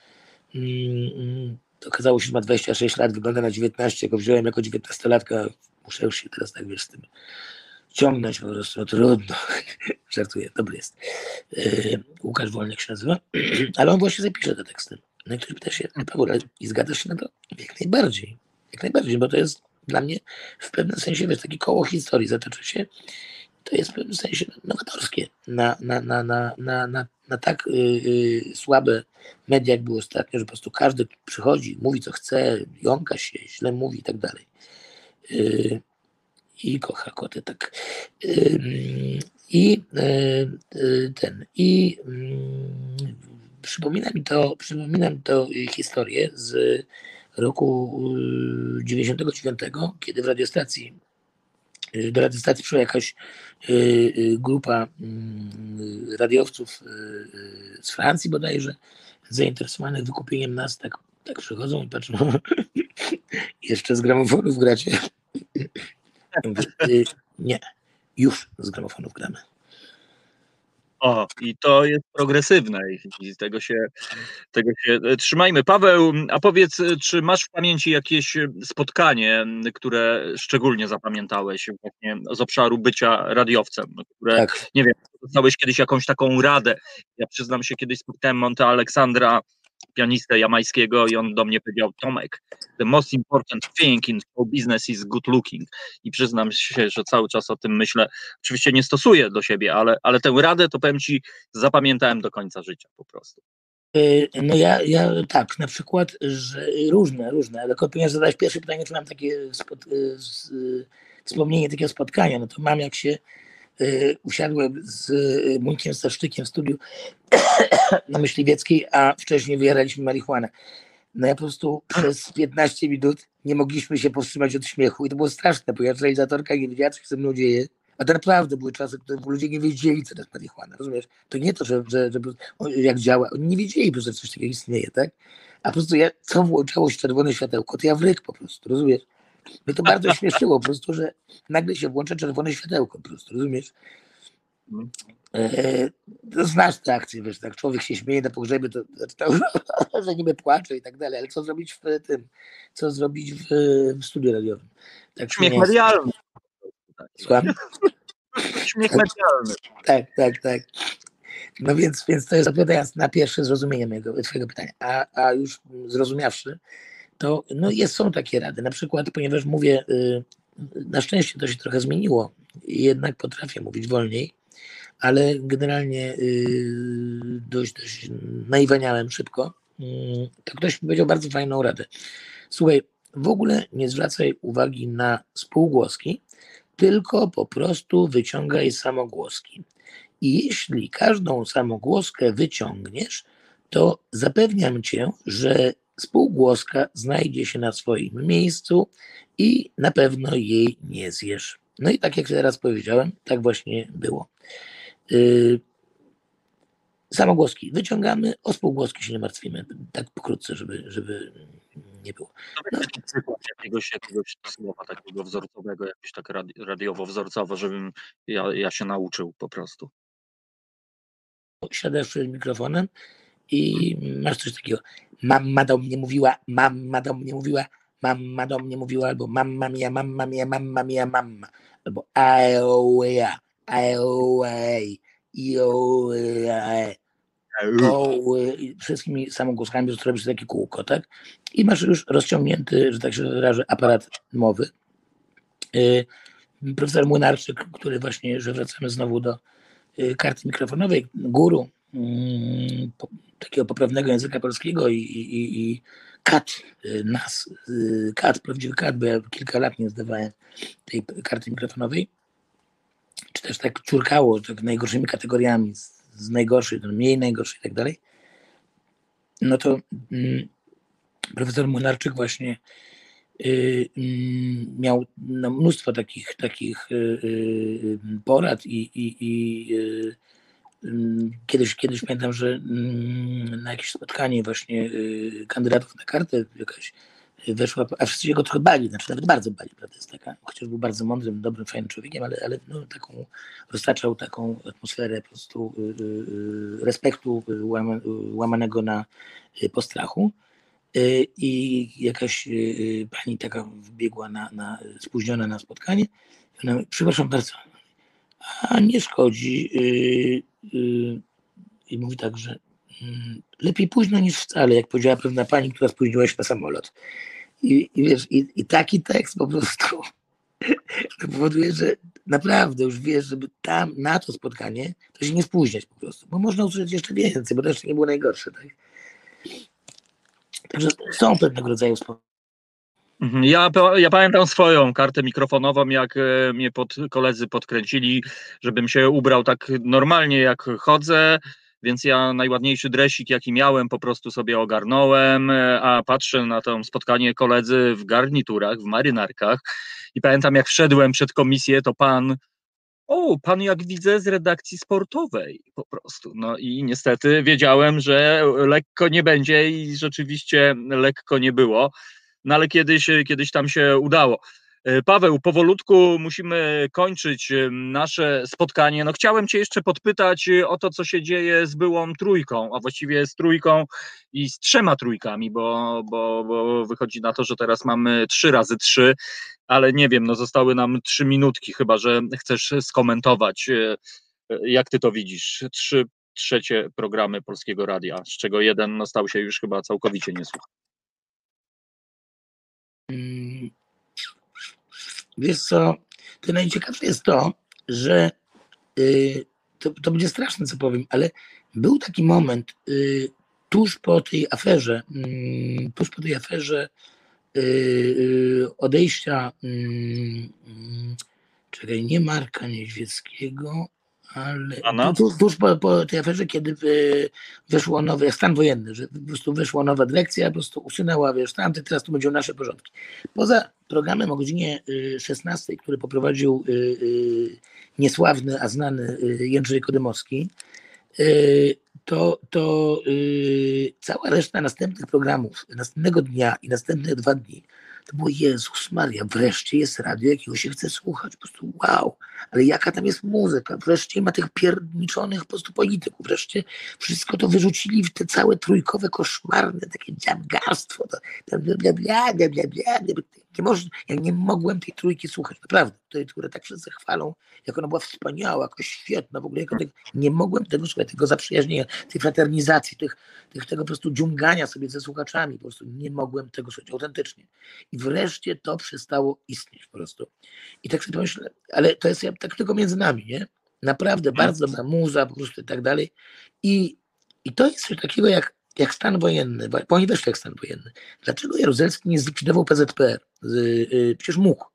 [SPEAKER 6] okazało się, że ma dwadzieścia sześć lat, wygląda na dziewiętnaście, go wziąłem jako dziewiętnastolatka, muszę już się teraz tak, wiesz, z tym ciągnąć, po prostu no, trudno. Żartuję, dobry jest. Yy, Łukasz Wolniak się nazywa, ale on właśnie zapisze te teksty. No i ktoś pyta się, Paweł, i zgadzasz się na to? Jak najbardziej, jak najbardziej, bo to jest dla mnie w pewnym sensie, wiesz, takie koło historii zatoczy się, to jest w pewnym sensie nowatorskie na, na, na, na, na, na, na tak yy, słabe media, jak było ostatnio, że po prostu każdy przychodzi, mówi co chce, jąka się, źle mówi i tak dalej. Yy, I kocha koty, tak. Yy, I yy, ten, i yy, przypomina mi to, przypomina mi to historię z roku yy, dziewięćdziesiątego dziewiątego, kiedy w radiostacji do radiostacji przyszła jakaś y, y, grupa y, radiowców y, z Francji bodajże, zainteresowanych wykupieniem nas, tak, tak przychodzą i patrzą, jeszcze z gramofonów gracie? Mówię, y, nie, już z gramofonów gramy.
[SPEAKER 2] O, i to jest progresywne i tego się, tego się trzymajmy. Paweł, a powiedz, czy masz w pamięci jakieś spotkanie, które szczególnie zapamiętałeś właśnie z obszaru bycia radiowcem, które, tak. Nie wiem, dostałeś kiedyś jakąś taką radę. Ja przyznam się, kiedyś spotkałem Monte Aleksandra, pianistę jamańskiego, i on do mnie powiedział: Tomek, the most important thing in show business is good looking. I przyznam się, że cały czas o tym myślę. Oczywiście nie stosuję do siebie, ale, ale tę radę to powiem ci, zapamiętałem do końca życia po prostu.
[SPEAKER 6] No ja, ja tak, na przykład, że różne, różne, ale ponieważ zadałeś pierwsze pytanie, czy mam takie spod, wspomnienie takiego spotkania, no to mam, jak się y, usiadłem z Munkiem Staszczykiem w studiu na Myśliwieckiej, a wcześniej wyjaraliśmy marihuanę. No ja po prostu przez piętnaście minut nie mogliśmy się powstrzymać od śmiechu i to było straszne, bo ja realizatorka nie wiedziała, co się ze mną dzieje, a to naprawdę były czasy, które ludzie nie wiedzieli, co to jest marihuana, rozumiesz? To nie to, że, że, że jak działa, oni nie wiedzieli, że coś takiego istnieje, tak? A po prostu ja, co włączało się czerwone światełko, to ja w ryk po prostu, rozumiesz? Mnie to bardzo śmieszyło po prostu, że nagle się włącza czerwone światełko po prostu, rozumiesz? E, to znasz tę akcję, wiesz, tak, człowiek się śmieje na pogrzebie, to, to, to że niby płacze i tak dalej, ale co zrobić w tym, co zrobić w, w studiu radiowym? Tak,
[SPEAKER 2] śmiech medialny.
[SPEAKER 6] Słucham?
[SPEAKER 2] Śmiech medialny.
[SPEAKER 6] Tak, tak, tak. No więc, więc to jest odpowiadając na pierwsze zrozumienie mojego, twojego pytania, a, a już zrozumiawszy, to no jest, są takie rady, na przykład, ponieważ mówię, y, na szczęście to się trochę zmieniło i jednak potrafię mówić wolniej, ale generalnie y, dość, dość naiwaniałem szybko, y, to ktoś mi powiedział bardzo fajną radę. Słuchaj, w ogóle nie zwracaj uwagi na spółgłoski, tylko po prostu wyciągaj samogłoski. I jeśli każdą samogłoskę wyciągniesz, to zapewniam cię, że spółgłoska znajdzie się na swoim miejscu i na pewno jej nie zjesz. No i tak jak teraz powiedziałem, tak właśnie było. Yy, Samogłoski wyciągamy, o spółgłoski się nie martwimy. Tak pokrótce, żeby, żeby nie było.
[SPEAKER 2] No. Przykład jakiegoś, jakiegoś słowa takiego wzorcowego, jakiegoś tak radiowo-wzorcowo, żebym ja, ja się nauczył po prostu.
[SPEAKER 6] Siadasz przed mikrofonem i masz coś takiego. Mama do mnie mówiła, mama do mnie mówiła, mama do mnie mówiła, albo mamma mia, mamma mia, mamma mia, mamma. Albo aoea, aoej, ioe. To y, wszystkimi samogłoskami po prostu robisz takie kółko, tak? I masz już rozciągnięty, że tak się wyrażę, aparat mowy. Y, profesor Młynarczyk, który właśnie, że wracamy znowu do y, karty mikrofonowej, guru y, po, takiego poprawnego języka polskiego i, i, i kat y, nas, y, kat, prawdziwy kat, bo ja kilka lat nie zdawałem tej karty mikrofonowej, czy też tak ciurkało, tak najgorszymi kategoriami, z, z najgorszej do mniej najgorszej i tak dalej, no to mm, profesor Młynarczyk właśnie y, y, miał no, mnóstwo takich, takich y, y, porad i, i, i y, y, kiedyś, kiedyś pamiętam, że y, na jakieś spotkanie właśnie y, kandydatów na kartę jakaś weszła, a wszyscy się go trochę bali, znaczy nawet bardzo bali, prawda, jest taka, chociaż był bardzo mądrym, dobrym, fajnym człowiekiem, ale, ale no, taką, roztaczał taką atmosferę po prostu y, y, respektu y, łama, y, łamanego na y, postrachu y, i jakaś y, pani taka wbiegła na, na, spóźniona na spotkanie, ona mówi, przepraszam bardzo, a nie szkodzi y, y, i mówi tak, że y, lepiej późno niż wcale, jak powiedziała pewna pani, która spóźniła się na samolot. I, i wiesz, i, i taki tekst po prostu powoduje, że naprawdę już wiesz, żeby tam na to spotkanie to się nie spóźniać po prostu, bo można usłyszeć jeszcze więcej, bo to jeszcze nie było najgorsze, tak? Także są pewnego rodzaju spotkania.
[SPEAKER 2] Ja, ja pamiętam swoją kartę mikrofonową, jak mnie pod, koledzy podkręcili, żebym się ubrał tak normalnie jak chodzę, więc ja najładniejszy dresik jaki miałem po prostu sobie ogarnąłem, a patrzę na to spotkanie koledzy w garniturach, w marynarkach i pamiętam jak wszedłem przed komisję, to pan, o pan jak widzę z redakcji sportowej po prostu, no i niestety wiedziałem, że lekko nie będzie i rzeczywiście lekko nie było. No ale kiedyś, kiedyś tam się udało. Paweł, powolutku musimy kończyć nasze spotkanie. No chciałem cię jeszcze podpytać o to, co się dzieje z byłą trójką, a właściwie z trójką i z trzema trójkami, bo, bo, bo wychodzi na to, że teraz mamy trzy razy trzy, ale nie wiem, no zostały nam trzy minutki, chyba że chcesz skomentować, jak ty to widzisz. Trzy trzecie programy Polskiego Radia, z czego jeden no, stał się już chyba całkowicie niesłuchany.
[SPEAKER 6] Wiesz co, to najciekawsze jest to, że y, to, to będzie straszne, co powiem, ale był taki moment y, tuż po tej aferze, y, tuż po tej aferze y, y, odejścia, y, y, czekaj, nie Marka Niedźwieckiego, ale tuż, tuż po, po tej aferze, kiedy weszło nowe, stan wojenny, że po prostu weszła nowa dyrekcja, po prostu usunęła, wiesz, tamte, teraz tu będą nasze porządki. Poza programem o godzinie szesnastej, który poprowadził niesławny, a znany Jędrzej Kodymowski, to, to cała reszta następnych programów, następnego dnia i następne dwa dni, to było Jezus Maria, wreszcie jest radio, jakiego się chce słuchać, po prostu wow, ale jaka tam jest muzyka, wreszcie ma tych pierniczonych po prostu polityków, wreszcie wszystko to wyrzucili w te całe trójkowe, koszmarne, takie dziamgarstwo, to, to bla, bla, bla, bla, bla, bla. Nie można, ja nie mogłem tej trójki słuchać, naprawdę, tej, które tak wszyscy chwalą, jak ona była wspaniała, jakaś świetna, w ogóle jak ona, nie mogłem tego słuchać, tego zaprzyjaźnienia, tej fraternizacji, tych, tych, tego po prostu dziungania sobie ze słuchaczami, po prostu nie mogłem tego słuchać autentycznie. I wreszcie to przestało istnieć po prostu. I tak sobie pomyślę, ale to jest tak tylko między nami, nie? Naprawdę bardzo dobra muza, po prostu i tak dalej. I, i to jest coś takiego jak, jak stan wojenny, bo oni weszli jak stan wojenny. Dlaczego Jaruzelski nie zlikwidował P Z P R? Przecież mógł.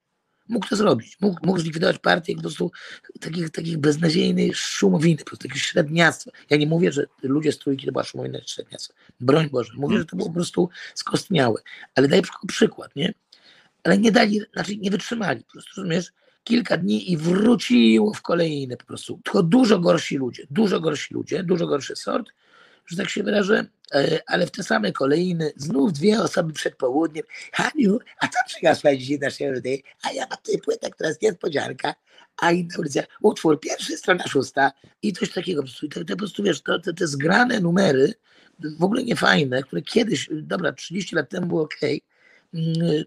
[SPEAKER 6] mógł to zrobić. Mógł, mógł zlikwidować partię po prostu takich, takich beznadziejnych szumowiny, po prostu takich średniactwa. Ja nie mówię, że ludzie z Trójki to była szumowina średniactwa. Broń Boże. Mówię, że to było po prostu skostniałe. Ale daję przykład, nie? Ale nie dali, znaczy nie wytrzymali. Po prostu, rozumiesz? Kilka dni i wróciło w kolejne po prostu. Tylko dużo gorsi ludzie, dużo gorsi ludzie, dużo gorszy sort, że tak się wyrażę, ale w te same kolejny znów dwie osoby przed południem. Haniu, a co przyniosłaś dzisiaj na środę? A ja mam tutaj płytę, która jest niespodzianka. A inna audycja, utwór pierwszy, strona szósta i coś takiego. I te, te, po prostu wiesz, to, te, te zgrane numery, w ogóle niefajne, które kiedyś, dobra, trzydzieści lat temu było okej, okay.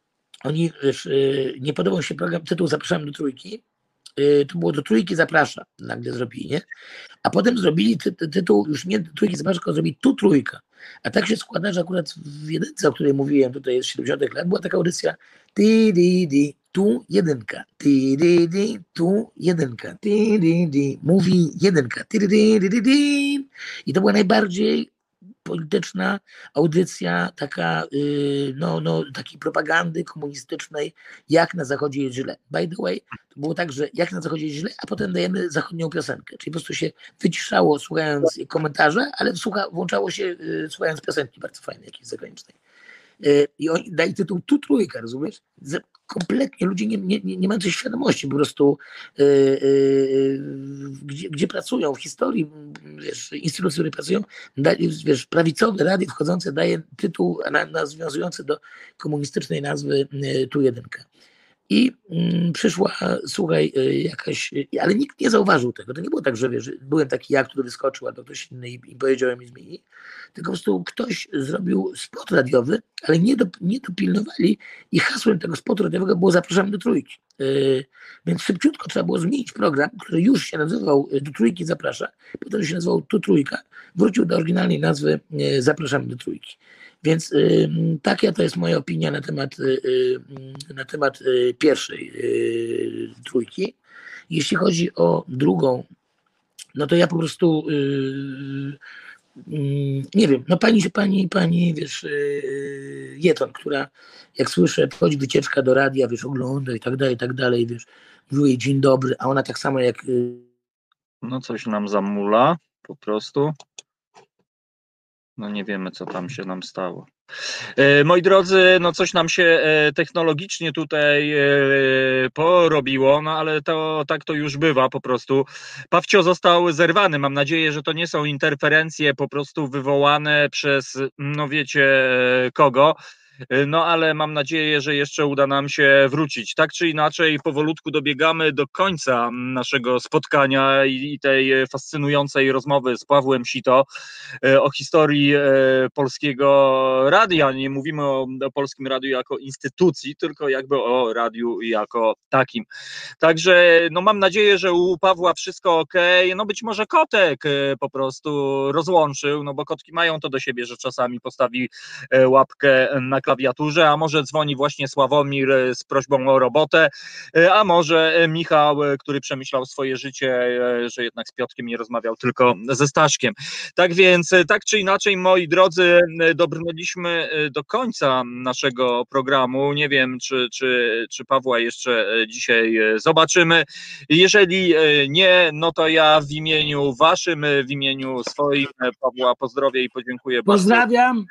[SPEAKER 6] Oni, wiesz, nie podobał się program, tytuł Zapraszam do Trójki, to było do Trójki zaprasza, nagle zrobili, nie? A potem zrobili ty, ty, tytuł, już nie Trójki zaprasza, tylko zrobili Tu Trójka. A tak się składa, że akurat w jedynce, o której mówiłem, tutaj z siedemdziesiątych lat, była taka audycja Ti di di, tu jedynka, Ti di di, tu jedynka, Ti di di, mówi jedynka, Ti di di di di di. I to była najbardziej polityczna audycja, taka, yy, no, no, takiej propagandy komunistycznej, jak na Zachodzie jest źle. By the way, to było tak, że jak na Zachodzie jest źle, a potem dajemy zachodnią piosenkę. Czyli po prostu się wyciszało słuchając komentarze, ale słucha, włączało się yy, słuchając piosenki bardzo fajnej, jakiejś zagranicznej. Yy, I oni dali tytuł Tu Trójka, rozumiesz? Kompletnie ludzie nie, nie, nie mają tej świadomości po prostu, yy, yy, gdzie, gdzie pracują, w historii, wiesz, instytucji, które pracują, da, wiesz, prawicowe radio wchodzące daje tytuł na, nawiązujący do komunistycznej nazwy yy, Tu Jedynka. I mm, przyszła, słuchaj, jakaś, ale nikt nie zauważył tego. To nie było tak, że wiesz, byłem taki ja, który wyskoczył, albo ktoś inny i, i powiedział mi zmieni. Tylko po prostu ktoś zrobił spot radiowy, ale nie, do, nie dopilnowali i hasłem tego spotu radiowego było Zapraszam do Trójki. Yy, więc szybciutko trzeba było zmienić program, który już się nazywał Do Trójki Zaprasza, potem się nazywał Tu Trójka, wrócił do oryginalnej nazwy yy, Zapraszamy do Trójki. Więc y, taka to jest moja opinia na temat, y, na temat y, pierwszej y, Trójki. Jeśli chodzi o drugą, no to ja po prostu y, y, nie wiem, no pani, pani, pani wiesz, y, Jeton, która jak słyszę, wchodzi wycieczka do radia, wiesz, ogląda i tak dalej, i tak dalej, wiesz, mówił jej dzień dobry, a ona tak samo jak... Y...
[SPEAKER 2] No coś nam zamula, po prostu. No nie wiemy, co tam się nam stało. E, moi drodzy, no coś nam się e, technologicznie tutaj e, porobiło, no ale to tak to już bywa po prostu. Pawcio został zerwany. Mam nadzieję, że to nie są interferencje po prostu wywołane przez, no wiecie kogo. No ale mam nadzieję, że jeszcze uda nam się wrócić. Tak czy inaczej, powolutku dobiegamy do końca naszego spotkania i tej fascynującej rozmowy z Pawłem Sito o historii polskiego radia. Nie mówimy o, o polskim radiu jako instytucji, tylko jakby o radiu jako takim. Także no mam nadzieję, że u Pawła wszystko ok. No być może kotek po prostu rozłączył, no bo kotki mają to do siebie, że czasami postawi łapkę na klawiaturze, a może dzwoni właśnie Sławomir z prośbą o robotę, a może Michał, który przemyślał swoje życie, że jednak z Piotrkiem nie rozmawiał, tylko ze Staszkiem. Tak więc, tak czy inaczej, moi drodzy, dobrnęliśmy do końca naszego programu. Nie wiem, czy, czy, czy Pawła jeszcze dzisiaj zobaczymy. Jeżeli nie, no to ja w imieniu waszym, w imieniu swoim Pawła pozdrowię i podziękuję bardzo.
[SPEAKER 6] Pozdrawiam.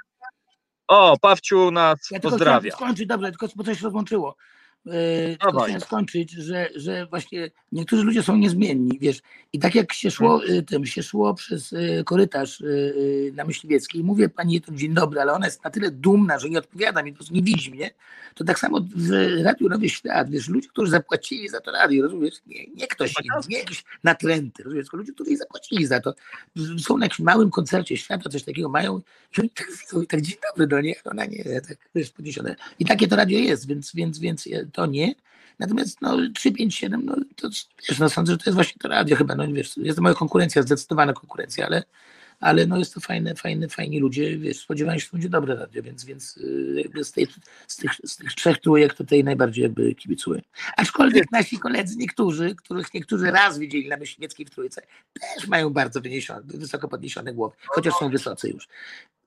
[SPEAKER 2] O, Pawciu nas
[SPEAKER 6] ja
[SPEAKER 2] pozdrawia.
[SPEAKER 6] Tylko skończyć, dobra, tylko bo coś się rozłączyło. Yy, tylko chciałem skończyć, że, że właśnie niektórzy ludzie są niezmienni, wiesz, i tak jak się szło yy, tym, się szło przez yy, korytarz yy, na Myśliwieckiej, mówię pani to dzień dobry, ale ona jest na tyle dumna, że nie odpowiada mi, po prostu nie widzi mnie, to tak samo w Radiu Nowy Świat, wiesz, ludzie, którzy zapłacili za to radio, rozumiesz, nie, nie ktoś inny, nie jakiś natręty, rozumiesz, tylko ludzie, którzy zapłacili za to, są na jakimś małym koncercie świata, coś takiego mają i oni tak widzą i tak dzień dobry do niej, ona nie, tak wiesz, podniesione. I takie to radio jest, więc, więc, więc to nie. Natomiast no trzy pięć siedem, no to wiesz, no sądzę, że to jest właśnie to radio chyba, no wiesz, jest to moja konkurencja, zdecydowana konkurencja, ale, ale no jest to fajne, fajne, fajni ludzie, wiesz, spodziewałem się, że to będzie dobre radio, więc, więc jakby z, tej, z, tych, z tych trzech trójek tutaj najbardziej jakby kibicuję. Aczkolwiek nasi koledzy, niektórzy, których niektórzy raz widzieli na Myśliwieckiej w Trójce, też mają bardzo wyniesione, wysoko podniesione głowy, chociaż są wysocy już.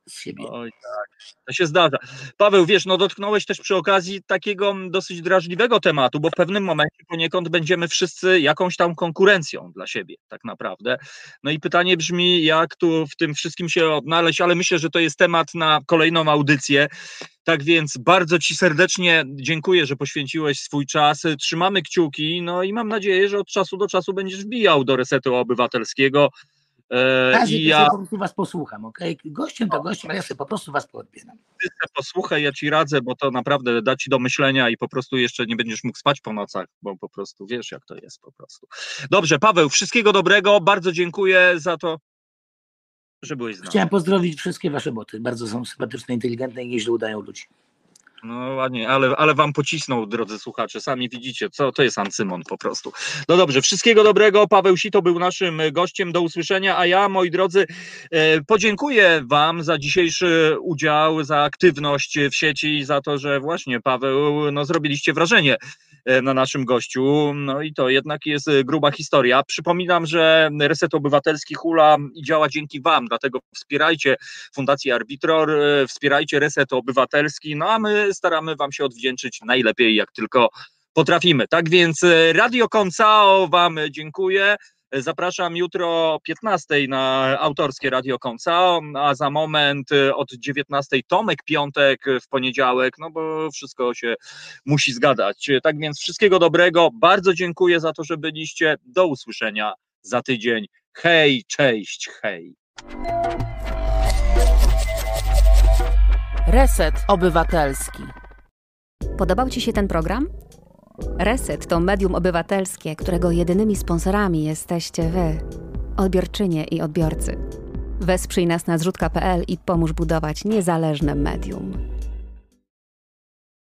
[SPEAKER 6] z siebie.
[SPEAKER 2] Oj, tak, to się zdarza. Paweł, wiesz, no dotknąłeś też przy okazji takiego dosyć drażliwego tematu, bo w pewnym momencie poniekąd będziemy wszyscy jakąś tam konkurencją dla siebie tak naprawdę. No i pytanie brzmi, jak tu w tym wszystkim się odnaleźć, ale myślę, że to jest temat na kolejną audycję. Tak więc bardzo Ci serdecznie dziękuję, że poświęciłeś swój czas. Trzymamy kciuki, no i mam nadzieję, że od czasu do czasu będziesz wbijał do Resetu Obywatelskiego.
[SPEAKER 6] Tak,
[SPEAKER 2] I
[SPEAKER 6] ja
[SPEAKER 2] ja
[SPEAKER 6] po prostu was posłucham, okej? Okay? Gościem to gościem, ale ja sobie po prostu was poodbieram.
[SPEAKER 2] Ty posłuchaj, ja ci radzę, bo to naprawdę da ci do myślenia i po prostu jeszcze nie będziesz mógł spać po nocach, bo po prostu wiesz, jak to jest po prostu. Dobrze, Paweł, wszystkiego dobrego, bardzo dziękuję za to, że byłeś z nami.
[SPEAKER 6] Chciałem pozdrowić wszystkie wasze boty, bardzo są sympatyczne, inteligentne i nieźle udają ludzi.
[SPEAKER 2] No ładnie, ale, ale wam pocisnął, drodzy słuchacze, sami widzicie, co to jest ancymon po prostu. No dobrze, wszystkiego dobrego, Paweł Sito był naszym gościem, do usłyszenia, a ja, moi drodzy, podziękuję wam za dzisiejszy udział, za aktywność w sieci i za to, że właśnie, Paweł, no zrobiliście wrażenie na naszym gościu, no i to jednak jest gruba historia. Przypominam, że Reset Obywatelski hula i działa dzięki wam, dlatego wspierajcie Fundację Arbitror, wspierajcie Reset Obywatelski, no a my staramy wam się odwdzięczyć najlepiej, jak tylko potrafimy. Tak więc Radio Koncao wam dziękuję. Zapraszam jutro o piętnastej na autorskie Radio Koncao, a za moment od dziewiętnastej Tomek Piątek w poniedziałek, no bo wszystko się musi zgadać. Tak więc wszystkiego dobrego, bardzo dziękuję za to, że byliście. Do usłyszenia za tydzień. Hej, cześć, hej.
[SPEAKER 7] Reset Obywatelski.
[SPEAKER 5] Podobał Ci się ten program? Reset to medium obywatelskie, którego jedynymi sponsorami jesteście Wy, odbiorczynie i odbiorcy. Wesprzyj nas na zrzutka kropka pe el i pomóż budować niezależne medium.